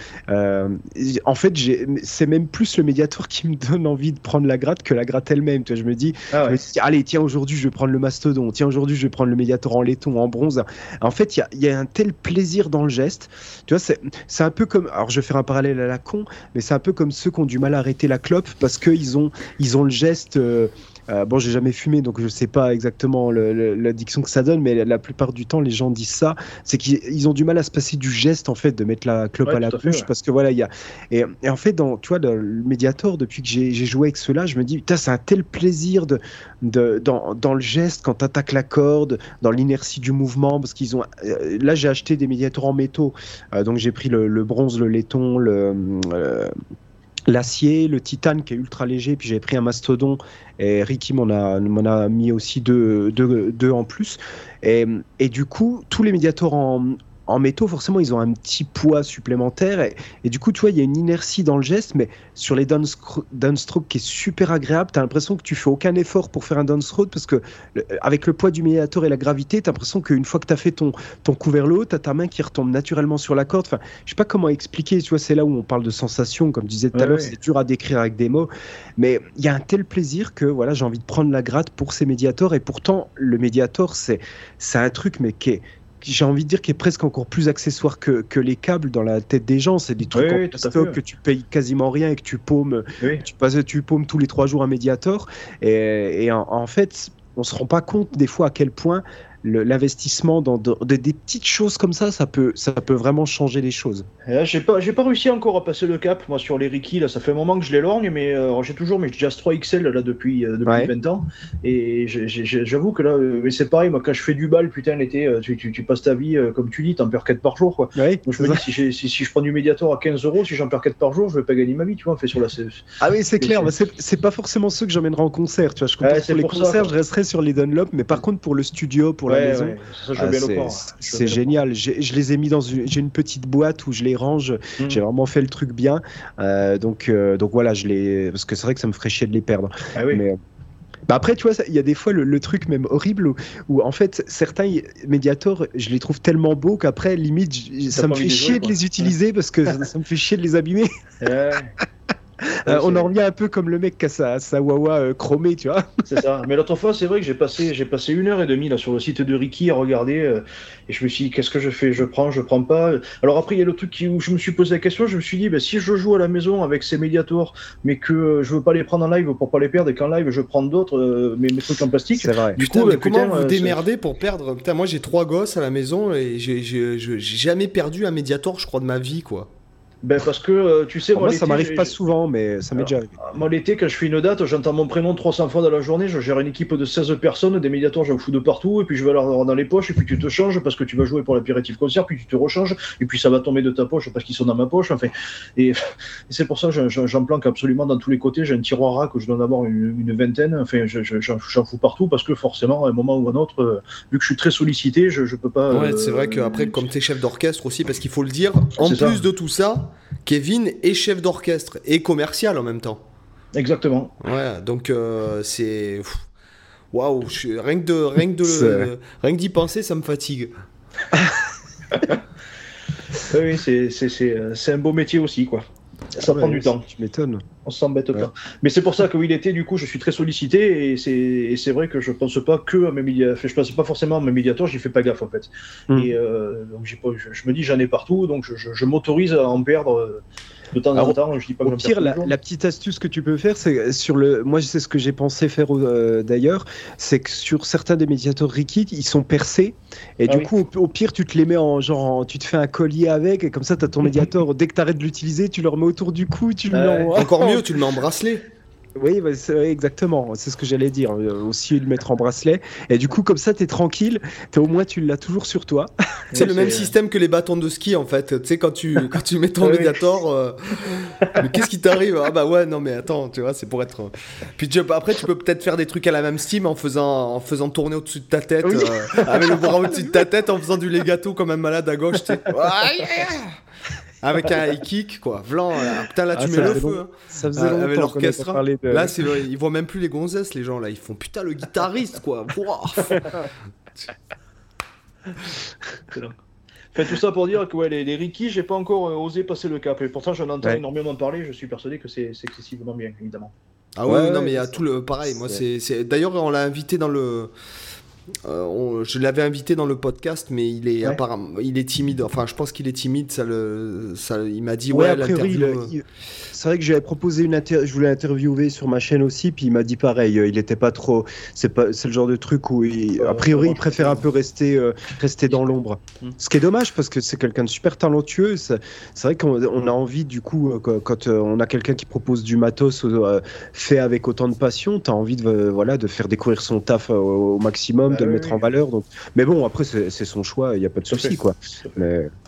S3: En fait, c'est même plus le médiator qui me donne envie de prendre la gratte que la gratte elle-même. Tu vois, je me dis, allez, tiens, aujourd'hui, je vais prendre le mastodon. Tiens, aujourd'hui, je vais prendre le médiator en laiton, en bronze. En fait, il y a un tel plaisir dans le geste. Tu vois, c'est un peu comme, alors je vais faire un parallèle à la con, mais c'est un peu comme ceux qui ont du mal à arrêter la clope parce qu'ils ont le geste. Bon, j'ai jamais fumé, donc je sais pas exactement l'addiction que ça donne, mais la plupart du temps, les gens disent ça, c'est qu'ils ont du mal à se passer du geste, en fait, de mettre la clope à la bouche, parce que voilà, et en fait, dans le médiator, depuis que j'ai joué avec ceux-là, je me dis, putain, c'est un tel plaisir dans le geste, quand t'attaques la corde, dans l'inertie du mouvement, parce qu'ils ont, là, j'ai acheté des médiators en métaux, donc j'ai pris le bronze, le laiton, l'acier, le titane qui est ultra léger, puis j'avais pris un mastodon et Ricky m'en a mis aussi deux en plus. Et du coup, tous les médiators en métaux, forcément, ils ont un petit poids supplémentaire. Et du coup, tu vois, il y a une inertie dans le geste, mais sur les downstroke qui est super agréable. Tu as l'impression que tu fais aucun effort pour faire un downstroke parce que, avec le poids du médiator et la gravité, tu as l'impression qu'une fois que tu as fait ton couvercle, tu as ta main qui retombe naturellement sur la corde. Enfin, je sais pas comment expliquer. Tu vois, c'est là où on parle de sensation. Comme je disais tout à l'heure, c'est dur à décrire avec des mots. Mais il y a un tel plaisir que voilà, j'ai envie de prendre la gratte pour ces médiators. Et pourtant, le médiator, c'est un truc, mais j'ai envie de dire qu'il est presque encore plus accessoire que les câbles dans la tête des gens. C'est des trucs en stock que tu payes quasiment rien et que tu paumes, tu paumes tous les 3 jours un médiator. Et en fait, on se rend pas compte des fois à quel point l'investissement dans des petites choses comme ça peut vraiment changer les choses.
S4: J'ai pas réussi encore à passer le cap, moi, sur les Ricky, là, ça fait un moment que je les lorgne, mais j'ai toujours mes Jazz 3 XL là, depuis 20 ans, et j'avoue que là, mais c'est pareil, moi, quand je fais du bal, putain, l'été, tu passes ta vie, comme tu dis, t'en perds 4 par jour, quoi.
S3: Ouais,
S4: donc je me dis, si je prends du Mediator à 15 €, si j'en perds 4 par jour, je vais pas gagner ma vie, tu vois, on fait sur la...
S3: Ah oui, c'est clair, c'est pas forcément ceux que j'emmènerai en concert, tu vois, je comprends pour les concerts, je resterai sur les Dunlop, mais par contre, pour le studio, pour la maison, c'est génial. Je les ai mis j'ai une petite boîte où je les range. J'ai vraiment fait le truc bien. Donc voilà, parce que c'est vrai que ça me ferait chier de les perdre. Ah oui. Mais, après, tu vois, il y a des fois le truc même horrible où en fait certains médiators, je les trouve tellement beaux qu'après limite ça me fait chier de les utiliser parce que ça me fait chier de les abîmer. On en revient un peu comme le mec qui a sa Wawa chromée, tu vois.
S4: C'est ça. Mais l'autre fois, c'est vrai que j'ai passé 1h30 là sur le site de Ricky à regarder et je me suis dit, qu'est-ce que je fais ? Je prends pas. Alors après, il y a le truc où je me suis posé la question, je me suis dit, si je joue à la maison avec ces médiators, mais que je veux pas les prendre en live pour pas les perdre et qu'en live je prends d'autres, mes trucs en plastique.
S1: C'est vrai. Du coup, comment vous démerdez pour perdre ? Putain, moi j'ai 3 gosses à la maison et j'ai jamais perdu un médiator, je crois, de ma vie, quoi.
S4: Parce que tu sais,
S3: moi ça m'arrive pas souvent, mais ça m'est déjà arrivé.
S4: Moi l'été, quand je fais une date, j'entends mon prénom 300 fois dans la journée, je gère une équipe de 16 personnes, des médiators j'en fous de partout, et puis je vais leur dans les poches, et puis tu te changes parce que tu vas jouer pour l'apéritif concert, puis tu te rechanges, et puis ça va tomber de ta poche parce qu'ils sont dans ma poche, enfin, et c'est pour ça que j'en planque absolument dans tous les côtés. J'ai un tiroir à que je dois en avoir une vingtaine, enfin j'en fous partout parce que forcément à un moment ou à un autre, vu que je suis très sollicité, je peux pas...
S1: Ouais, c'est vrai qu'après, comme t'es chef d'orchestre aussi, parce qu'il faut le dire, en plus de tout ça, Kevin est chef d'orchestre et commercial en même temps.
S4: Exactement.
S1: Ouais, donc c'est... Waouh, rien que d'y penser, ça me fatigue.
S4: Oui, c'est un beau métier aussi, quoi. Ça prend du temps.
S3: Tu m'étonnes.
S4: On s'embête pas. Mais c'est pour ça que l'été, du coup, je suis très sollicité et c'est vrai que je pense pas que à mes médiators. Je pense pas forcément à mes médiators, j'y fais pas gaffe en fait. Et donc je me dis j'en ai partout, donc je m'autorise à en perdre. De temps en temps, je dis pas que
S3: au pire, la petite astuce que tu peux faire, c'est moi c'est ce que j'ai pensé faire d'ailleurs, c'est que sur certains des médiators Ricky, ils sont percés et du coup au pire tu te les mets tu te fais un collier avec et comme ça tu as ton médiator, dès que tu arrêtes de l'utiliser, tu le remets autour du cou, tu le mets
S1: encore mieux, tu le mets en bracelet.
S3: Oui, exactement, c'est ce que j'allais dire, aussi le mettre en bracelet. Et du coup, comme ça, t'es tranquille, au moins tu l'as toujours sur toi.
S1: C'est le même système que les bâtons de ski en fait. Tu sais, quand tu mets ton médiator, mais qu'est-ce qui t'arrive ? Ah bah ouais, non mais attends, tu vois, c'est pour être. Puis après, tu peux peut-être faire des trucs à la même Steam en faisant tourner au-dessus de ta tête, avec le bras au-dessus de ta tête, en faisant du legato comme un malade à gauche, tu sais. Avec un high kick, quoi. Vlan, putain, là, tu mets le feu. Hein.
S3: Ça faisait longtemps
S1: avec l'orchestre.
S3: De...
S1: Là, ils voient même plus les gonzesses, les gens, là. Ils font, putain, le guitariste, quoi.
S4: Fait tout ça pour dire que les Ricky, j'ai pas encore osé passer le cap. Et pourtant, j'en entends énormément parler. Je suis persuadé que c'est excessivement bien, évidemment.
S1: Ah ouais, non, mais il y a tout le... Pareil, moi, c'est... D'ailleurs, on l'a invité dans le... je l'avais invité dans le podcast, mais il est apparemment, il est timide. Enfin, je pense qu'il est timide. Il m'a dit
S3: a priori, c'est vrai que j'avais proposé je voulais l'interviewer sur ma chaîne aussi, puis il m'a dit pareil. Il était pas trop. C'est le genre de truc où a priori il préfère un peu rester dans l'ombre. Ce qui est dommage parce que c'est quelqu'un de super talentueux. C'est vrai qu'on a envie du coup quand on a quelqu'un qui propose du matos fait avec autant de passion, t'as envie de faire découvrir son taf au maximum. De le mettre en valeur. Donc... Mais bon, après, c'est son choix, il n'y a pas de souci, quoi. Mais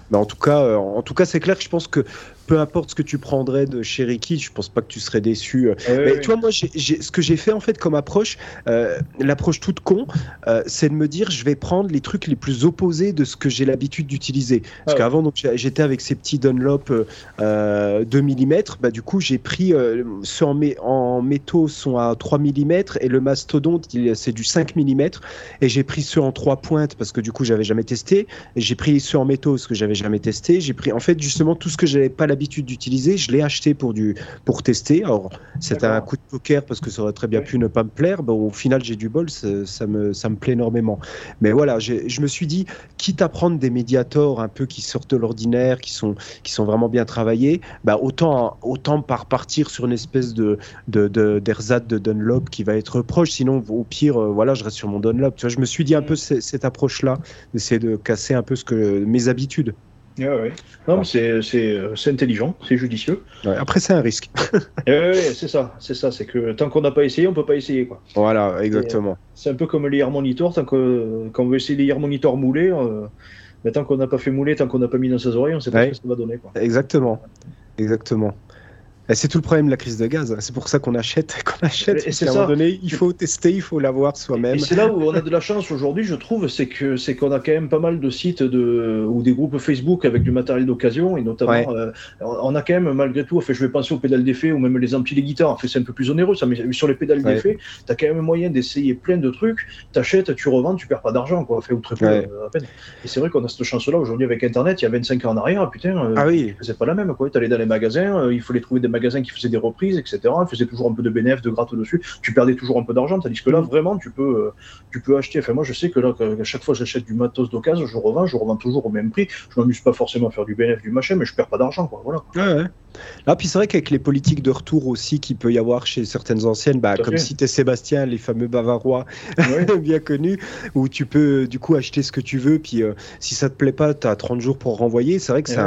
S3: Mais en tout cas, c'est clair que je pense que peu importe ce que tu prendrais de chez Ricky, je pense pas que tu serais déçu. Mais tu vois, moi, ce que j'ai fait en fait comme approche, l'approche toute con, c'est de me dire, je vais prendre les trucs les plus opposés de ce que j'ai l'habitude d'utiliser. Parce qu'avant, donc, j'étais avec ces petits Dunlop 2 mm. Bah, du coup, j'ai pris ceux en métaux sont à 3 mm et le mastodonte, c'est du 5 mm. Et j'ai pris ceux en 3 pointes parce que du coup, j'avais jamais testé. Et j'ai pris ceux en métaux parce que j'avais jamais testé. J'ai pris en fait justement tout ce que j'avais pas l'habitude d'utiliser, je l'ai acheté pour tester. Alors c'est un coup de poker parce que ça aurait très bien pu ne pas me plaire. Bon, au final j'ai du bol, ça me plaît énormément. Mais voilà, je me suis dit, quitte à prendre des médiators un peu qui sortent de l'ordinaire, qui sont vraiment bien travaillés, bah autant partir sur une espèce d'ersatz de Dunlop qui va être proche. Sinon au pire, voilà, je reste sur mon Dunlop. Tu vois, je me suis dit un peu cette approche-là, d'essayer de casser un peu mes habitudes.
S4: Ouais. Non, mais c'est intelligent, c'est judicieux.
S3: Ouais, après, c'est un risque.
S4: C'est ça. C'est que tant qu'on n'a pas essayé, on peut pas essayer, quoi.
S3: Voilà, exactement.
S4: C'est un peu comme les air monitors. Quand on veut essayer les air monitors moulés, mais tant qu'on n'a pas fait mouler, tant qu'on n'a pas mis dans ses oreilles, on sait pas ce que ça va donner, quoi.
S3: Exactement. Et c'est tout le problème de la crise de gaz. C'est pour ça qu'on achète.
S4: Et c'est
S3: à un moment donné, il faut tester, il faut l'avoir soi-même.
S4: Et c'est là où on a de la chance aujourd'hui, je trouve, c'est qu'on a quand même pas mal de sites ou des groupes Facebook avec du matériel d'occasion, et notamment, on a quand même malgré tout, je vais penser aux pédales d'effet ou même les amplis des guitares. C'est un peu plus onéreux, ça, mais sur les pédales d'effet, t'as quand même moyen d'essayer plein de trucs. T'achètes, tu revends, tu perds pas d'argent, quoi. Ou très peu à peine. Et c'est vrai qu'on a cette chance-là aujourd'hui avec Internet. Il y a 25 ans en arrière, putain, c'est pas la même, quoi. T'allais dans les magasins, il fallait trouver des magasins qui faisaient des reprises, etc. Ils faisaient toujours un peu de bénéfice, de gratte dessus. Tu perdais toujours un peu d'argent, tandis que là, vraiment, tu peux acheter. Enfin, moi, je sais que là, à chaque fois que j'achète du matos d'occasion, je revends toujours au même prix. Je m'amuse pas forcément à faire du bénéfice, du machin, mais je perds pas d'argent, quoi. Voilà.
S3: Ouais. Là, puis c'est vrai qu'avec les politiques de retour aussi qu'il peut y avoir chez certaines anciennes, comme citait Sébastien, les fameux Bavarois bien connus, où tu peux du coup acheter ce que tu veux, puis si ça te plaît pas, tu as 30 jours pour renvoyer. C'est vrai que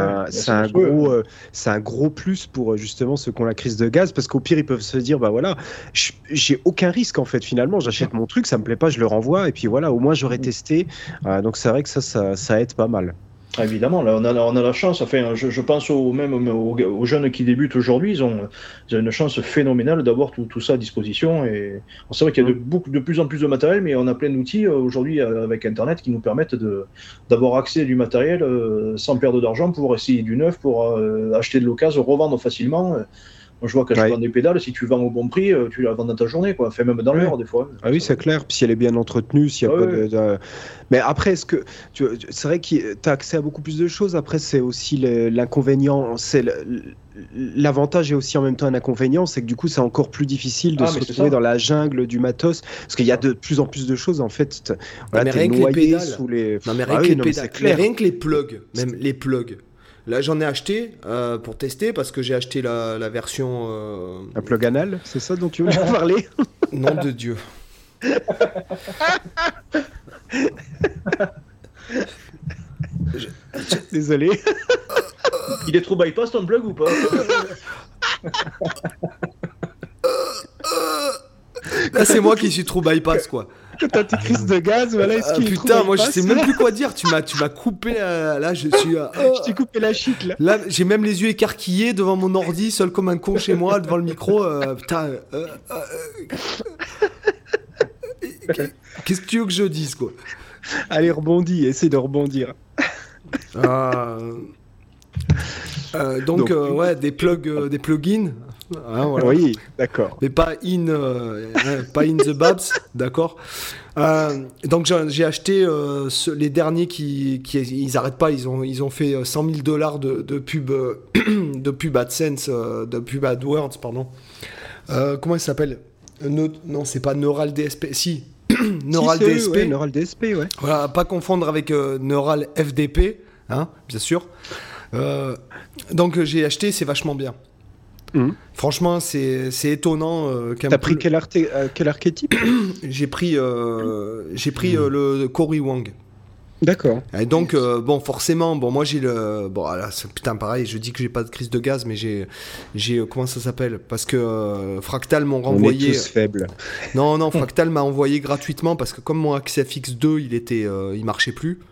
S3: c'est un gros plus pour justement ceux qui ont la crise de gaz, parce qu'au pire, ils peuvent se dire, bah voilà, j'ai aucun risque en fait, finalement, j'achète mon truc, ça me plaît pas, je le renvoie, et puis voilà, au moins j'aurais testé. Donc c'est vrai que ça aide pas mal.
S4: Évidemment, là, on a la chance. Enfin, je pense aux jeunes qui débutent aujourd'hui, ils ont une chance phénoménale d'avoir tout ça à disposition. Et c'est vrai qu'il y a de plus en plus de matériel, mais on a plein d'outils aujourd'hui avec Internet qui nous permettent d'avoir accès à du matériel sans perdre d'argent, pour essayer du neuf, pour acheter de l'occasion, revendre facilement. Moi, je vois que je vends des pédales, si tu vends au bon prix, tu la vends dans ta journée, quoi. Enfin, même dans l'heure, des fois.
S3: Ah oui, c'est clair. Puis si elle est bien entretenue, s'il y a pas de... Mais après, c'est vrai que tu as accès à beaucoup plus de choses. Après, c'est aussi l'inconvénient. L'avantage est aussi en même temps un inconvénient, c'est que du coup, c'est encore plus difficile de se retrouver dans la jungle du matos, parce qu'il y a de plus en plus de choses, en fait.
S1: Voilà, t'es noyé sous les... Non, mais rien que les plugs, même les plugs. Là, j'en ai acheté pour tester, parce que j'ai acheté la version...
S3: Un plug anal, c'est ça dont tu voulais parler?
S1: Nom de Dieu.
S3: Désolé.
S4: Il est trop bypass ton plug ou pas?
S1: Là, c'est moi qui suis trop bypass, quoi.
S3: T'as tes crises de gaz, voilà.
S1: Putain, moi je sais même plus quoi dire. Tu m'as coupé là, je suis.
S3: Je t'ai coupé la chic là.
S1: Là, j'ai même les yeux écarquillés devant mon ordi, seul comme un con chez moi, devant le micro. Putain. Qu'est-ce que tu veux que je dise, quoi?
S3: Allez, rebondis, essaie de rebondir.
S1: Donc des plugins. Hein, voilà.
S3: Oui, d'accord.
S1: Mais pas in the babs, d'accord. Donc j'ai acheté les derniers qui ils arrêtent pas, ils ont fait $100 000 de pub de pub AdSense, de pub AdWords, pardon. Comment il s'appelle? Non, c'est pas Neural DSP, si. Neural DSP.
S3: Ouais, Neural DSP, ouais.
S1: Voilà, pas confondre avec Neural FDP, hein, bien sûr. Donc j'ai acheté, c'est vachement bien. Franchement, c'est étonnant.
S3: T'as pris quel archétype?
S1: J'ai pris le Cory Wang.
S3: D'accord.
S1: Et donc, forcément, moi j'ai le... Bon, là, putain, pareil, je dis que j'ai pas de crise de gaz, mais j'ai comment ça s'appelle? Parce que Fractal m'ont renvoyé...
S3: On est tous faibles.
S1: Non, Fractal m'a envoyé gratuitement, parce que comme mon Axie FX2, il marchait plus.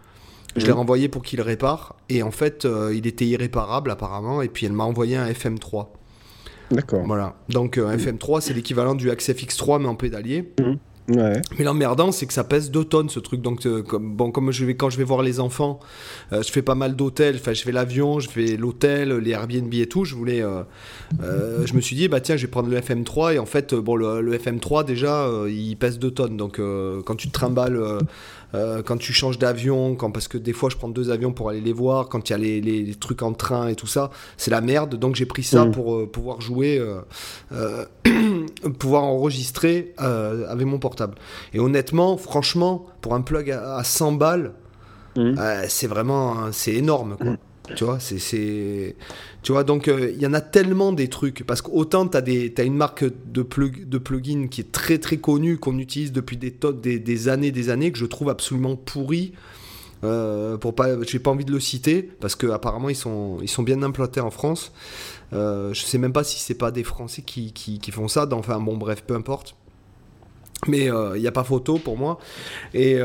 S1: Je l'ai renvoyé pour qu'il répare. Et en fait, il était irréparable apparemment. Et puis elle m'a envoyé un FM3.
S3: D'accord.
S1: Voilà. Donc un FM3, c'est l'équivalent du Axe FX3 mais en pédalier.
S3: Ouais.
S1: Mais l'emmerdant, c'est que ça pèse 2 tonnes ce truc. Donc, comme quand je vais voir les enfants, je fais pas mal d'hôtels. Enfin, je fais l'avion, je fais l'hôtel, les Airbnb et tout. Je me suis dit, bah tiens, je vais prendre le FM3. Et en fait, le FM3 déjà, il pèse 2 tonnes. Donc, quand tu te trimbales, quand tu changes d'avion, parce que des fois, je prends 2 avions pour aller les voir, quand il y a les trucs en train et tout ça, c'est la merde. Donc, j'ai pris ça pour pouvoir jouer, pouvoir enregistrer avec mon portable. Et honnêtement, franchement, pour un plug à 100 balles, c'est vraiment, c'est énorme, quoi. Tu vois, tu vois, donc il y en a tellement des trucs, parce qu'autant t'as une marque de plugin qui est très très connue, qu'on utilise depuis des années, que je trouve absolument pourri. J'ai pas envie de le citer parce qu'apparemment ils sont bien implantés en France. Je sais même pas si c'est pas des Français qui font ça. Enfin bon, bref, peu importe. Mais il n'y a pas photo pour moi. Et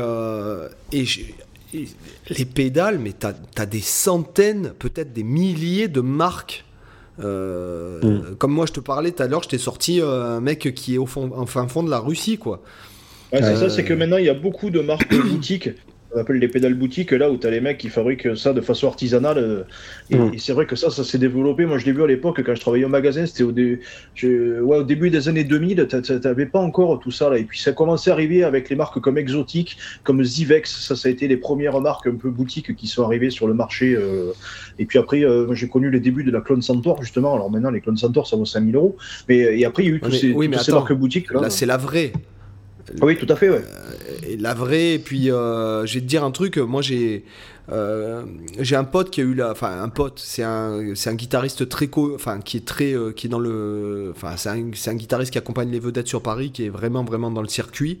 S1: les pédales, mais t'as des centaines, peut-être des milliers de marques. Comme moi je te parlais tout à l'heure, je t'ai sorti un mec qui est au fin fond de la Russie, quoi.
S4: Ouais, c'est ça, c'est que maintenant il y a beaucoup de marques boutiques. On appelle les pédales boutiques, là où tu as les mecs qui fabriquent ça de façon artisanale. Et c'est vrai que ça s'est développé. Moi, je l'ai vu à l'époque quand je travaillais au magasin. C'était au début des années 2000. Tu n'avais pas encore tout ça, là. Et puis ça a commencé à arriver avec les marques comme Exotic, comme Zivex. Ça a été les premières marques un peu boutiques qui sont arrivées sur le marché. Et puis après, j'ai connu les débuts de la Clone Centaur, justement. Alors maintenant, les Clone Centaur, ça vaut 5 000 €. Et après, il y a eu toutes ces marques boutiques.
S1: Là, c'est la vraie.
S4: Oui, tout à fait, ouais.
S1: Et la vraie, et puis je vais te dire un truc, moi j'ai un pote qui a eu un pote, c'est un guitariste qui est dans le, c'est un guitariste qui accompagne les vedettes sur Paris, qui est vraiment dans le circuit.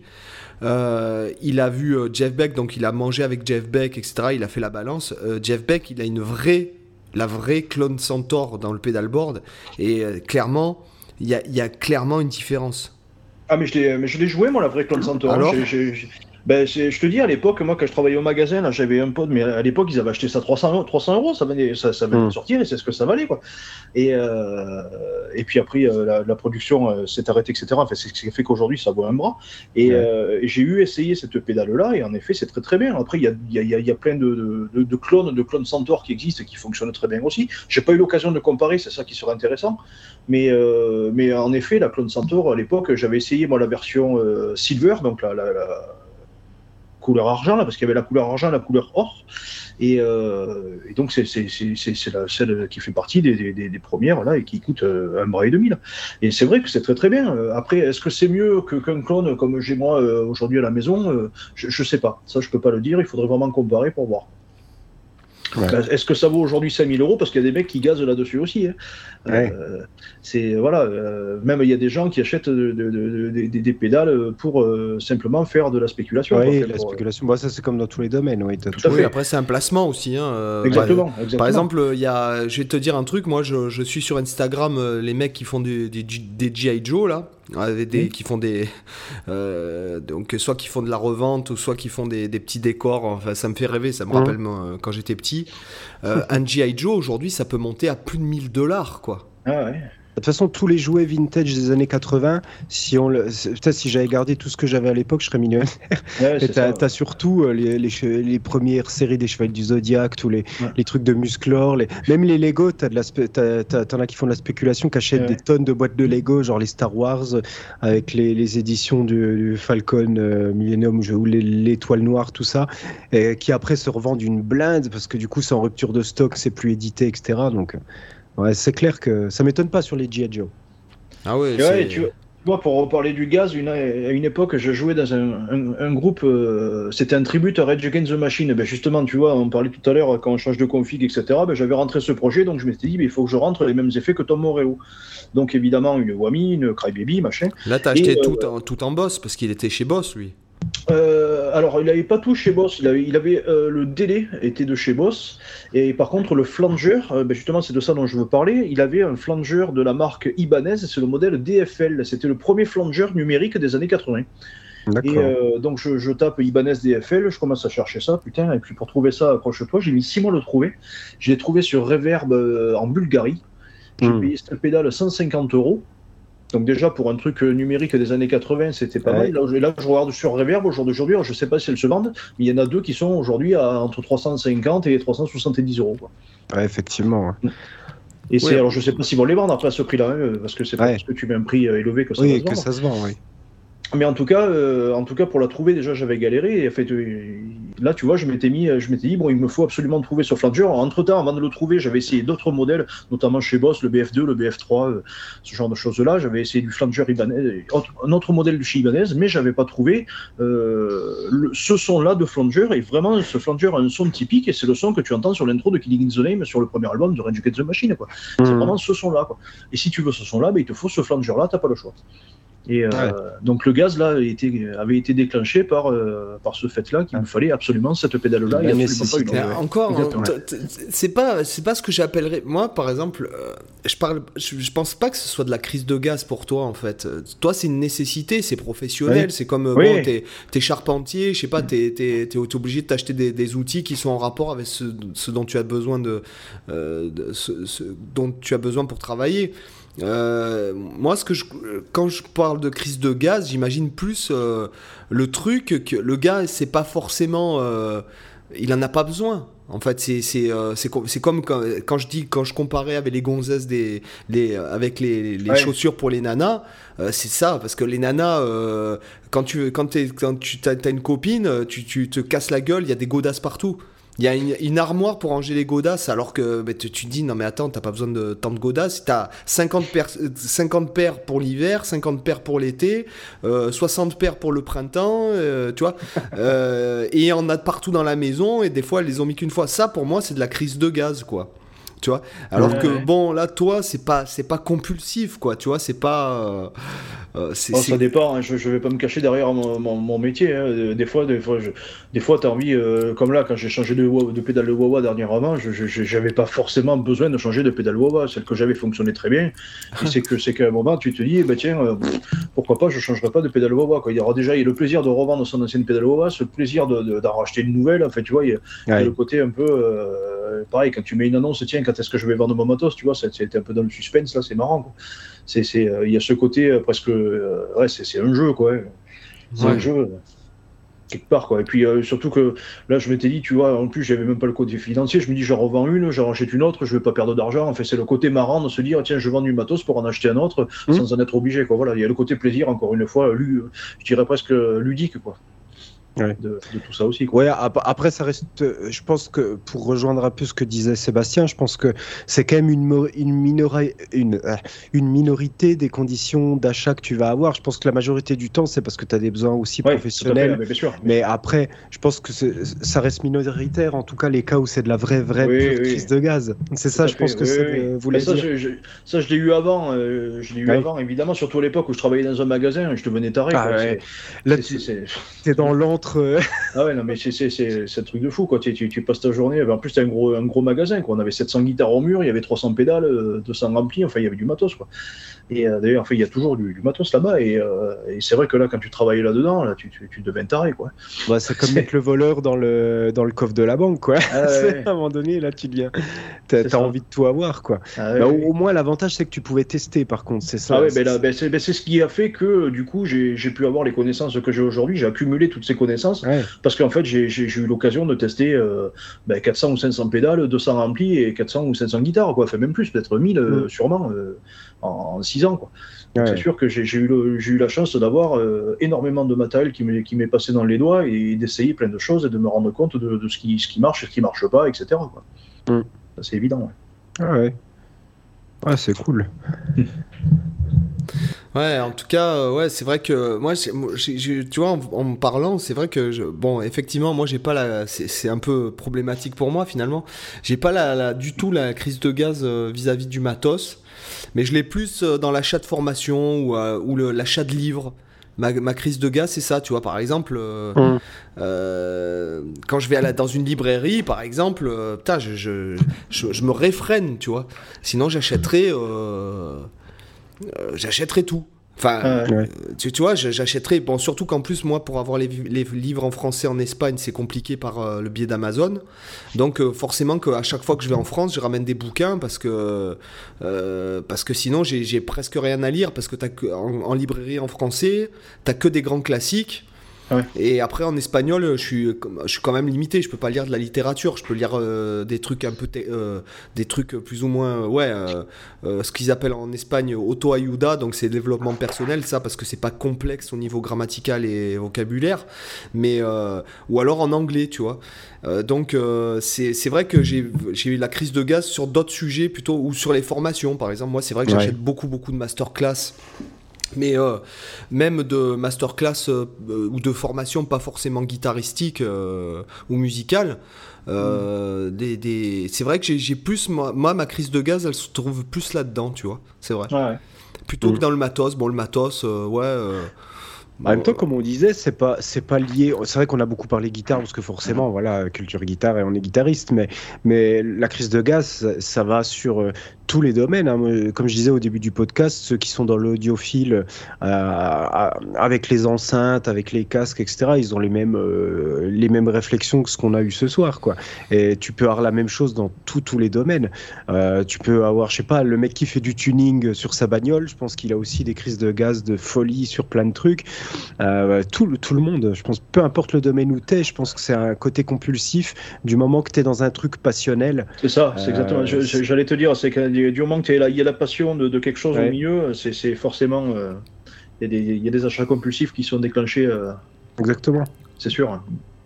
S1: Il a vu Jeff Beck, donc il a mangé avec Jeff Beck, etc. Il a fait la balance. Jeff Beck, il a la vraie Clone Centaur dans le pedalboard, et clairement, il y a clairement une différence.
S4: Ah, mais je l'ai joué, moi, la vraie Clone Centaur.
S1: Alors
S4: je te dis, à l'époque, moi, quand je travaillais au magasin, là, j'avais un pote, mais à l'époque, ils avaient acheté ça 300 €, ça venait de sortir, et c'est ce que ça valait, quoi. Et puis après, la production s'est arrêtée, etc. Enfin, c'est ce qui fait qu'aujourd'hui, ça vaut un bras. Et j'ai essayé cette pédale-là, et en effet, c'est très très bien. Après, il y a plein de clones Centaur qui existent et qui fonctionnent très bien aussi. J'ai pas eu l'occasion de comparer, c'est ça qui serait intéressant. Mais en effet, la Clone Centaur, à l'époque, j'avais essayé, moi, la version Silver, donc la couleur argent, là, parce qu'il y avait la couleur argent, la couleur or, et donc c'est celle qui fait partie des premières, là, et qui coûte un bras et demi, là. Et c'est vrai que c'est très très bien. Après, est-ce que c'est mieux qu'un clone comme j'ai moi aujourd'hui à la maison? Je sais pas, ça je peux pas le dire, il faudrait vraiment comparer pour voir. Ouais. Est-ce que ça vaut aujourd'hui 5 000 €? Parce qu'il y a des mecs qui gazent là-dessus aussi. Hein. Ouais. Même il y a des gens qui achètent des pédales pour simplement faire de la spéculation.
S3: Oui, la spéculation. Bon, ça c'est comme dans tous les domaines. Oui,
S1: tout à fait. Après, c'est un placement aussi. Hein.
S4: Exactement.
S1: Par exemple, je vais te dire un truc. Moi, je suis sur Instagram les mecs qui font des G.I. Joe là. Qui font donc soit qui font de la revente ou soit qui font des petits décors. Enfin, ça me fait rêver, ça me rappelle moi, quand j'étais petit. Un G.I. Joe aujourd'hui, ça peut monter à plus de 1 000 $, quoi.
S4: Ah ouais.
S3: De toute façon, tous les jouets vintage des années 80, peut-être si j'avais gardé tout ce que j'avais à l'époque, je serais millionnaire. Ouais, t'as surtout les premières séries des Chevaliers du Zodiac, tous les trucs de Musclor, même les Lego, t'en as qui font de la spéculation, qui achètent des tonnes de boîtes de Lego, genre les Star Wars, avec les éditions du Falcon Millennium ou l'Étoile Noire, tout ça, qui après se revendent une blinde, parce que du coup c'est en rupture de stock, c'est plus édité, etc. Donc... Ouais, c'est clair que ça m'étonne pas sur les G.I. Joe.
S1: Ah ouais,
S4: tu vois, pour reparler du gaz, à une époque, je jouais dans un groupe, c'était un tribute à Rage Against the Machine. Ben justement, tu vois, on parlait tout à l'heure, quand on change de config, etc., j'avais rentré ce projet, donc je m'étais dit, il faut que je rentre les mêmes effets que Tom Morello. Donc évidemment, une Whammy, une Crybaby, machin.
S1: Là, t'as acheté tout en Boss, parce qu'il était chez Boss, lui.
S4: Alors, il n'avait pas tout chez Boss. Il avait le délai était de chez Boss. Et par contre, le flanger, justement, c'est de ça dont je veux parler. Il avait un flanger de la marque Ibanez. C'est le modèle DFL. C'était le premier flanger numérique des années 80. Et donc je tape Ibanez DFL, je commence à chercher ça, putain, et puis pour trouver ça, accroche-toi, j'ai mis 6 mois à le trouver. Je l'ai trouvé sur Reverb en Bulgarie. J'ai payé cette pédale 150 €. Donc déjà, pour un truc numérique des années 80, c'était pas mal. Là, je regarde sur Reverb aujourd'hui, je sais pas si elles se vendent, mais il y en a 2 qui sont aujourd'hui entre 350 et 370 €. Quoi.
S3: Ouais, effectivement.
S4: Et alors je sais pas s'ils vont les vendre après à ce prix-là, parce que c'est pas parce que tu mets un prix élevé que ça va se vendre.
S3: Que ça se vend, oui.
S4: Mais en tout cas, pour la trouver, déjà, j'avais galéré. Et en fait, là, tu vois, je m'étais dit, bon, il me faut absolument trouver ce flanger. Entre-temps, avant de le trouver, j'avais essayé d'autres modèles, notamment chez Boss, le BF2, le BF3, ce genre de choses-là. J'avais essayé du flanger Ibanez, un autre modèle de chez Ibanez, mais j'avais pas trouvé ce son-là de flanger. Et vraiment, ce flanger a un son typique, et c'est le son que tu entends sur l'intro de Killing in the Name, sur le premier album de Rage Against the Machine, quoi. C'est vraiment ce son-là, quoi. Et si tu veux ce son-là, il te faut ce flanger-là, t'as pas le choix. Et donc le gaz là avait été déclenché par ce fait-là qu'il me fallait absolument cette pédale-là.
S1: Encore, c'est pas ce que j'appellerais. Moi, par exemple, je pense pas que ce soit de la crise de gaz pour toi en fait. Toi, c'est une nécessité, c'est professionnel. C'est comme t'es charpentier, je sais pas, t'es obligé de t'acheter des outils qui sont en rapport avec ce dont tu as besoin dont tu as besoin pour travailler. Moi, quand je parle de crise de gaz, j'imagine plus le truc que le gars, c'est pas forcément, il en a pas besoin. En fait, c'est comme quand je comparais avec les gonzesses avec les chaussures pour les nanas, c'est ça, parce que les nanas, quand tu as une copine, tu te casses la gueule, il y a des godasses partout. Il y a une armoire pour ranger les godasses, alors que tu te dis, non mais attends, t'as pas besoin de tant de godasses, t'as 50 paires pour l'hiver, 50 paires pour l'été, 60 paires pour le printemps, tu vois, et il y en a partout dans la maison, et des fois elles les ont mis qu'une fois. Ça, pour moi, c'est de la crise de gaz, quoi. Tu vois, alors que bon, là, toi, c'est pas compulsif, quoi, tu vois, c'est pas
S4: ça dépend, hein, je vais pas me cacher derrière mon métier, hein. Des fois t'as envie, comme là, quand j'ai changé de pédale de wah-wah dernièrement, j'avais pas forcément besoin de changer de pédale wah-wah, celle que j'avais fonctionnait très bien, et c'est qu'à un moment tu te dis, tiens, pourquoi pas, je changerai pas de pédale wah-wah, quoi. Il y aura déjà le plaisir de revendre son ancienne pédale wah-wah, ce plaisir d'en racheter une nouvelle, en fait, tu vois, il y a le côté un peu, pareil, quand tu mets une annonce, tiens, quand est-ce que je vais vendre mon matos, tu vois, c'était un peu dans le suspense, là, c'est marrant, quoi. Il y a ce côté presque, c'est un jeu, quoi. C'est un jeu quelque part, quoi. Et puis surtout que là, je m'étais dit, tu vois, en plus, j'avais même pas le côté financier. Je me dis, j'en revends une, j'en rachète une autre, je vais pas perdre d'argent. En fait, c'est le côté marrant de se dire, tiens, je vends du matos pour en acheter un autre sans en être obligé, quoi. Voilà, il y a le côté plaisir, encore une fois, je dirais presque ludique, quoi. De tout ça aussi, quoi.
S3: Ouais, après ça reste, je pense que pour rejoindre un peu ce que disait Sébastien, je pense que c'est quand même une minorité des conditions d'achat que tu vas avoir. Je pense que la majorité du temps, c'est parce que tu as des besoins aussi professionnels.
S4: Fait, bien sûr.
S3: Mais après, je pense que ça reste minoritaire, en tout cas les cas où c'est de la vraie pure crise de gaz. C'est ça, je pense que c'est vous voulez dire.
S4: Ça, je l'ai eu avant. Avant, évidemment, surtout à l'époque où je travaillais dans un magasin, je devenais taré.
S3: Là, t'es dans l'antre.
S4: Ah ouais, non, mais c'est un truc de fou, quoi. Tu passes ta journée. En plus, t'as un gros magasin, quoi. On avait 700 guitares au mur, il y avait 300 pédales, 200 amplis, enfin, il y avait du matos, quoi. Et d'ailleurs, enfin, il y a toujours du matos là-bas. Et c'est vrai que là, quand tu travailles là-dedans, là, tu deviens taré, quoi.
S3: Ouais, c'est comme mettre le voleur dans le coffre de la banque, quoi. À un moment donné, là, tu deviens. T'as envie de tout avoir, quoi. Au moins, l'avantage, c'est que tu pouvais tester, par contre, c'est ça.
S4: C'est ce qui a fait que, du coup, j'ai pu avoir les connaissances que j'ai aujourd'hui. J'ai accumulé toutes ces connaissances. Parce qu'en fait, j'ai eu l'occasion de tester 400 ou 500 pédales, 200 amplis et 400 ou 500 guitares, quoi. Enfin, même plus, peut-être 1000 sûrement en 6 ans, quoi. Donc, c'est sûr que j'ai eu la chance d'avoir énormément de matériel qui m'est passé dans les doigts et d'essayer plein de choses et de me rendre compte de ce qui marche et ce qui marche pas, etc., quoi. Ça, c'est évident.
S3: Ouais, c'est cool.
S1: Ouais, en tout cas, c'est vrai que moi, tu vois, en me parlant, c'est vrai que effectivement, moi, j'ai pas c'est un peu problématique pour moi finalement. J'ai pas du tout la crise de gaz vis-à-vis du matos, mais je l'ai plus dans l'achat de formation ou l'achat de livres. Ma crise de gaz, c'est ça, tu vois, par exemple, quand je vais dans une librairie, par exemple, je me réfrène, tu vois. Sinon, j'achèterais tout. Enfin, tu vois, j'achèterais. Bon, surtout qu'en plus, moi, pour avoir les livres en français en Espagne, c'est compliqué par le biais d'Amazon. Donc, forcément, qu'à chaque fois que je vais en France, je ramène des bouquins parce que sinon, j'ai presque rien à lire. Parce que en librairie en français, t'as que des grands classiques.
S4: Ouais.
S1: Et après en espagnol, je suis quand même limité. Je peux pas lire de la littérature. Je peux lire des trucs un peu des trucs plus ou moins ce qu'ils appellent en Espagne autoayuda, donc c'est développement personnel, ça, parce que c'est pas complexe au niveau grammatical et vocabulaire, mais ou alors en anglais, tu vois. Donc c'est vrai que j'ai eu la crise de gaz sur d'autres sujets plutôt, ou sur les formations par exemple. Moi c'est vrai que j'achète beaucoup de masterclass. Mais même de masterclass ou de formation pas forcément guitaristique ou musicale, c'est vrai que j'ai plus, moi ma crise de gaz elle se trouve plus là-dedans, tu vois, c'est vrai. Plutôt que dans le matos. Bon, le matos,
S3: en même temps, comme on disait, c'est pas lié. C'est vrai qu'on a beaucoup parlé guitare parce que forcément, voilà, culture guitare et on est guitariste, mais la crise de gaz, ça va sur tous les domaines. Hein. Comme je disais au début du podcast, ceux qui sont dans l'audiophile, avec les enceintes, avec les casques, etc., ils ont les mêmes réflexions que ce qu'on a eu ce soir, quoi. Et tu peux avoir la même chose dans tous les domaines. Tu peux avoir, je sais pas, le mec qui fait du tuning sur sa bagnole, je pense qu'il a aussi des crises de gaz, de folie sur plein de trucs. Tout le monde, je pense, peu importe le domaine où t'es, je pense que c'est un côté compulsif du moment que t'es dans un truc passionnel.
S4: C'est ça, c'est exactement. J'allais te dire, c'est que du moment que il y a la passion de quelque chose au milieu, c'est forcément, il y a des achats compulsifs qui sont déclenchés.
S3: Exactement.
S4: C'est sûr.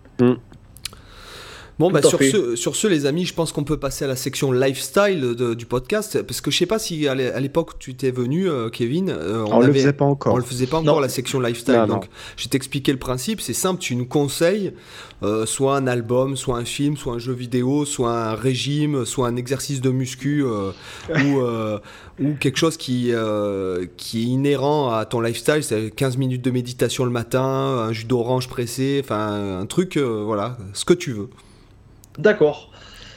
S1: Bon, sur ce, les amis, je pense qu'on peut passer à la section lifestyle du podcast, parce que je sais pas si à l'époque où tu étais venu, Kevin,
S3: on le faisait pas encore.
S1: On le faisait pas encore, la section lifestyle. Donc, je vais t'expliquer le principe. C'est simple, tu nous conseilles soit un album, soit un film, soit un jeu vidéo, soit un régime, soit un exercice de muscu ou quelque chose qui est inhérent à ton lifestyle. C'est 15 minutes de méditation le matin, un jus d'orange pressé, enfin un truc, voilà, ce que tu veux.
S4: D'accord.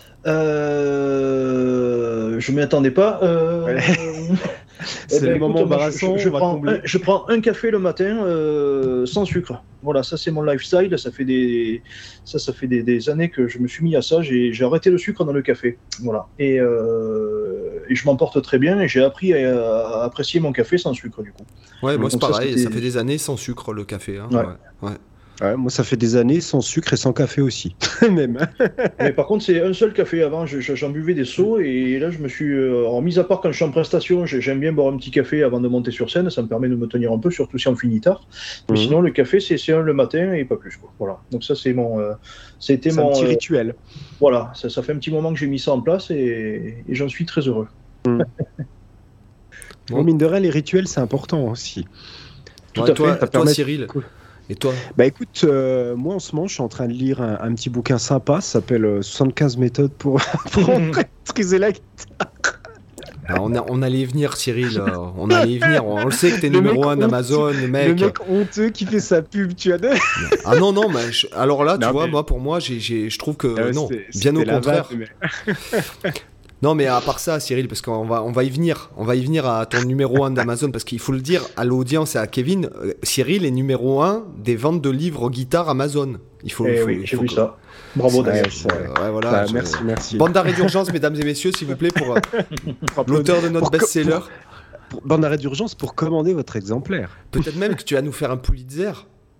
S4: Je m'y attendais pas.
S3: C'est le moment embarrassant.
S4: Je prends un café le matin sans sucre. Voilà, ça c'est mon lifestyle. Ça fait des années que je me suis mis à ça. J'ai arrêté le sucre dans le café. Voilà. Et je m'en porte très bien. Et j'ai appris à apprécier mon café sans sucre du coup.
S1: Ouais, moi c'est pareil. Ça fait des années sans sucre le café. Hein. Ouais.
S3: Ouais, moi, ça fait des années sans sucre et sans café aussi, même.
S4: Mais par contre, c'est un seul café. Avant, j'en buvais des seaux et là, je me suis... mis à part quand je suis en prestation, j'aime bien boire un petit café avant de monter sur scène. Ça me permet de me tenir un peu, surtout si on finit tard. Mais sinon, le café, c'est un le matin et pas plus, quoi. Voilà. Donc ça, c'est mon... c'était mon...
S3: un petit rituel.
S4: Voilà. Ça fait un petit moment que j'ai mis ça en place et j'en suis très heureux.
S3: Bon, mine de rien, les rituels, c'est important aussi.
S1: Tout à fait. Toi, Cyril... Cool. Et toi ?
S3: Bah écoute, moi en ce moment je suis en train de lire un petit bouquin sympa, ça s'appelle 75 méthodes pour maîtriser la guitare.
S1: Alors, on allait y venir, Cyril, on allait y venir, on le sait que t'es numéro 1 d'Amazon, mec.
S3: Le mec honteux qui fait sa pub, tu as deux.
S1: Ah non, mais alors là, tu vois, moi pour moi, je trouve que non, bien au contraire. Non, mais à part ça, Cyril, parce qu'on va y venir à ton numéro 1 d'Amazon, parce qu'il faut le dire à l'audience et à Kevin, Cyril est numéro 1 des ventes de livres guitare Amazon.
S4: Oui, j'ai vu ça. Bravo d'ailleurs.
S1: Voilà,
S3: merci.
S1: Bande d'arrêt d'urgence, mesdames et messieurs, s'il vous plaît, pour l'auteur de notre best-seller.
S3: Bande d'arrêt d'urgence pour commander votre exemplaire.
S1: Peut-être même que tu vas nous faire un Pulitzer.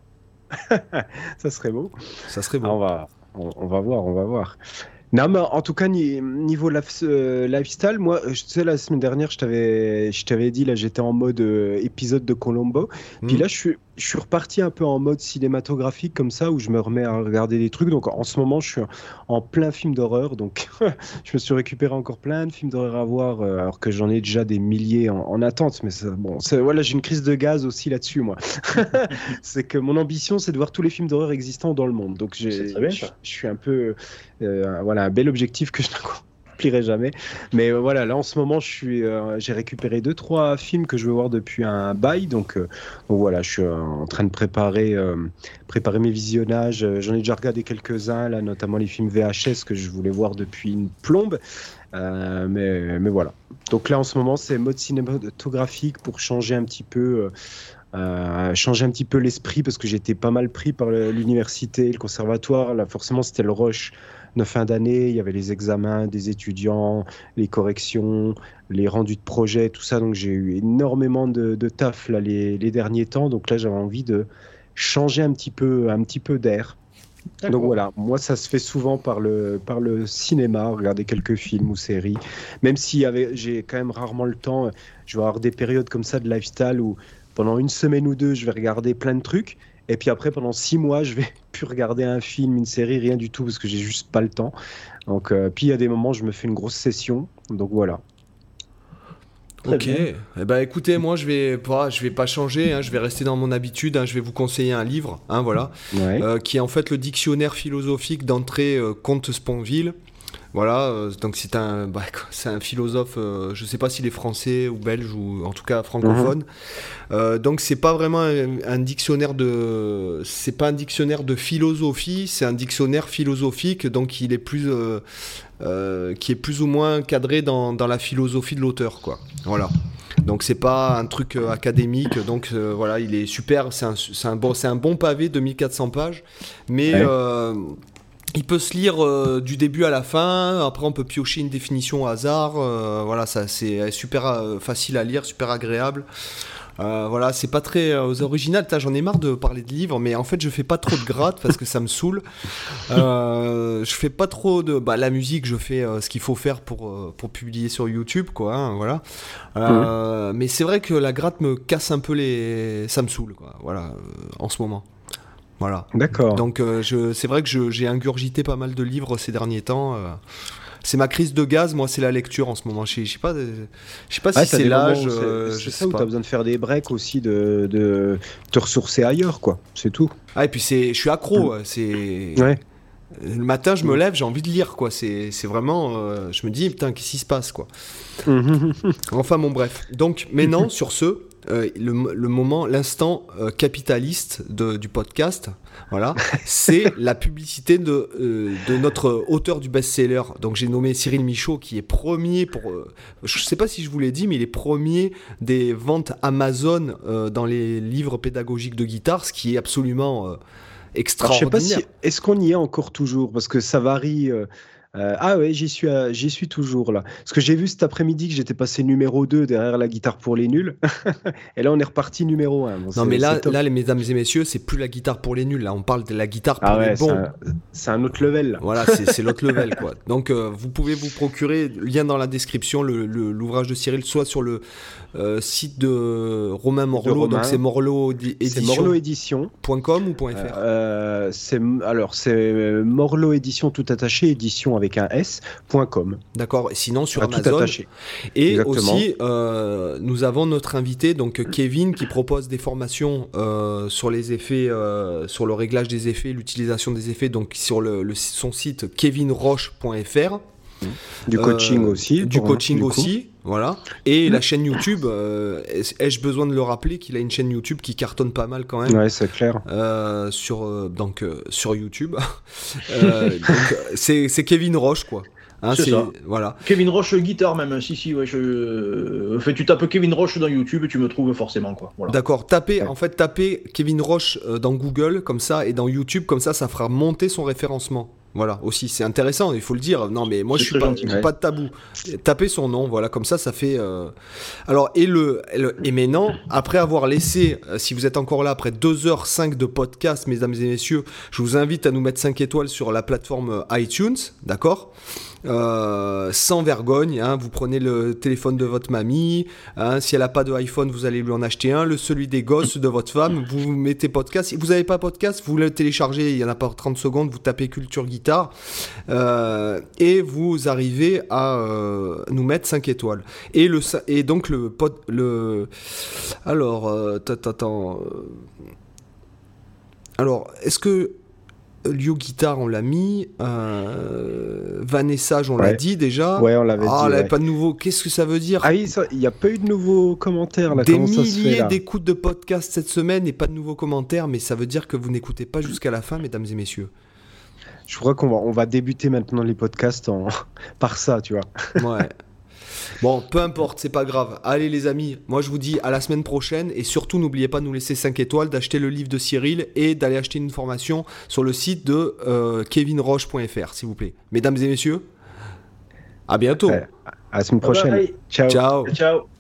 S3: Ça serait beau.
S1: Ça serait beau.
S3: Ah, on va voir. Non, mais en tout cas, niveau lifestyle, moi, tu sais, la semaine dernière, je t'avais dit, là, j'étais en mode épisode de Columbo. Puis là, je suis reparti un peu en mode cinématographique, comme ça, où je me remets à regarder des trucs. Donc, en ce moment, je suis en plein film d'horreur. Donc, je me suis récupéré encore plein de films d'horreur à voir, alors que j'en ai déjà des milliers en attente. Mais voilà, j'ai une crise de gaz aussi là-dessus, moi. C'est que mon ambition, c'est de voir tous les films d'horreur existants dans le monde. Donc, je suis un peu... voilà, un bel objectif que je n'accomplirai jamais. Mais voilà, là en ce moment, j'ai récupéré 2-3 films que je veux voir depuis un bail. Donc voilà, je suis en train de préparer mes visionnages. J'en ai déjà regardé quelques-uns, là, notamment les films VHS que je voulais voir depuis une plombe. Mais voilà. Donc là, en ce moment, c'est mode cinématographique pour changer un petit peu l'esprit, parce que j'étais pas mal pris par l'université, le conservatoire. Là, forcément, c'était le rush de fin d'année. Il y avait les examens des étudiants, les corrections, les rendus de projet, tout ça. Donc, j'ai eu énormément de taf là, les derniers temps. Donc là, j'avais envie de changer un petit peu d'air.
S4: D'accord.
S3: Donc voilà, moi ça se fait souvent par le cinéma, regarder quelques films ou séries, même si j'ai quand même rarement le temps. Je vais avoir des périodes comme ça de lifestyle où pendant une semaine ou deux je vais regarder plein de trucs, et puis après pendant 6 mois je vais plus regarder un film, une série, rien du tout, parce que j'ai juste pas le temps. Donc puis il y a des moments où je me fais une grosse session, donc voilà.
S1: Ok, eh ben, écoutez, moi je vais pas changer, hein, je vais rester dans mon habitude, hein, je vais vous conseiller un livre, hein, voilà, qui est en fait le dictionnaire philosophique d'André Comte-Sponville. Voilà, donc c'est un philosophe, je sais pas s'il est français ou belge ou en tout cas francophone. Donc c'est pas vraiment un dictionnaire de philosophie, c'est un dictionnaire philosophique, donc il est plus qui est plus ou moins cadré dans la philosophie de l'auteur, quoi. Voilà. Donc c'est pas un truc académique, donc voilà, il est super, c'est un bon pavé de 1400 pages, mais il peut se lire du début à la fin. Après on peut piocher une définition au hasard, voilà, ça c'est super facile à lire, super agréable. Voilà, c'est pas très original. J'en ai marre de parler de livres, mais en fait je fais pas trop de gratte parce que ça me saoule. Je fais pas trop de la musique, je fais ce qu'il faut faire pour publier sur YouTube, quoi, hein, voilà. Mais c'est vrai que la gratte me casse un peu ça me saoule, quoi, voilà, en ce moment. Voilà.
S3: D'accord.
S1: Donc c'est vrai que j'ai ingurgité pas mal de livres ces derniers temps. C'est ma crise de gaz, moi, c'est la lecture en ce moment. Je sais pas si c'est l'âge.
S3: C'est ça où tu as besoin de faire des breaks aussi, de te ressourcer ailleurs, quoi. C'est tout.
S1: Ah, et puis je suis accro.
S3: Ouais.
S1: Le matin, je me lève, j'ai envie de lire, quoi. C'est vraiment. Je me dis, putain, qu'est-ce qui se passe, quoi. Enfin, bon, bref. Donc, maintenant, sur ce, le moment, l'instant capitaliste du podcast, voilà, c'est la publicité de notre auteur du best-seller. Donc j'ai nommé Cyril Michaud, qui est premier je sais pas si je vous l'ai dit, mais il est premier des ventes Amazon dans les livres pédagogiques de guitare, ce qui est absolument extraordinaire.
S3: Alors, je sais pas est-ce qu'on y est encore toujours, parce que ça varie. Ah ouais, j'y suis toujours là. Parce que j'ai vu cet après-midi que j'étais passé numéro 2 derrière la guitare pour les nuls. Et là, on est reparti numéro 1. Bon,
S1: non, mais là, les mesdames et messieurs, c'est plus la guitare pour les nuls. Là, on parle de la guitare pour les bons.
S3: C'est un autre level. Là.
S1: Voilà, c'est l'autre level, quoi. Donc, vous pouvez vous procurer, lien dans la description, l'ouvrage de Cyril, soit sur le site de Romain Morlot. Donc, c'est Morlot Édition.
S3: C'est morlotédition.com
S1: ou .fr.
S3: C'est Morlot Édition tout attaché, édition avec un s.com.
S1: D'accord, sinon sur Amazon. Et exactement. Aussi, nous avons notre invité, donc Kevin, qui propose des formations sur les effets, sur le réglage des effets, l'utilisation des effets, donc sur son site kevinroche.fr.
S3: Du coaching aussi.
S1: Du coaching aussi, voilà. Et la chaîne YouTube, ai-je besoin de le rappeler qu'il a une chaîne YouTube qui cartonne pas mal quand même.
S3: Ouais, c'est clair.
S1: Sur YouTube. Donc, c'est Kevin Roche, quoi. Hein,
S4: c'est ça.
S1: Voilà.
S4: Kevin Roche guitare même, si ouais, tu tapes Kevin Roche dans YouTube et tu me trouves forcément, quoi. Voilà.
S1: D'accord, tapez Kevin Roche dans Google comme ça et dans YouTube comme ça fera monter son référencement. Voilà, aussi c'est intéressant, il faut le dire. Non mais moi je suis pas de tabou. Tapez son nom, voilà, comme ça fait. Alors et maintenant, après avoir laissé, si vous êtes encore là après 2h05 de podcast, mesdames et messieurs, je vous invite à nous mettre 5 étoiles sur la plateforme iTunes, d'accord. Sans vergogne, hein, vous prenez le téléphone de votre mamie, hein, si elle n'a pas de iPhone, vous allez lui en acheter un, celui des gosses de votre femme, vous mettez podcast. Si vous n'avez pas podcast, vous le téléchargez, il n'y en a pas 30 secondes, vous tapez Culture Guitare et vous arrivez à nous mettre 5 étoiles. Et donc alors, est-ce que Lio Guitare, on l'a mis. Vanessage, on l'a dit déjà.
S3: Ouais, on l'avait dit.
S1: Ah, pas de nouveau. Qu'est-ce que ça veut dire ?
S3: Ah oui, il n'y a pas eu de nouveaux commentaires. Là.
S1: Des milliers d'écoutes de podcasts cette semaine et pas de nouveaux commentaires, mais ça veut dire que vous n'écoutez pas jusqu'à la fin, mesdames et messieurs.
S3: Je crois qu'on va débuter maintenant les podcasts par ça, tu vois.
S1: Ouais. Bon, peu importe, c'est pas grave. Allez les amis, moi je vous dis à la semaine prochaine et surtout n'oubliez pas de nous laisser 5 étoiles, d'acheter le livre de Cyril et d'aller acheter une formation sur le site de kevinroche.fr s'il vous plaît. Mesdames et messieurs, à bientôt.
S3: À la semaine prochaine.
S4: Bye.
S3: Ciao.
S1: Ciao.
S4: Ciao.